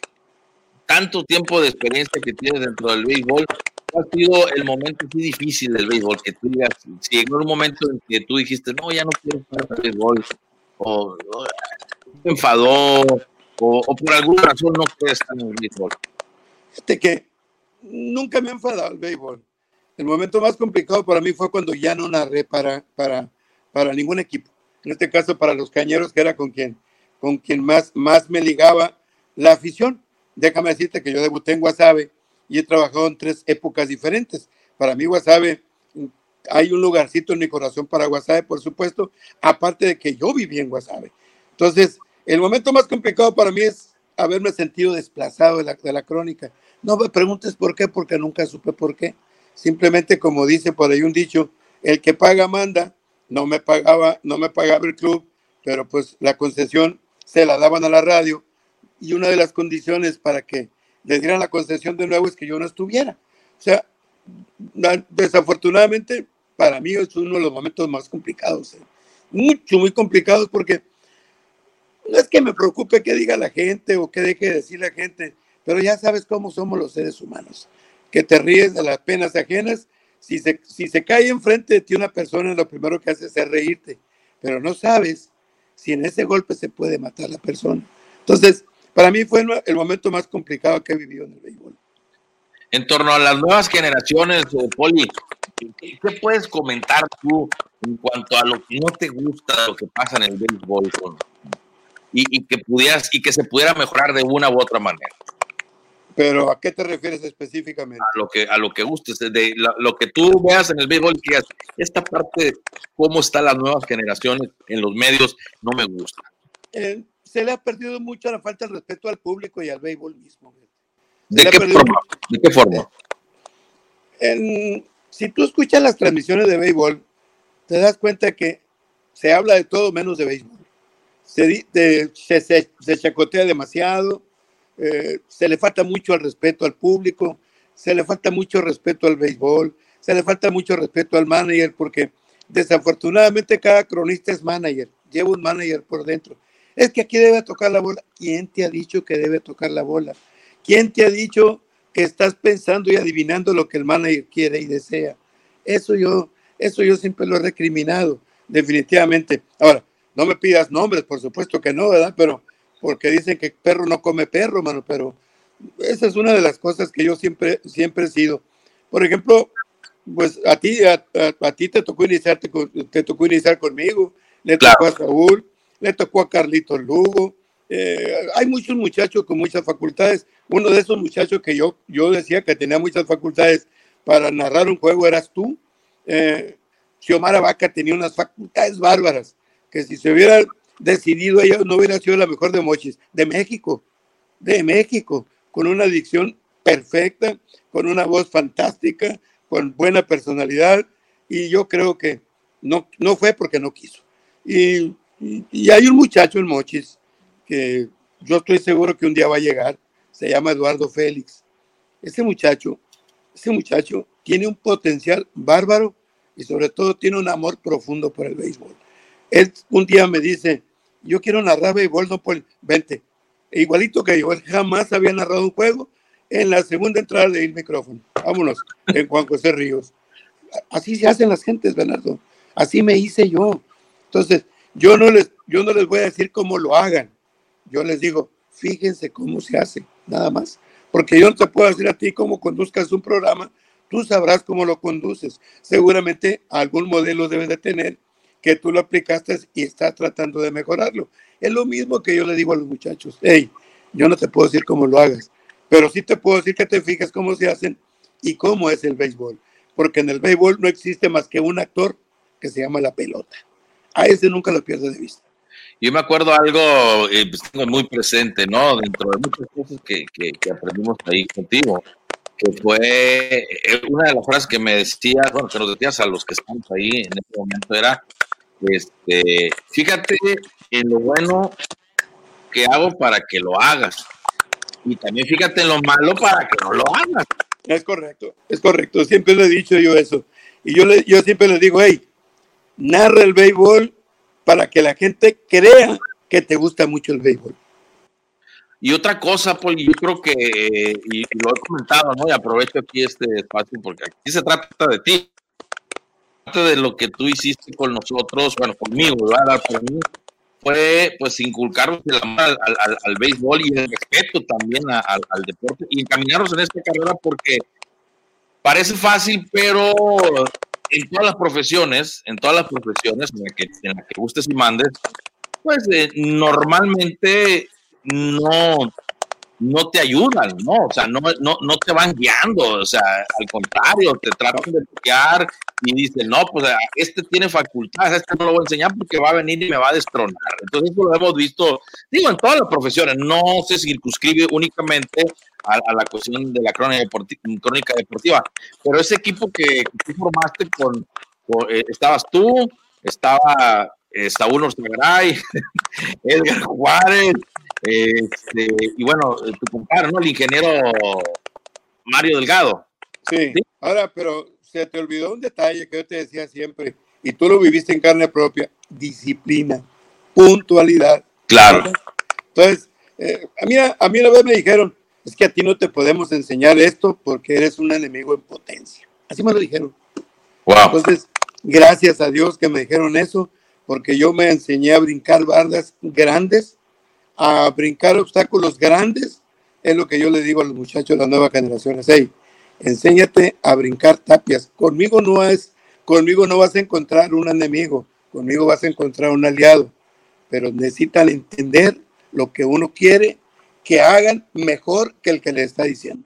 tanto tiempo de experiencia que tienes dentro del béisbol, ¿cuál ha sido el momento así difícil del béisbol? Que tú digas, si llegó un momento en que tú dijiste, no, ya no quiero jugar al béisbol, o, o te enfadó, o, o por alguna razón no quieres estar en el béisbol. Fíjate que nunca me he enfadado al béisbol. El momento más complicado para mí fue cuando ya no narré para, para, para ningún equipo. En este caso para los Cañeros, que era con quien, con quien más, más me ligaba la afición. Déjame decirte que yo debuté en Guasave y he trabajado en tres épocas diferentes. Para mí Guasave, hay un lugarcito en mi corazón para Guasave, por supuesto, aparte de que yo viví en Guasave. Entonces, el momento más complicado para mí es haberme sentido desplazado de la, de la crónica. No me preguntes por qué, porque nunca supe por qué. Simplemente, como dice por ahí un dicho, el que paga manda. No me pagaba, no me pagaba el club, pero pues la concesión se la daban a la radio y una de las condiciones para que le dieran la concesión de nuevo es que yo no estuviera. O sea, desafortunadamente para mí es uno de los momentos más complicados, ¿eh? Mucho, muy complicados, porque no es que me preocupe qué diga la gente o qué deje de decir la gente, pero ya sabes cómo somos los seres humanos, que te ríes de las penas ajenas. Si se, si se cae enfrente de ti una persona, lo primero que haces es reírte, pero no sabes si en ese golpe se puede matar a la persona. Entonces, para mí fue el momento más complicado que he vivido en el béisbol. En torno a las nuevas generaciones, Poli, ¿qué, ¿qué puedes comentar tú en cuanto a lo que no te gusta, lo que pasa en el béisbol, con, y, y, que pudieras, y que se pudiera mejorar de una u otra manera? Pero ¿a qué te refieres específicamente? A lo que, a lo que gustes, de la, lo que tú veas en el béisbol y que digas, esta parte de cómo están las nuevas generaciones en los medios no me gusta. Eh, se le ha perdido mucho la falta de respeto al público y al béisbol mismo. ¿De qué, forma? ¿De qué forma? En, si tú escuchas las transmisiones de béisbol, te das cuenta que se habla de todo menos de béisbol. Se, de, se, se, se chacotea demasiado. Eh, se le falta mucho al respeto al público, se le falta mucho respeto al béisbol, se le falta mucho respeto al manager, porque desafortunadamente cada cronista es manager, lleva un manager por dentro. Es que aquí debe tocar la bola. ¿Quién te ha dicho que debe tocar la bola? ¿Quién te ha dicho que estás pensando y adivinando lo que el manager quiere y desea? Eso yo, eso yo siempre lo he recriminado, definitivamente. Ahora, no me pidas nombres, por supuesto que no, ¿verdad? Pero porque dicen que perro no come perro, mano, pero esa es una de las cosas que yo siempre, siempre he sido. Por ejemplo, pues a ti, a, a, a ti te tocó iniciarte, te tocó iniciar conmigo, le tocó claro. a Saúl, le tocó a Carlitos Lugo, eh, hay muchos muchachos con muchas facultades. Uno de esos muchachos que yo, yo decía que tenía muchas facultades para narrar un juego eras tú. Eh, Xiomara Vaca tenía unas facultades bárbaras, que si se hubiera decidido, ella no hubiera sido la mejor de Mochis, de México, de México, con una dicción perfecta, con una voz fantástica, con buena personalidad, y yo creo que no, no fue porque no quiso. Y, y, y hay un muchacho en Mochis que yo estoy seguro que un día va a llegar, se llama Eduardo Félix. Ese muchacho, ese muchacho tiene un potencial bárbaro y sobre todo tiene un amor profundo por el béisbol. Él un día me dice, yo quiero narrar béisbol, no por vente. E igualito que yo, él jamás había narrado un juego. En la segunda entrada del micrófono, vámonos, en Juan José Ríos. Así se hacen las gentes, Bernardo. Así me hice yo. Entonces, yo no les, yo no les voy a decir cómo lo hagan. Yo les digo, fíjense cómo se hace, nada más. Porque yo no te puedo decir a ti cómo conduzcas un programa, tú sabrás cómo lo conduces. Seguramente algún modelo debes de tener que tú lo aplicaste y estás tratando de mejorarlo. Es lo mismo que yo le digo a los muchachos. Hey, yo no te puedo decir cómo lo hagas, pero sí te puedo decir que te fijes cómo se hacen y cómo es el béisbol. Porque en el béisbol no existe más que un actor que se llama la pelota. A ese nunca lo pierdo de vista. Yo me acuerdo algo, eh, pues tengo muy presente, ¿no? Dentro de muchas cosas que, que, que aprendimos ahí contigo, que fue eh, una de las frases que me decías, bueno, que nos decías a los que estamos ahí en ese momento era, este, fíjate en lo bueno que hago para que lo hagas. Y también fíjate en lo malo para que no lo hagas. Es correcto, es correcto. Siempre le he dicho yo eso. Y yo, le, yo siempre les digo, hey, narra el béisbol para que la gente crea que te gusta mucho el béisbol. Y otra cosa, Paul, yo creo que, y, y lo he comentado, ¿no? Y aprovecho aquí este espacio porque aquí se trata de ti. De lo que tú hiciste con nosotros, bueno, conmigo, voy a hablar por mí, fue pues inculcarnos el amor al, al, al béisbol y el respeto también a, al, al deporte y encaminarnos en esta carrera porque parece fácil, pero en todas las profesiones, en todas las profesiones en las que, en la que gustes y mandes, pues eh, normalmente no, no te ayudan, ¿no? O sea, no, no, no te van guiando, o sea, al contrario, te tratan de bloquear y dicen, no, pues este tiene facultades, este no lo voy a enseñar porque va a venir y me va a destronar. Entonces eso lo hemos visto, digo, en todas las profesiones, no se circunscribe únicamente a, a la cuestión de la crónica deportiva, crónica deportiva, pero ese equipo que, que tú formaste con, con eh, estabas tú, estaba eh, Saúl Orzagaray, Edgar Juárez, este, y bueno, tu compadre, ¿no? El ingeniero Mario Delgado. Sí, ¿sí? Ahora, pero se te olvidó un detalle que yo te decía siempre, y tú lo viviste en carne propia: disciplina, puntualidad. Claro. Entonces, eh, a, mí, a mí una vez me dijeron, es que a ti no te podemos enseñar esto porque eres un enemigo en potencia. Así me lo dijeron. Wow. Entonces, gracias a Dios que me dijeron eso, porque yo me enseñé a brincar bardas grandes, a brincar obstáculos grandes. Es lo que yo le digo a los muchachos de las nuevas generaciones. Hey, enséñate a brincar tapias. Conmigo no es, conmigo no vas a encontrar un enemigo, conmigo vas a encontrar un aliado, pero necesitan entender lo que uno quiere que hagan mejor que el que le está diciendo.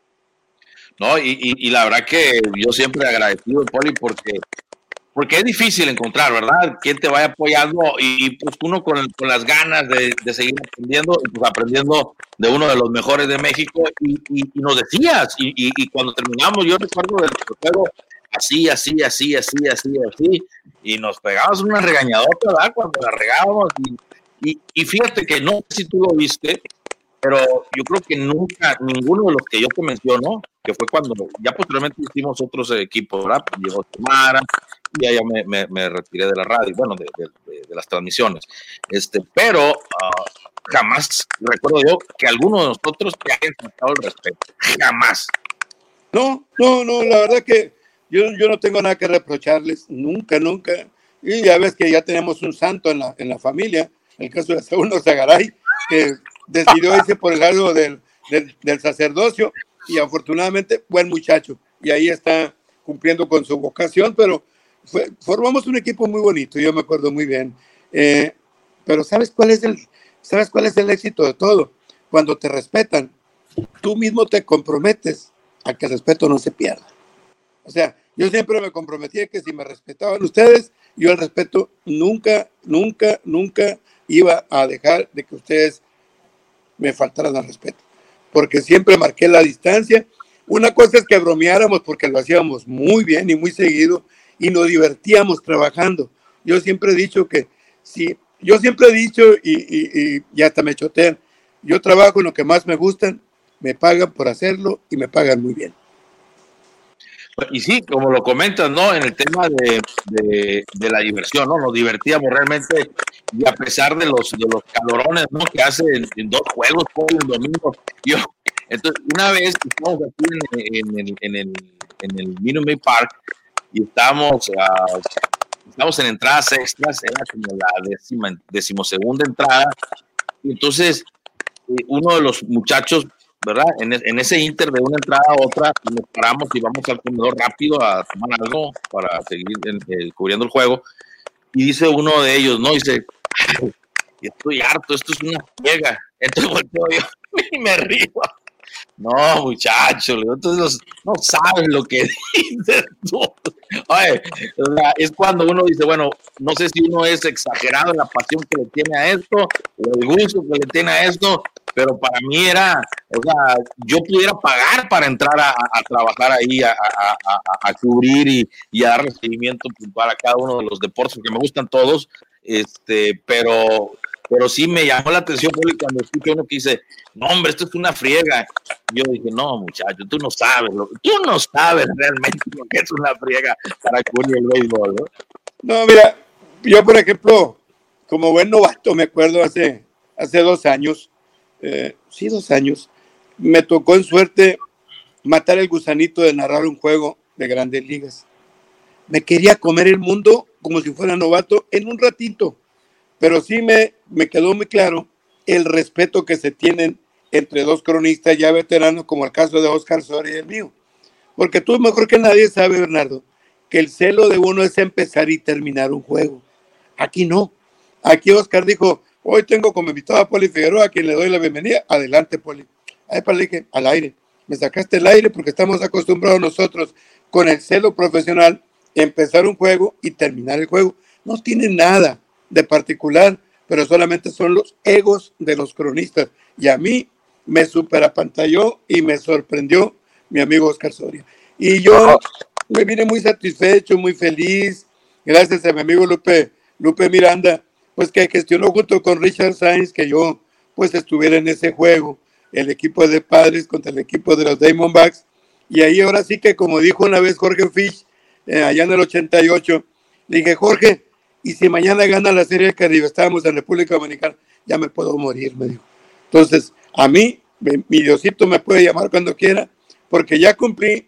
No, y, y, y la verdad que yo siempre agradecido, Poli, porque porque es difícil encontrar, ¿verdad? Quien te vaya apoyando y, y pues uno con, el, con las ganas de, de seguir aprendiendo, y pues aprendiendo de uno de los mejores de México, y, y, y nos decías, y, y, y cuando terminamos, yo recuerdo del juego, así, así, así, así, así, así, y nos pegamos una regañadota, ¿verdad? Cuando la regábamos, y, y, y fíjate que no sé si tú lo viste, pero yo creo que nunca, ninguno de los que yo te menciono, que fue cuando ya posteriormente hicimos otros equipos, ¿verdad? Llegó Tamara, y ya me, me, me retiré de la radio, bueno, de, de, de, de las transmisiones. Este, pero uh, jamás recuerdo yo que alguno de nosotros te haya faltado el respeto. Jamás. No, no, no, la verdad que yo, yo no tengo nada que reprocharles, nunca, nunca. Y ya ves que ya tenemos un santo en la, en la familia, el caso de Saúl Orzagaray, que decidió irse por el lado del, del, del sacerdocio, y afortunadamente buen muchacho, y ahí está cumpliendo con su vocación, pero fue, formamos un equipo muy bonito, yo me acuerdo muy bien. Eh, pero ¿sabes cuál es el, sabes cuál es el éxito de todo? Cuando te respetan, tú mismo te comprometes a que el respeto no se pierda. O sea, yo siempre me comprometí a que si me respetaban ustedes, yo el respeto nunca, nunca, nunca iba a dejar de que ustedes me faltaran al respeto, porque siempre marqué la distancia. Una cosa es que bromeáramos porque lo hacíamos muy bien y muy seguido y nos divertíamos trabajando. Yo siempre he dicho que si, yo siempre he dicho y, y, y, y hasta me chotean, yo trabajo en lo que más me gustan, me pagan por hacerlo y me pagan muy bien. Y sí, como lo comentas, ¿no? En el tema de, de, de la diversión, ¿no? Nos divertíamos realmente y a pesar de los, de los calorones, ¿no? Que hace en, en dos juegos por el domingo. Yo, entonces, una vez estábamos aquí en, en, en, en el, en el Minute Maid Park y estábamos, uh, estábamos en entradas extras, era como la décima, decimosegunda entrada. Y entonces, eh, uno de los muchachos, ¿verdad? En, en ese inter de una entrada a otra, nos paramos y vamos al comedor rápido a tomar algo para seguir en, eh, cubriendo el juego. Y dice uno de ellos, ¿no? Dice, estoy harto, esto es una friega. Entonces volteo yo y me río. No, muchacho, entonces no, no sabes lo que dices tú. Oye, o sea, es cuando uno dice, bueno, no sé si uno es exagerado en la pasión que le tiene a esto, o el gusto que le tiene a esto, pero para mí era, o sea, yo pudiera pagar para entrar a, a trabajar ahí, a, a, a, a cubrir y, y a dar seguimiento para cada uno de los deportes, porque me gustan todos, este, pero... Pero sí me llamó la atención cuando escuché uno que dice, no, hombre, esto es una friega. Yo dije, no, muchacho, tú no sabes, lo, tú no sabes realmente lo que es una friega para cubrir el béisbol, ¿no? No, mira, yo, por ejemplo, como buen novato, me acuerdo hace, hace dos años, eh, sí, dos años, me tocó en suerte matar el gusanito de narrar un juego de Grandes Ligas. Me quería comer el mundo como si fuera novato en un ratito. Pero sí me, me quedó muy claro el respeto que se tienen entre dos cronistas ya veteranos, como el caso de Oscar Soria y el mío. Porque tú mejor que nadie sabe, Bernardo, que el celo de uno es empezar y terminar un juego. Aquí no. Aquí Oscar dijo, hoy tengo como invitado a Poli Figueroa, a quien le doy la bienvenida. Adelante, Poli. Ahí para le dije, al aire. Me sacaste el aire porque estamos acostumbrados nosotros con el celo profesional, empezar un juego y terminar el juego. No tiene nada de particular, pero solamente son los egos de los cronistas. Y a mí me superapantalló y me sorprendió mi amigo Oscar Soria. Y yo me vine muy satisfecho, muy feliz, gracias a mi amigo Lupe, Lupe Miranda, pues que gestionó junto con Richard Sainz que yo pues estuviera en ese juego, el equipo de Padres contra el equipo de los Diamondbacks. Y ahí ahora sí que, como dijo una vez Jorge Fish, eh, allá en el ochenta y ocho, le dije, Jorge, y si mañana gana la Serie del Caribe, estábamos en República Dominicana, ya me puedo morir, me dijo. Entonces, a mí, mi Diosito me puede llamar cuando quiera, porque ya cumplí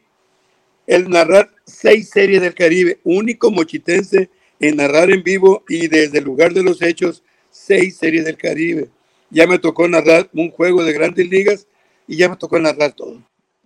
el narrar seis Series del Caribe, único mochitense en narrar en vivo y desde el lugar de los hechos, seis Series del Caribe. Ya me tocó narrar un juego de Grandes Ligas y ya me tocó narrar todo.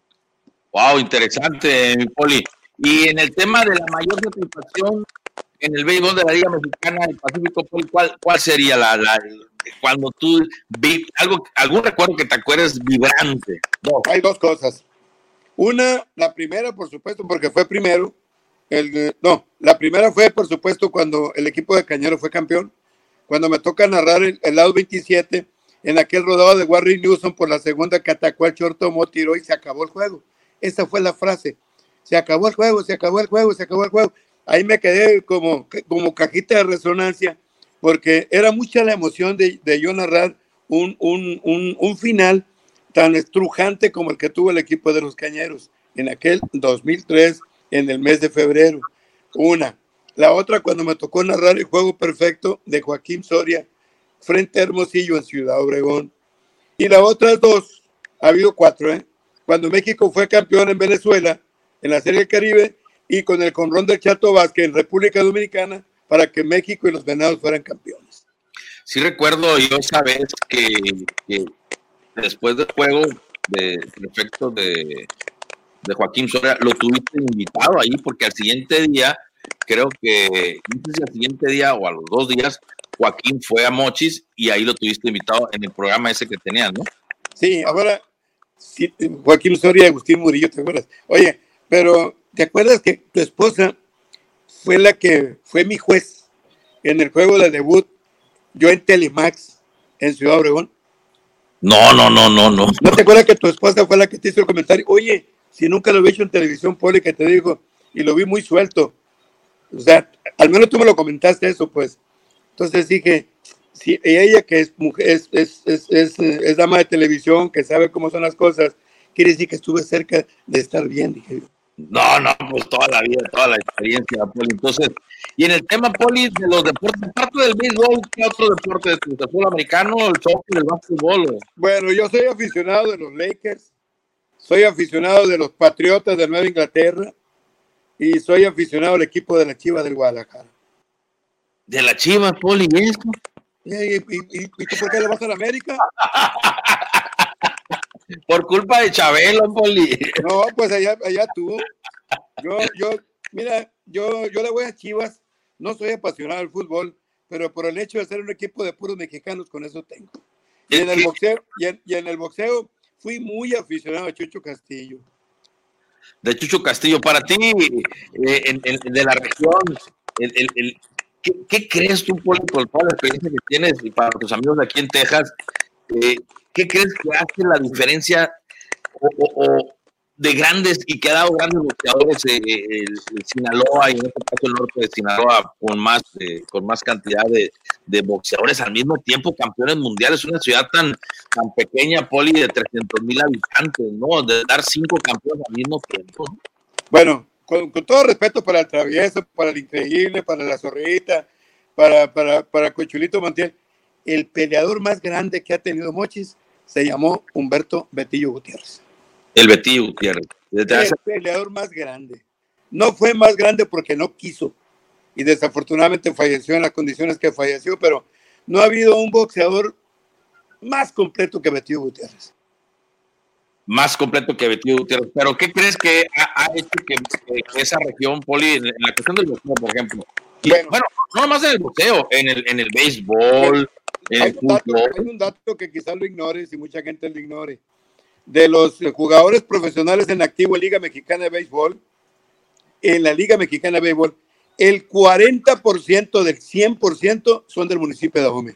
Wow, interesante, mi Poli. Y en el tema de la mayor satisfacción en el béisbol de la Liga Mexicana del Pacífico, ¿cuál, cuál sería la, la cuando tú vi algo, algún recuerdo que te acuerdes vibrante? No. Hay dos cosas. Una, la primera, por supuesto, porque fue primero. El, no, la primera fue, por supuesto, cuando el equipo de Cañero fue campeón. Cuando me toca narrar el, el lado veintisiete, en aquel rodado de Warren Newsom por la segunda que atacó al short, tomó, tiró y se acabó el juego. Esa fue la frase. Se acabó el juego, se acabó el juego, se acabó el juego. Ahí me quedé como, como cajita de resonancia, porque era mucha la emoción de, de yo narrar un, un, un, un final tan estrujante como el que tuvo el equipo de los Cañeros en aquel dos mil tres, en el mes de febrero. Una. La otra, cuando me tocó narrar el juego perfecto de Joaquín Soria frente a Hermosillo en Ciudad Obregón. Y las otras dos, ha habido cuatro, ¿eh? Cuando México fue campeón en Venezuela, en la Serie del Caribe, y con el conrón del Chato Vázquez en República Dominicana para que México y los Venados fueran campeones. Sí recuerdo yo esa vez que, que después del juego de perfecto de, de Joaquín Soria, lo tuviste invitado ahí porque al siguiente día, creo que no sé si al siguiente día o a los dos días, Joaquín fue a Mochis y ahí lo tuviste invitado en el programa ese que tenían, ¿no? Sí, ahora sí, Joaquín Soria y Agustín Murillo, ¿te acuerdas? Oye, pero ¿te acuerdas que tu esposa fue la que fue mi juez en el juego de debut, yo en Telemax, en Ciudad Obregón? No, no, no, no, no. ¿No te acuerdas que tu esposa fue la que te hizo el comentario? Oye, si nunca lo había hecho en televisión, Poli, que te digo, y lo vi muy suelto. O sea, al menos tú me lo comentaste eso, pues. Entonces dije, si ella que es mujer, es, es, es, es, es dama de televisión, que sabe cómo son las cosas, quiere decir que estuve cerca de estar bien, dije yo. No, no, pues toda la vida, toda la experiencia, Poli. Entonces, y en el tema, Poli, de los deportes, aparte del béisbol, ¿qué otro deporte? ¿El fútbol americano, el soccer, el básquetbol? Bueno, yo soy aficionado de los Lakers, soy aficionado de los Patriotas de Nueva Inglaterra y soy aficionado al equipo de la Chivas del Guadalajara. ¿De la Chivas, Poli? ¿Y eso? ¿Y, y, y, y tú por qué le vas a la América? Por culpa de Chabelo, Poli. No, pues allá, allá tú. Yo, yo, mira, yo, yo le voy a Chivas. No soy apasionado del fútbol, pero por el hecho de ser un equipo de puros mexicanos, con eso tengo. Y en el boxeo, y en, y en el boxeo fui muy aficionado a Chucho Castillo. De Chucho Castillo, para ti, eh, en, en, de la región, el, el, el, ¿qué, ¿qué crees tú, Poli, por toda la experiencia que tienes y para tus amigos de aquí en Texas? Eh, ¿Qué crees que hace la diferencia o, o, o de grandes y que ha dado grandes boxeadores eh, el, el Sinaloa y en este caso el norte de Sinaloa con más eh, con más cantidad de, de boxeadores al mismo tiempo, campeones mundiales? Una ciudad tan, tan pequeña, Poli, de trescientos mil habitantes, ¿no? De dar cinco campeones al mismo tiempo, ¿no? Bueno, con, con todo respeto para el Travieso, para el Increíble, para la Zorrita, para, para, para Cochulito Montiel, el peleador más grande que ha tenido Mochis se llamó Humberto Betillo Gutiérrez. El Betillo Gutiérrez. Desde el hace... peleador más grande. No fue más grande porque no quiso. Y desafortunadamente falleció en las condiciones que falleció, pero no ha habido un boxeador más completo que Betillo Gutiérrez. Más completo que Betillo Gutiérrez. Pero ¿qué crees que ha, ha hecho que, que, que esa región, Poli, en, en la cuestión del boxeo, por ejemplo? Y, bueno, bueno, no nomás en el boxeo, en el, en el béisbol, en hay, el un dato, fútbol. hay un dato que quizás lo ignores y mucha gente lo ignore. De los jugadores profesionales en activo en Liga Mexicana de Béisbol, en la Liga Mexicana de Béisbol, el cuarenta por ciento del cien por ciento son del municipio de Dahomey.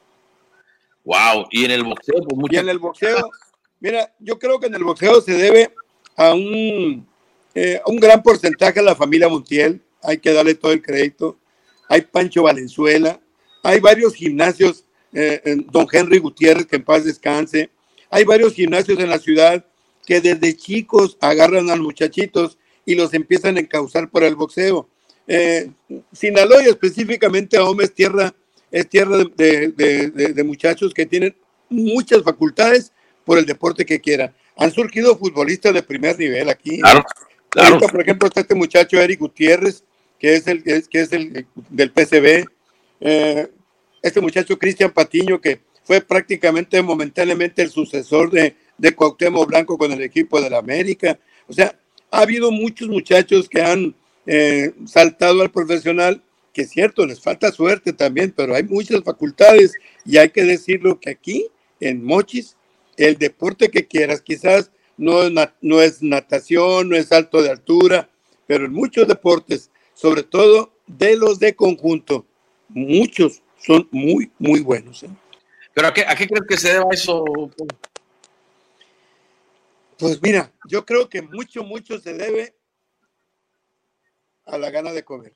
Wow, y en el boxeo, pues mucha... Y en el boxeo, mira, yo creo que en el boxeo se debe a un, eh, a un gran porcentaje a la familia Montiel, hay que darle todo el crédito. Hay Pancho Valenzuela, hay varios gimnasios, eh, don Henry Gutiérrez, que en paz descanse. Hay varios gimnasios en la ciudad que desde chicos agarran a los muchachitos y los empiezan a encauzar por el boxeo. Eh, Sinaloa, específicamente Ahome, es tierra, es tierra de, de, de, de muchachos que tienen muchas facultades por el deporte que quieran. Han surgido futbolistas de primer nivel aquí. Claro, claro. Ahorita, por ejemplo, está este muchacho Eric Gutiérrez, que es el, que es, que es el del P C B. Eh, este muchacho Cristian Patiño, que fue prácticamente momentáneamente el sucesor de, de Cuauhtémoc Blanco con el equipo de la América. O sea, ha habido muchos muchachos que han eh, saltado al profesional, que es cierto, les falta suerte también, pero hay muchas facultades y hay que decirlo que aquí, en Mochis, el deporte que quieras, quizás no es, no es natación, no es salto de altura, pero en muchos deportes, sobre todo de los de conjunto, muchos son muy, muy buenos, ¿eh? ¿Pero a qué, a qué crees que se deba eso? Pues mira, yo creo que mucho, mucho se debe a la gana de comer.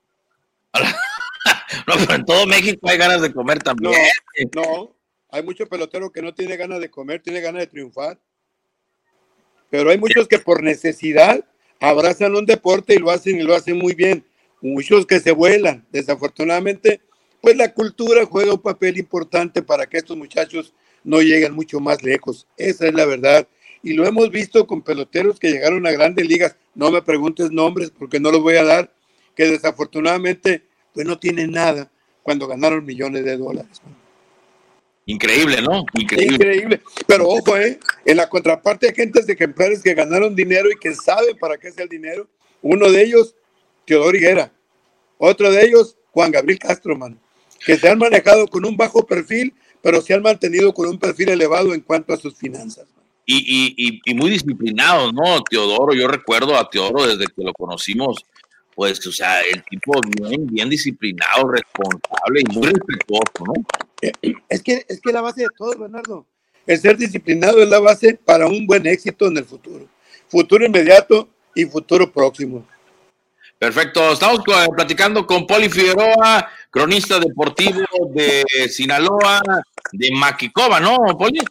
No, pero en todo México hay ganas de comer también. No, no, hay muchos peloteros que no tienen ganas de comer, tienen ganas de triunfar. Pero hay muchos que por necesidad abrazan un deporte y lo hacen y lo hacen muy bien. Muchos que se vuelan. Desafortunadamente, pues la cultura juega un papel importante para que estos muchachos no lleguen mucho más lejos. Esa es la verdad. Y lo hemos visto con peloteros que llegaron a grandes ligas. No me preguntes nombres porque no los voy a dar, que desafortunadamente pues no tienen nada cuando ganaron millones de dólares. Increíble, ¿no? Increíble. Increíble. Pero ojo, ¿eh? En la contraparte hay gentes ejemplares que ganaron dinero y que saben para qué es el dinero. Uno de ellos, Teodoro Higuera. Otro de ellos, Juan Gabriel Castro, man, que se han manejado con un bajo perfil, pero se han mantenido con un perfil elevado en cuanto a sus finanzas. Y, y, y, y muy disciplinados, ¿no? Teodoro, yo recuerdo a Teodoro desde que lo conocimos, pues, o sea, el tipo bien, bien disciplinado, responsable y muy respetuoso, ¿no? Es que, es que la base de todo, Bernardo, el ser disciplinado es la base para un buen éxito en el futuro. Futuro inmediato y futuro próximo. Perfecto, estamos platicando con Poli Figueroa, cronista deportivo de Sinaloa, de Maquicova, ¿no, Poli?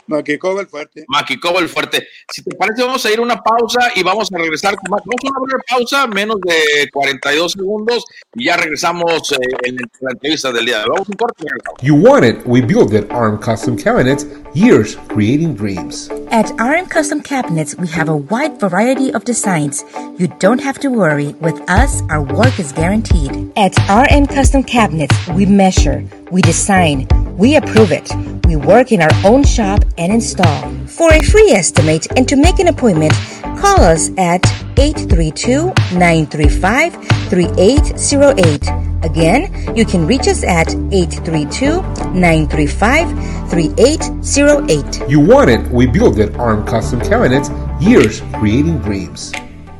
Maquicoba el Fuerte. Maquicoba el Fuerte. Si te parece, vamos a ir a una pausa y vamos a regresar con más. Vamos a una breve pausa, menos de cuarenta y dos segundos, y ya regresamos eh, en la entrevista del día de hoy. Vamos a un corte. You want it, we build it. A R M Custom Cabinets, years creating dreams. At R M Custom Cabinets, we have a wide variety of designs. You don't have to worry. With us, our work is guaranteed. At R M Custom Cabinets, we measure, we design, we approve it. We work in our own shop and install. For a free estimate and to make an appointment, call us at eight three two, nine three five, three eight zero eight. Again, you can reach us at eight three two, nine three five, three eight zero eight. You want it, we build it. A R M Custom Cabinets, years creating dreams.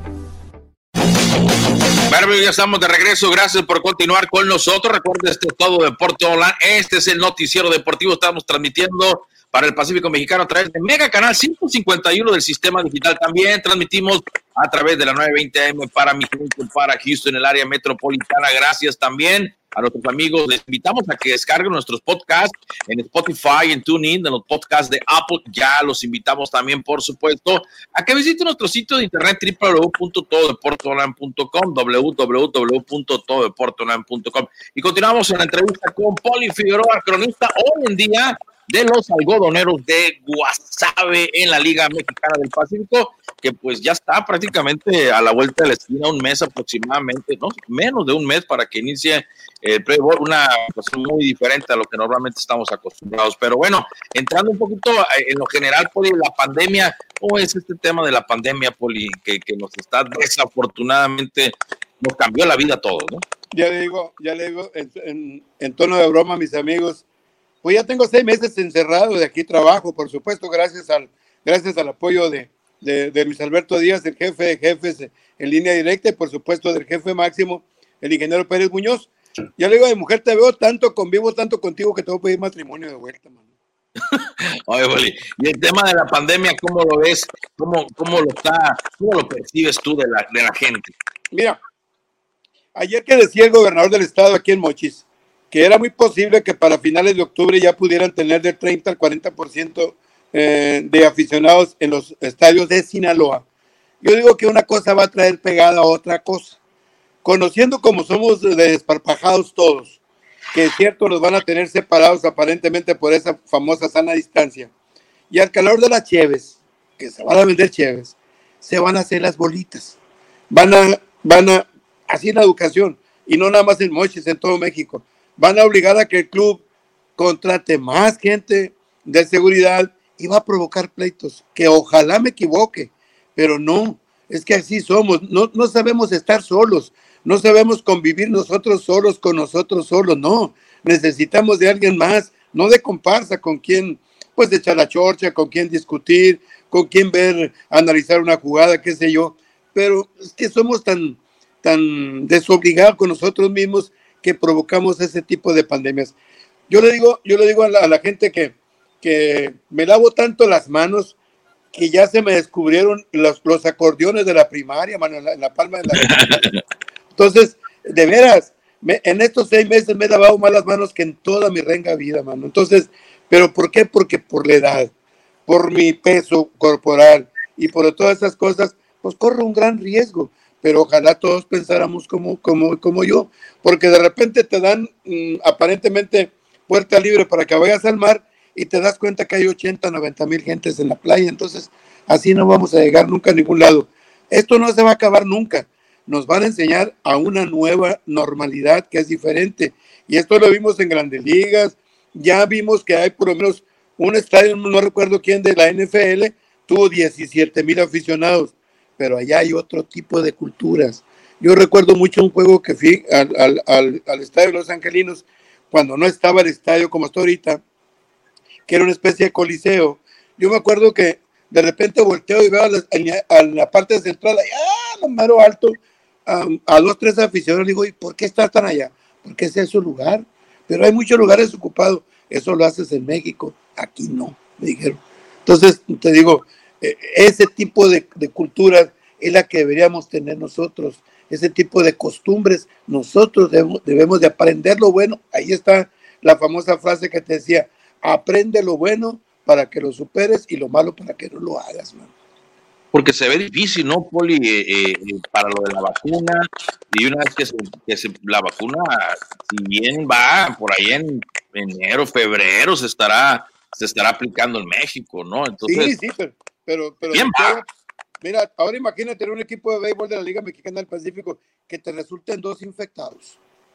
Bueno, ya estamos de regreso. Gracias por continuar con nosotros. Recuerden, este es Todo Deporte Online. Este es el noticiero deportivo. Estamos transmitiendo para el Pacífico Mexicano a través de Mega Canal ciento cincuenta y uno del sistema digital. También transmitimos a través de la nueve veinte A M para mi gente, para Houston, el área metropolitana. Gracias también a nuestros amigos. Les invitamos a que descarguen nuestros podcasts en Spotify, en TuneIn, en los podcasts de Apple. Ya los invitamos también, por supuesto, a que visiten nuestro sitio de internet doble u doble u doble u punto todo deporte online punto com, doble u doble u doble u punto todo deporte online punto com. Y continuamos en la entrevista con Poli Figueroa, cronista hoy en día de los algodoneros de Guasave en la Liga Mexicana del Pacífico, que pues ya está prácticamente a la vuelta de la esquina, un mes aproximadamente, no, menos de un mes para que inicie el Playboy, una situación muy diferente a lo que normalmente estamos acostumbrados. Pero bueno, entrando un poquito en lo general, Poli, la pandemia, ¿cómo es este tema de la pandemia, Poli, que, que nos está desafortunadamente, nos cambió la vida a todos, ¿no? Ya le digo, ya le digo, en, en, en tono de broma, mis amigos, pues ya tengo seis meses encerrado, de aquí trabajo, por supuesto, gracias al, gracias al apoyo de, de, de Luis Alberto Díaz, el jefe de jefes en línea directa, y por supuesto del jefe máximo, el ingeniero Pérez Muñoz. Ya le digo, de mujer, te veo tanto, convivo tanto contigo que te voy a pedir matrimonio de vuelta, mano. Oye, Poli, y el tema de la pandemia, ¿cómo lo ves? ¿Cómo, cómo lo está, cómo lo percibes tú de la, de la gente? Mira, ayer que decía el gobernador del estado aquí en Mochis, que era muy posible que para finales de octubre ya pudieran tener del treinta al cuarenta por ciento eh, de aficionados en los estadios de Sinaloa. Yo digo que una cosa va a traer pegada a otra cosa. Conociendo como somos de desparpajados todos, que es cierto, los van a tener separados aparentemente por esa famosa sana distancia, y al calor de las cheves, que se van a vender cheves, se van a hacer las bolitas. Van a, van a, así en la educación, y no nada más en Mochis, en todo México, van a obligar a que el club contrate más gente de seguridad y va a provocar pleitos, que ojalá me equivoque, pero no, es que así somos, no, no sabemos estar solos, no sabemos convivir nosotros solos con nosotros solos, no, necesitamos de alguien más, no de comparsa con quien, pues de echar la chorcha, con quien discutir, con quien ver, analizar una jugada, qué sé yo, pero es que somos tan, tan desobligados con nosotros mismos que provocamos ese tipo de pandemias. Yo le digo, yo le digo a la, a la gente que, que me lavo tanto las manos que ya se me descubrieron los, los acordeones de la primaria, mano, en la, en la palma de la mano. Entonces, de veras, me, en estos seis meses me he lavado más las manos que en toda mi renga vida, mano. Entonces, ¿pero por qué? Porque por la edad, por mi peso corporal y por todas esas cosas, pues corro un gran riesgo. Pero ojalá todos pensáramos como, como, como yo, porque de repente te dan mmm, aparentemente puerta libre para que vayas al mar y te das cuenta que hay ochenta, noventa mil gentes en la playa, entonces así no vamos a llegar nunca a ningún lado. Esto no se va a acabar nunca, nos van a enseñar a una nueva normalidad que es diferente, y esto lo vimos en Grandes Ligas, ya vimos que hay por lo menos un estadio, no recuerdo quién, de la N F L, tuvo diecisiete mil aficionados, pero allá hay otro tipo de culturas. Yo recuerdo mucho un juego que fui al, al, al, al estadio de Los Angelinos, cuando no estaba el estadio como está ahorita, que era una especie de coliseo. Yo me acuerdo que de repente volteo y veo a la, a la parte central, allá, lo mero alto, a, a dos, tres aficionados, digo, ¿y por qué estás tan allá? Porque ese es su lugar, pero hay muchos lugares ocupados, eso lo haces en México, aquí no, me dijeron. Entonces, te digo, ese tipo de, de cultura es la que deberíamos tener nosotros, ese tipo de costumbres, nosotros debemos, debemos de aprender lo bueno. Ahí está la famosa frase que te decía, aprende lo bueno para que lo superes y lo malo para que no lo hagas, man. Porque se ve difícil, ¿no, Poli? Eh, eh, para lo de la vacuna, y una vez que, se, que se, la vacuna, si bien va por ahí en enero, febrero, se estará se estará aplicando en México, ¿no? Entonces, sí, sí, pero, pero, pero bien va. Mira, ahora imagínate un equipo de béisbol de la Liga Mexicana del Pacífico que te resulten dos infectados.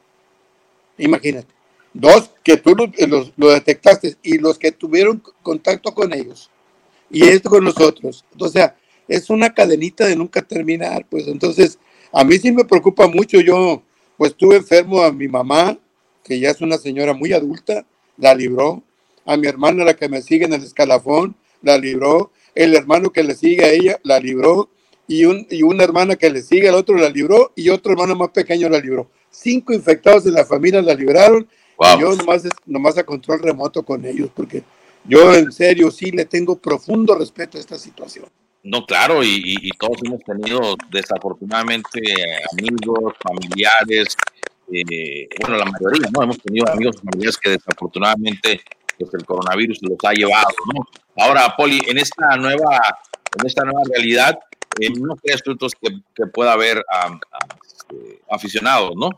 Imagínate. Dos que tú los, los, los detectaste y los que tuvieron contacto con ellos. Y esto con los otros. O sea, es una cadenita de nunca terminar, pues. Entonces, a mí sí me preocupa mucho. Yo, pues, tuve enfermo a mi mamá, que ya es una señora muy adulta, la libró. A mi hermana, la que me sigue en el escalafón, la libró. El hermano que le sigue a ella, la libró. Y, un, y una hermana que le sigue al otro, la libró. Y otro hermano más pequeño la libró. Cinco infectados de la familia la libraron. Wow. Y yo nomás, nomás a control remoto con ellos, porque yo en serio sí le tengo profundo respeto a esta situación. No, claro, y, y, y todos hemos tenido desafortunadamente amigos, familiares, eh, bueno, la mayoría, ¿no? Hemos tenido amigos, familiares que desafortunadamente pues, el coronavirus los ha llevado, ¿no? Ahora, Poli, en esta nueva, en esta nueva realidad, eh, no crees tú que, que pueda haber um, um, aficionados, ¿no?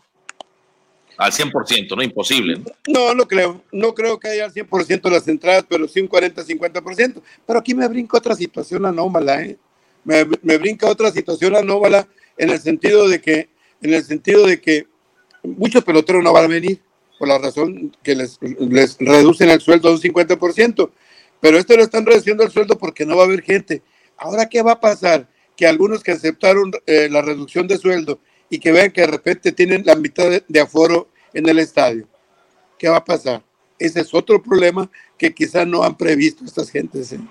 Al cien por ciento, ¿no? Imposible, ¿no? No, no creo. No creo que haya al cien por ciento las entradas, pero sí un cuarenta a cincuenta por ciento. Pero aquí me brinca otra situación anómala, ¿eh? Me, me brinca otra situación anómala en el sentido de que, en el sentido de que muchos peloteros no van a venir por la razón que les, les reducen el sueldo a un cincuenta por ciento. Pero esto lo están reduciendo el sueldo porque no va a haber gente. Ahora, ¿qué va a pasar? Que algunos que aceptaron eh, la reducción de sueldo y que vean que de repente tienen la mitad de, de aforo en el estadio. ¿Qué va a pasar? Ese es otro problema que quizás no han previsto estas gentes. ¿eh?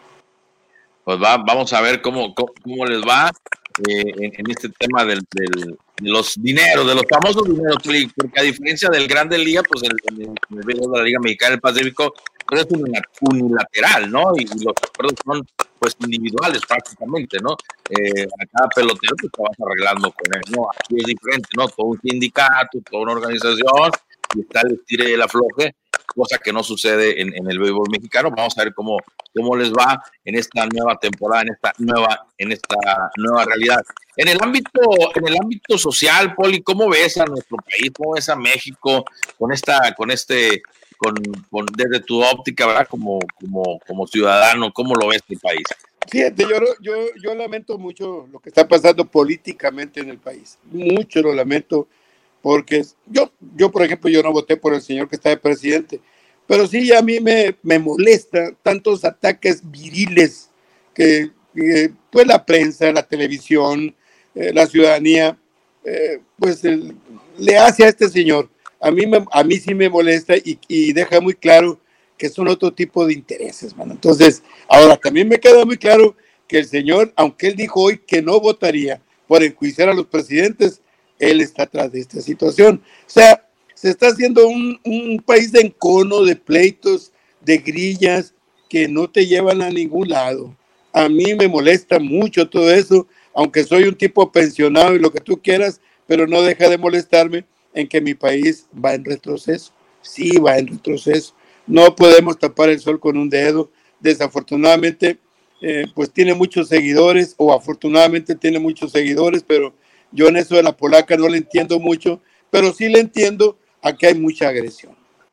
Pues va, vamos a ver cómo, cómo, cómo les va eh, en, en este tema del, del, de los dineros, de los famosos dineros, porque a diferencia del Grande Liga, pues el, el, el béisbol de la Liga Mexicana del Pacífico pues es unilateral, ¿no? Y, y los acuerdos son pues individuales prácticamente, ¿no? Eh, a cada pelotero pues te vas arreglando con él, ¿no? Aquí es diferente, ¿no? Todo un sindicato, toda una organización, y está el tire y el afloje, cosa que no sucede en, en el béisbol mexicano. Vamos a ver cómo, cómo les va en esta nueva temporada, en esta nueva, en esta nueva realidad. En el ámbito, en el ámbito social, Poli, ¿cómo ves a nuestro país? ¿Cómo ves a México con esta, con este Con, con, desde tu óptica, ¿verdad? Como, como, como ciudadano, ¿cómo lo ves el país? Fíjate, yo, yo, yo lamento mucho lo que está pasando políticamente en el país. Mucho lo lamento, porque yo, yo por ejemplo, yo no voté por el señor que está de presidente, pero sí a mí me, me molesta tantos ataques viriles que, que pues la prensa, la televisión, eh, la ciudadanía, eh, pues el, le hace a este señor. A mí, me, a mí sí me molesta y, y deja muy claro que son otro tipo de intereses, mano. Entonces, ahora también me queda muy claro que el señor, aunque él dijo hoy que no votaría por enjuiciar a los presidentes, él está atrás de esta situación. O sea, se está haciendo un, un país de encono, de pleitos, de grillas que no te llevan a ningún lado. A mí me molesta mucho todo eso, aunque soy un tipo pensionado y lo que tú quieras, pero no deja de molestarme en que mi país va en retroceso. Sí, va en retroceso. No podemos tapar el sol con un dedo. Desafortunadamente, eh, pues tiene muchos seguidores, o afortunadamente tiene muchos seguidores, pero yo en eso de la polaca no le entiendo mucho, pero sí le entiendo a que hay mucha agresión.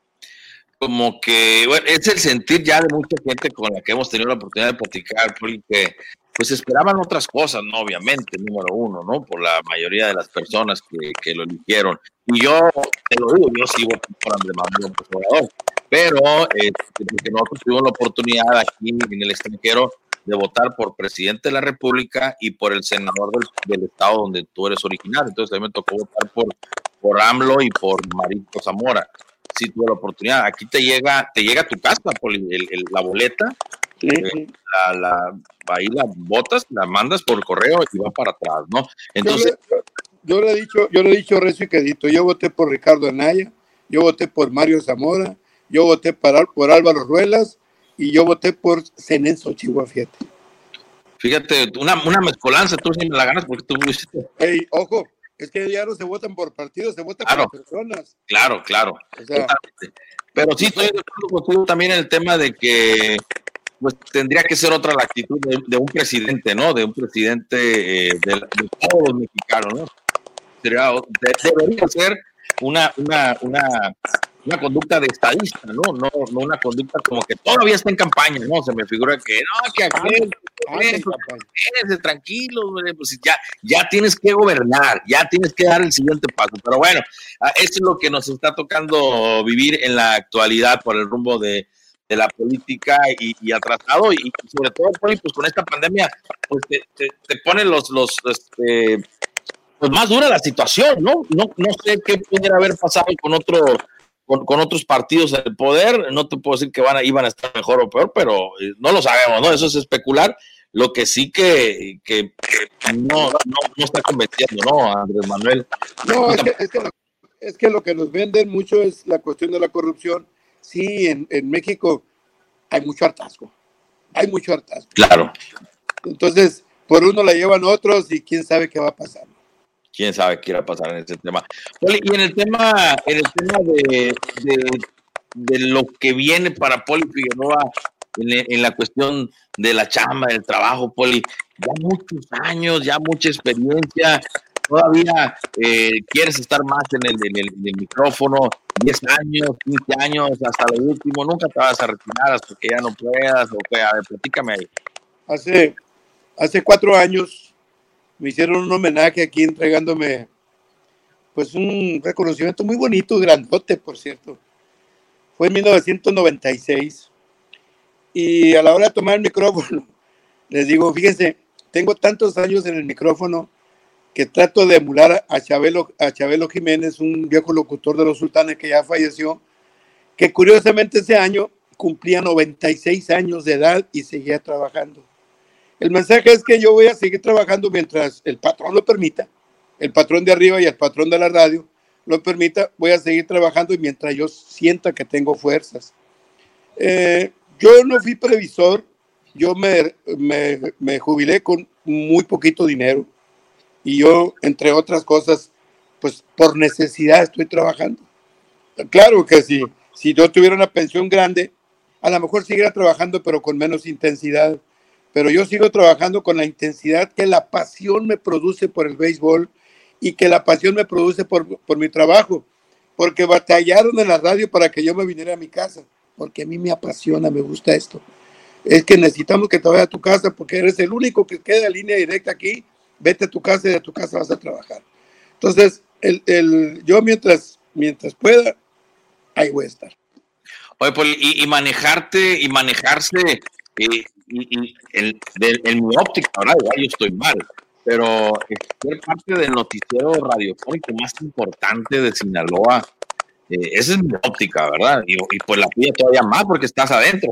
Como que, bueno, es el sentir ya de mucha gente con la que hemos tenido la oportunidad de platicar, porque pues esperaban otras cosas, ¿no? Obviamente, número uno, ¿no? Por la mayoría de las personas que, que lo eligieron. Y yo, te lo digo, yo sí voté por Andrés Manuel López Obrador, pero eh, porque nosotros tuvimos la oportunidad aquí en el extranjero de votar por presidente de la República y por el senador del, del estado donde tú eres originario. Entonces a mí me tocó votar por, por AMLO y por Marito Zamora. Sí tuve la oportunidad. Aquí te llega, te llega a tu casa por el, el, la boleta, sí. eh, la, la, ahí la botas, la mandas por correo y va para atrás, ¿no? Entonces, yo le, yo le he dicho, yo le he dicho recio y quedito. Yo voté por Ricardo Anaya, yo voté por Mario Zamora, yo voté por, por Álvaro Ruelas y yo voté por Cenenzo Chihuahua, fíjate. Fíjate, una, una mezcolanza, tú sí me la ganas porque tú fuiste. Ey, ojo, es que ya no se votan por partidos, se votan claro, por personas. Claro, claro. O sea, pero sí estoy de acuerdo contigo también en el tema de que pues tendría que ser otra la actitud de, de un presidente, ¿no? De un presidente eh, de, de todos los mexicanos, ¿no? Sería, de, debería ser una, una, una, una conducta de estadista, ¿no? ¿no? No una conducta como que todavía está en campaña, ¿no? Se me figura que no, que aquel, quédese tranquilo, pues ya, ya tienes que gobernar, ya tienes que dar el siguiente paso. Pero bueno, eso es lo que nos está tocando vivir en la actualidad por el rumbo de, de la política y, y atrasado, y, y sobre todo pues con esta pandemia, pues te, te, te ponen los, los este, pues más dura la situación, ¿no? No, no sé qué pudiera haber pasado con otro Con, con otros partidos en el poder. No te puedo decir que van a, iban a estar mejor o peor, pero no lo sabemos, ¿no? Eso es especular. Lo que sí que, que, que no, no, no está convenciendo, ¿no, Andrés Manuel? No, es que, es, que lo, es que lo que nos venden mucho es la cuestión de la corrupción. Sí, en, en México hay mucho hartazgo. Hay mucho hartazgo. Claro. Entonces, por uno la llevan otros y quién sabe qué va a pasar. Quién sabe qué irá a pasar en ese tema. Poli, y en el tema, en el tema de, de, de lo que viene para Poli Figueroa en, en la cuestión de la chamba, del trabajo, Poli, ya muchos años, ya mucha experiencia, todavía eh, quieres estar más en el, en, el, en el micrófono, diez años, quince años, hasta lo último, nunca te vas a retirar hasta que ya no puedas, o que, a ver, platícame ahí. Hace, hace cuatro años me hicieron un homenaje aquí entregándome pues un reconocimiento muy bonito, grandote, por cierto. Fue en mil novecientos noventa y seis y a la hora de tomar el micrófono les digo, fíjense, tengo tantos años en el micrófono que trato de emular a Chabelo, a Chabelo Jiménez, un viejo locutor de los Sultanes que ya falleció, que curiosamente ese año cumplía noventa y seis años de edad y seguía trabajando. El mensaje es que yo voy a seguir trabajando mientras el patrón lo permita, el patrón de arriba y el patrón de la radio lo permita, voy a seguir trabajando y mientras yo sienta que tengo fuerzas. Eh, yo no fui previsor, yo me, me, me jubilé con muy poquito dinero y yo, entre otras cosas, pues por necesidad estoy trabajando. Claro que si, si yo tuviera una pensión grande, a lo mejor siguiera trabajando pero con menos intensidad. Pero yo sigo trabajando con la intensidad que la pasión me produce por el béisbol y que la pasión me produce por, por mi trabajo, porque batallaron en la radio para que yo me viniera a mi casa, porque a mí me apasiona, me gusta esto. Es que necesitamos que te vayas a tu casa porque eres el único que queda en línea directa aquí, vete a tu casa y de tu casa vas a trabajar. Entonces, el, el, yo mientras, mientras pueda, ahí voy a estar. Oye, Poli, y, y manejarte y manejarse... Eh, y, y el, de, en mi óptica, ahora igual yo estoy mal, pero ser parte del noticiero radiofónico más importante de Sinaloa, eh, esa es mi óptica, ¿verdad? Y, y pues la tuya todavía más porque estás adentro.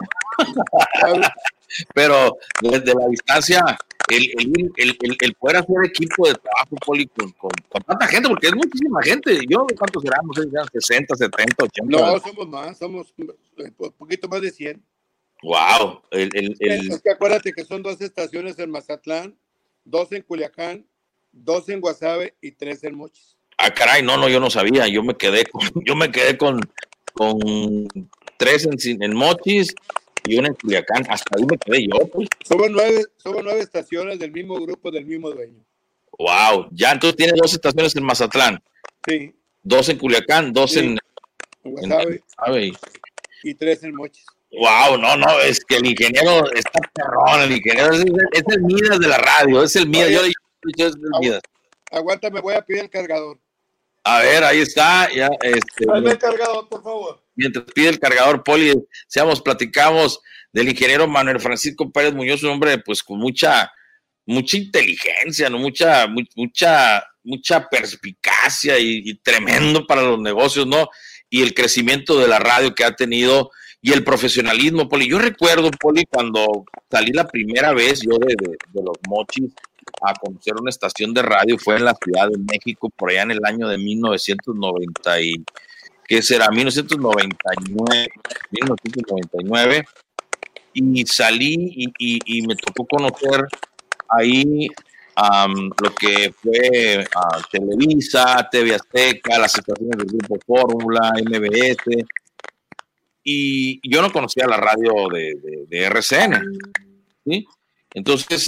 Pero desde la distancia, el, el, el, el, el poder hacer equipo de trabajo, Poli, con, con, con tanta gente, porque es muchísima gente. Yo, ¿cuántos serán? No sé, sesenta, setenta, ochenta. No, somos más, somos un poquito más de cien. Wow, el, el, el... Es que acuérdate que son dos estaciones en Mazatlán, dos en Culiacán, dos en Guasave y tres en Mochis. Ah, caray, no, no, yo no sabía, yo me quedé con, yo me quedé con, con tres en, en Mochis y una en Culiacán, hasta ahí me quedé yo, pues. Somos nueve, somos nueve estaciones del mismo grupo, del mismo dueño. Wow, ya entonces tiene dos estaciones en Mazatlán. Sí. Dos en Culiacán, dos sí. en, en Guasave, en y, y tres en Mochis. Wow, no, no, es que el ingeniero está perrón, el ingeniero es, es el Midas de la radio, es el Midas, yo le he dicho, es el Midas. Aguántame, voy a pedir el cargador. A ver, ahí está, ya, este. Dame el cargador, por favor. Mientras pide el cargador, Poli, seamos, platicamos del ingeniero Manuel Francisco Pérez Muñoz, un hombre, pues, con mucha, mucha inteligencia, ¿no? Mucha, mucha, mucha perspicacia y, y tremendo para los negocios, ¿no? Y el crecimiento de la radio que ha tenido y el profesionalismo, Poli. Yo recuerdo, Poli, cuando salí la primera vez yo de, de, de los Mochis a conocer una estación de radio, fue en la Ciudad de México, por allá en el año de mil novecientos noventa y, ¿qué será? mil novecientos noventa y nueve, mil novecientos noventa y nueve, y salí y, y, y me tocó conocer ahí um, lo que fue uh, Televisa, T V Azteca, las estaciones del Grupo Fórmula, M B S. y yo no conocía la radio de, de, de R C N, ¿sí? Entonces,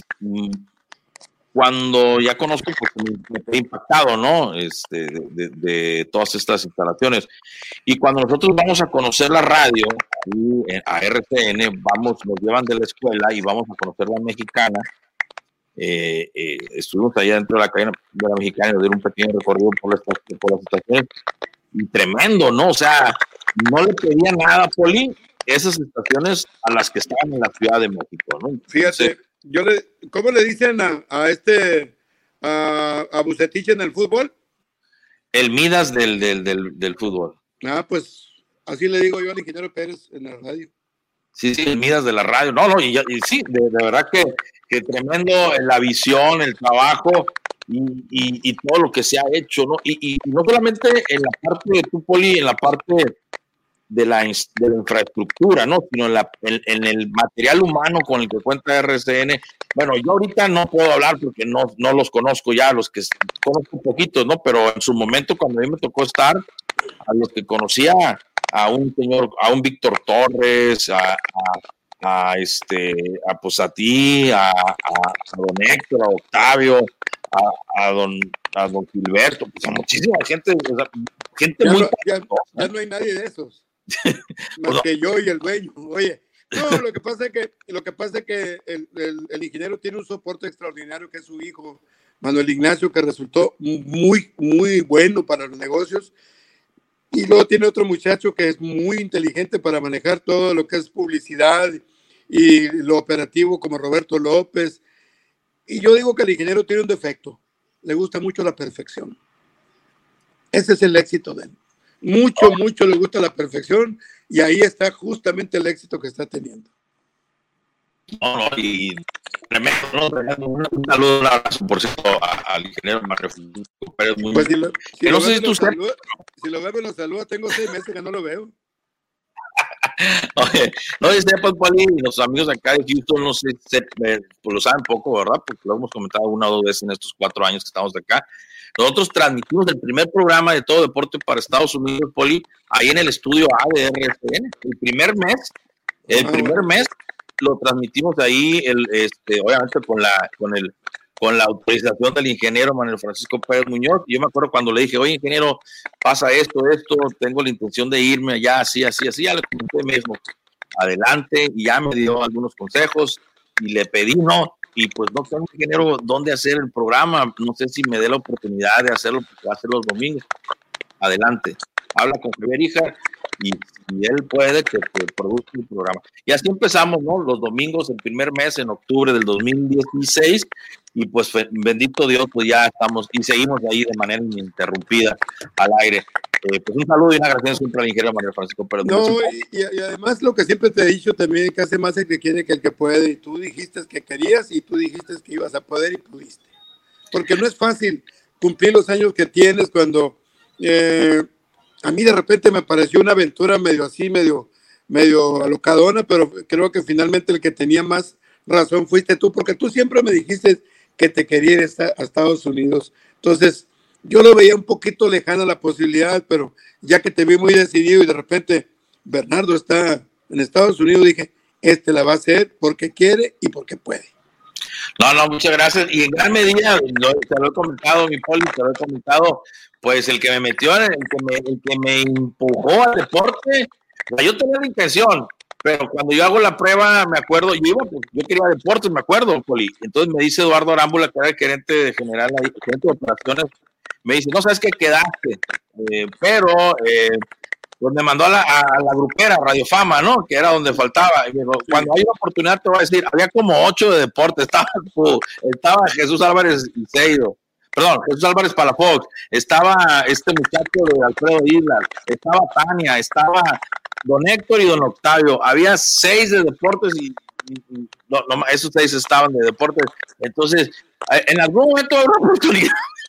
cuando ya conozco, pues me, me quedé impactado, ¿no? Este, de, de, de todas estas instalaciones. Y cuando nosotros vamos a conocer la radio a R C N, vamos, nos llevan de la escuela y vamos a conocer la Mexicana. Eh, eh, estuvimos allá dentro de la cadena de la Mexicana y nos dieron un pequeño recorrido por las, por las estaciones. Y tremendo, ¿no? O sea, no le pedía nada, Poli, esas estaciones a las que estaban en la Ciudad de México, ¿no? Fíjate. Entonces, Yo le, ¿cómo le dicen a, a este, a, a Bucetich en el fútbol? El Midas del, del, del, del fútbol. Ah, pues así le digo yo al ingeniero Pérez en la radio. Sí, sí, el Midas de la radio. No, no, y, y sí, de, de verdad que, que tremendo la visión, el trabajo y, y, y todo lo que se ha hecho, ¿no? Y, y no solamente en la parte de tu, Poli, en la parte de la, de la infraestructura, ¿no? Sino en, la, en, en el material humano con el que cuenta R C N. Bueno, yo ahorita no puedo hablar porque no, no los conozco ya, los que conozco un poquito, ¿no? Pero en su momento, cuando a mí me tocó estar, a los que conocía, a un señor, a un Víctor Torres, a, a, a este, a pues a ti, a, a, a don Héctor, a Octavio, a, a don a don Gilberto, pues a muchísima gente, o sea, gente ya muy no, ya, ya no hay nadie de esos. Más que yo y el dueño. Oye, no, lo que pasa es que, lo que, pasa es que el, el, el ingeniero tiene un soporte extraordinario que es su hijo, Manuel Ignacio, que resultó muy, muy bueno para los negocios. Y luego tiene otro muchacho que es muy inteligente para manejar todo lo que es publicidad y lo operativo, como Roberto López. Y yo digo que el ingeniero tiene un defecto. Le gusta mucho la perfección. Ese es el éxito de él. Mucho, mucho le gusta la perfección y ahí está justamente el éxito que está teniendo. No, no, y tremendo, ¿no? Tremendo. Un saludo, un abrazo, por cierto, al ingeniero Mario Pérez Muñoz. Pues si lo, si no lo sé si veo, tú lo saluda, si lo veo, me lo saluda. Tengo seis meses que no lo veo. Oye, no dice pues Poli, los amigos acá de Houston, no sé, se, eh, pues lo saben poco, ¿verdad? Porque lo hemos comentado una o dos veces en estos cuatro años que estamos de acá. Nosotros transmitimos el primer programa de todo deporte para Estados Unidos, Poli, ahí en el estudio A de R C N. El primer mes, el primer mes lo transmitimos ahí, el, este, obviamente con la, con el, con la autorización del ingeniero Manuel Francisco Pérez Muñoz. Yo me acuerdo cuando le dije, oye, ingeniero, pasa esto, esto, tengo la intención de irme allá, así, así, así, ya le comenté mismo, adelante, y ya me dio algunos consejos, y le pedí, no, y pues no tengo, ingeniero, dónde hacer el programa, no sé si me dé la oportunidad de hacerlo, porque va a ser los domingos, adelante, habla con Javier Hija, y si él puede, que, que produzca el programa. Y así empezamos, ¿no? Los domingos, el primer mes, en octubre del dos mil dieciséis, y pues bendito Dios, pues ya estamos, y seguimos ahí de manera ininterrumpida al aire. Eh, pues un saludo y una gracia siempre al ingeniero Manuel Francisco Pérez. No, y, y además lo que siempre te he dicho también, que hace más el que quiere que el que puede, y tú dijiste que querías, y tú dijiste que ibas a poder, y pudiste. Porque no es fácil cumplir los años que tienes cuando... Eh, a mí de repente me pareció una aventura medio así, medio, medio alocadona, pero creo que finalmente el que tenía más razón fuiste tú, porque tú siempre me dijiste que te quería ir a Estados Unidos. Entonces, yo lo veía un poquito lejana la posibilidad, pero ya que te vi muy decidido y de repente Bernardo está en Estados Unidos, dije, este la va a hacer porque quiere y porque puede. No, no, muchas gracias. Y en gran medida, lo, te lo he comentado, mi Poli, te lo he comentado, pues el que me metió, el que me, el que me empujó al deporte, o sea, yo tenía la intención, pero cuando yo hago la prueba, me acuerdo, yo iba, pues, yo quería deportes, me acuerdo, Poli. Entonces me dice Eduardo Arámbula, que era el gerente general, el gerente de operaciones, me dice, no sabes qué quedaste, eh, pero... Eh, pues me mandó a la, a la grupera, Radio Fama, ¿no? Que era donde faltaba. Y dijo, cuando hay una oportunidad te voy a decir, había como ocho de deporte, estaba, estaba Jesús Álvarez Iseiro, perdón, Jesús Álvarez Palafox, estaba este muchacho de Alfredo Islas, estaba Tania, estaba don Héctor y don Octavio, había seis de deportes y, y, y no, no, esos seis estaban de deportes. Entonces, en algún momento habrá oportunidad.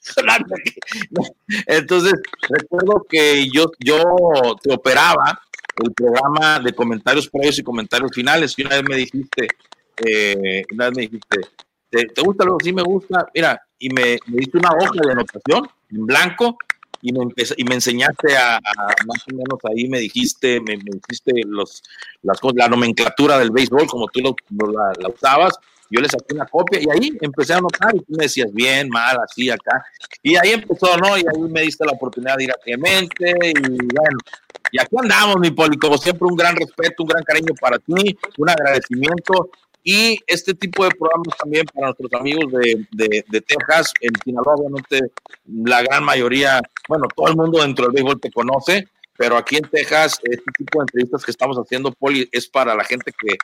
Entonces recuerdo que yo, yo te operaba el programa de comentarios previos y comentarios finales, y una vez me dijiste eh, una vez me dijiste ¿te, te gusta algo? Sí me gusta, mira, y me, me diste una hoja de anotación en blanco y me empecé, y me enseñaste a, a más o menos ahí me dijiste, me, me dijiste los, las cosas, la nomenclatura del béisbol como tú lo, lo, la, la usabas. Yo le saqué una copia y ahí empecé a notar y tú me decías bien, mal, así, acá. Y ahí empezó, ¿no? Y ahí me diste la oportunidad de ir a Clemente y bueno, y aquí andamos, mi Poli, como siempre, un gran respeto, un gran cariño para ti, un agradecimiento y este tipo de programas también para nuestros amigos de, de, de Texas, en Sinaloa, obviamente la gran mayoría, bueno, todo el mundo dentro del béisbol te conoce, pero aquí en Texas, este tipo de entrevistas que estamos haciendo, Poli, es para la gente que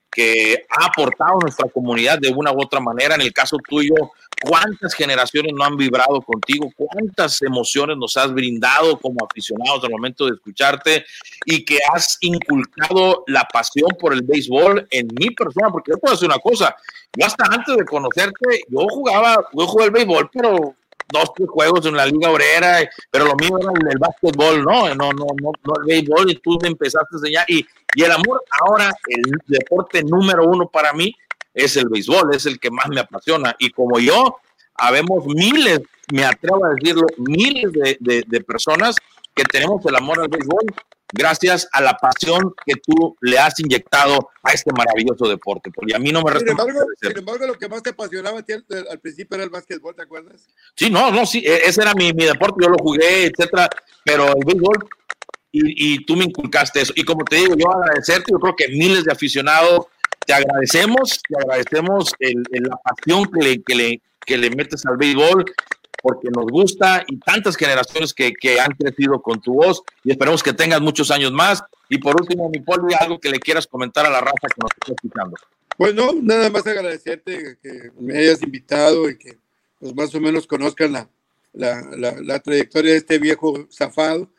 que ha aportado a nuestra comunidad de una u otra manera. En el caso tuyo, ¿cuántas generaciones no han vibrado contigo? ¿Cuántas emociones nos has brindado como aficionados al momento de escucharte? Y que has inculcado la pasión por el béisbol en mi persona, porque yo puedo decir una cosa, yo hasta antes de conocerte, yo jugaba, yo jugué el béisbol, pero dos, tres juegos en la Liga Obrera, pero lo mío era el, el básquetbol, ¿no? No, no, no, no el béisbol, y tú me empezaste a enseñar, y, y el amor ahora, el deporte número uno para mí es el béisbol, es el que más me apasiona, y como yo, habemos miles, me atrevo a decirlo, miles de, de, de personas que tenemos el amor al béisbol, gracias a la pasión que tú le has inyectado a este maravilloso deporte, porque a mí no me resta. Sin embargo, sin embargo, lo que más te apasionaba a ti al, al principio era el básquetbol, ¿te acuerdas? Sí, no, no, sí, ese era mi, mi deporte, yo lo jugué, etcétera, pero el béisbol, y, y tú me inculcaste eso, y como te digo, yo agradecerte, yo creo que miles de aficionados, te agradecemos, te agradecemos el, el, la pasión que le, que, le, que le metes al béisbol, porque nos gusta, y tantas generaciones que, que han crecido con tu voz, y esperemos que tengas muchos años más. Y por último, mi Poli, algo que le quieras comentar a la raza que nos está escuchando. Pues no, nada más agradecerte que me hayas invitado y que pues más o menos conozcan la, la, la, la trayectoria de este viejo zafado.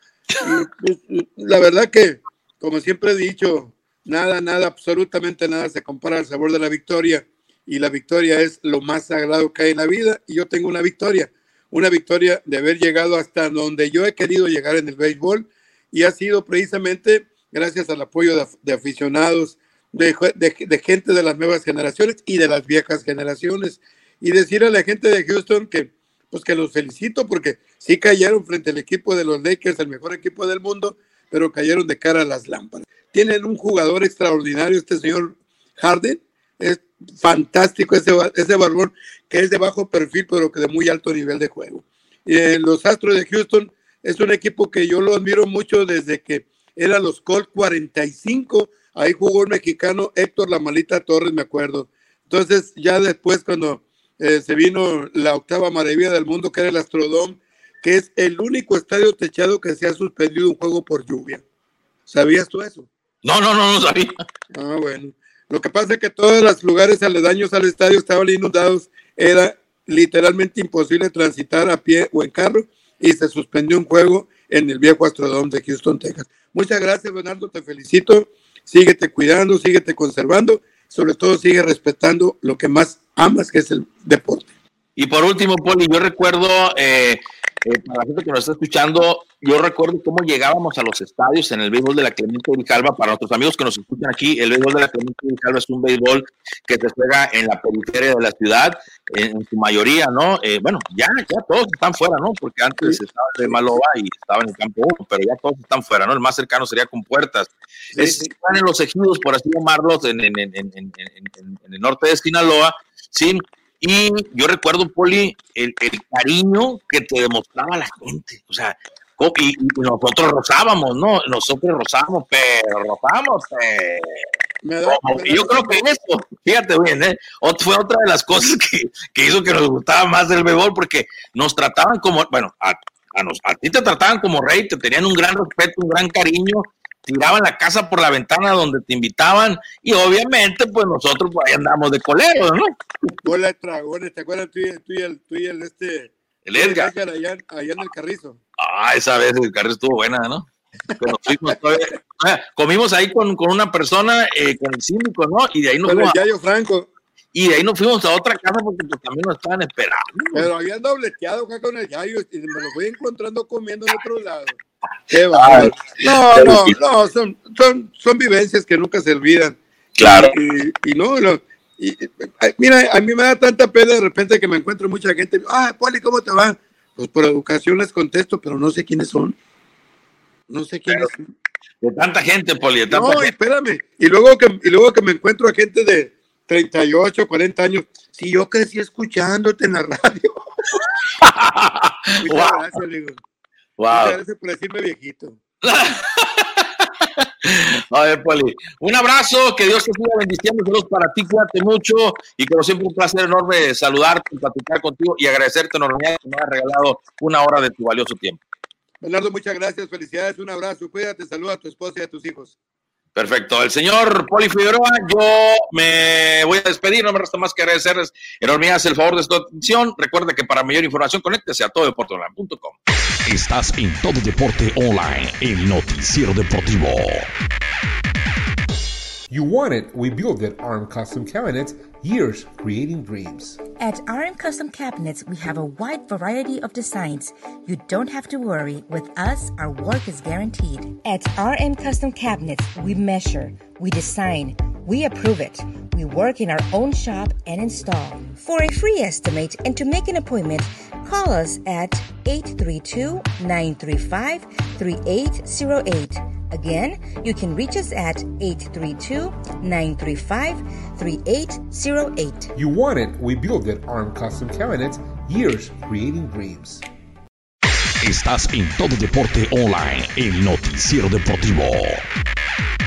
Y, pues, la verdad que, como siempre he dicho, nada, nada, absolutamente nada se compara al sabor de la victoria, y la victoria es lo más sagrado que hay en la vida, y yo tengo una victoria. Una victoria de haber llegado hasta donde yo he querido llegar en el béisbol, y ha sido precisamente gracias al apoyo de, de aficionados, de, de, de gente de las nuevas generaciones y de las viejas generaciones. Y decir a la gente de Houston que, pues que los felicito, porque sí cayeron frente al equipo de los Lakers, el mejor equipo del mundo, pero cayeron de cara a las lámparas. Tienen un jugador extraordinario, este señor Harden, es fantástico ese, ese barbón que es de bajo perfil pero que de muy alto nivel de juego. Eh, los Astros de Houston es un equipo que yo lo admiro mucho desde que eran los Colts cuarenta y cinco, ahí jugó un mexicano, Héctor La Malita Torres, me acuerdo. Entonces ya después cuando eh, se vino la octava maravilla del mundo, que era el Astrodome, que es el único estadio techado que se ha suspendido un juego por lluvia. ¿Sabías tú eso? No, no, no, no sabía. Ah, bueno. Lo que pasa es que todos los lugares aledaños al estadio estaban inundados, era literalmente imposible transitar a pie o en carro, y se suspendió un juego en el viejo Astrodome de Houston, Texas. Muchas gracias, Bernardo, te felicito, síguete cuidando, síguete conservando, sobre todo sigue respetando lo que más amas, que es el deporte. Y por último, Poli, yo recuerdo, eh, eh, para la gente que nos está escuchando, yo recuerdo cómo llegábamos a los estadios en el béisbol de la Clemente Grijalva. Para nuestros amigos que nos escuchan aquí, el béisbol de la Clemente Grijalva es un béisbol que se juega en la periferia de la ciudad, en, en su mayoría, ¿no? Eh, bueno, ya, ya todos están fuera, ¿no? Porque antes sí. estaba de Maloba y estaba en el campo uno, pero ya todos están fuera, ¿no? El más cercano sería con Puertas. Sí, es, sí. Están en los ejidos, por así llamarlos, en, en, en, en, en, en, en el norte de Sinaloa, sí. Y yo recuerdo, Poli, el, el cariño que te demostraba la gente, o sea, y, y nosotros rozábamos, ¿no? Nosotros rozábamos, pero rozábamos, eh. Me da, me da, yo creo que eso, fíjate bien, ¿eh? Fue otra de las cosas que, que hizo que nos gustaba más el béisbol, porque nos trataban como, bueno, a, a, nos, a ti te trataban como rey, te tenían un gran respeto, un gran cariño, tiraban la casa por la ventana donde te invitaban, y obviamente pues nosotros pues, ahí andamos de coleros, ¿no? Bola de dragones, ¿te acuerdas tú y el, tú y el, tú y el este el Edgar, Edgar allá, allá en el Carrizo? Ah, esa vez el Carrizo estuvo buena, ¿no? Pero fuimos todavía, comimos ahí con, con una persona, eh, con el síndico, ¿no? Y de ahí nos con fuimos el Yayo Franco. Y de ahí nos fuimos a otra casa porque pues, también nos estaban esperando. Pero habían dobleteado acá con el Yayo y me lo fui encontrando comiendo en otro lado. Qué va. No, no, no, son, son, son vivencias que nunca se olvidan. Claro. Y, y no, no y, mira, a mí me da tanta pena de repente que me encuentro mucha gente. Ah, Poli, ¿cómo te va? Pues por educación les contesto, pero no sé quiénes son. No sé quiénes Pero, son. De tanta gente, Poli, de tanta No, gente. espérame. Y luego, que, y luego que me encuentro a gente de treinta y ocho, cuarenta años. Si yo crecí escuchándote en la radio. Muchas Wow. gracias, amigo. Wow. Muchas gracias por decirme viejito. A ver, Poli, un abrazo, que Dios te siga bendiciendo, saludos para ti, cuídate mucho y como siempre un placer enorme saludarte, platicar contigo y agradecerte enormemente que me hayas regalado una hora de tu valioso tiempo. Bernardo, muchas gracias, felicidades, un abrazo, cuídate, saluda a tu esposa y a tus hijos. Perfecto, el señor Poli Figueroa, yo me voy a despedir, no me resta más que agradecerles enormemente el favor de su atención. Recuerda que para mayor información conéctese a todo deporte online punto com. Estás en Todo Deporte Online, el noticiero deportivo. You want it, we build it. Arm Custom Cabinets, years creating dreams. At R M Custom Cabinets, we have a wide variety of designs. You don't have to worry. With us, our work is guaranteed. At R M Custom Cabinets, we measure, we design, we approve it. We work in our own shop and install. For a free estimate and to make an appointment, call us at eight three two, nine three five, three eight zero eight. Again, you can reach us at eight three two, nine three five, three eight zero eight. You want it, we build it. Arm Custom Cabinets, years creating dreams. Estás en Todo Deporte Online, el noticiero deportivo.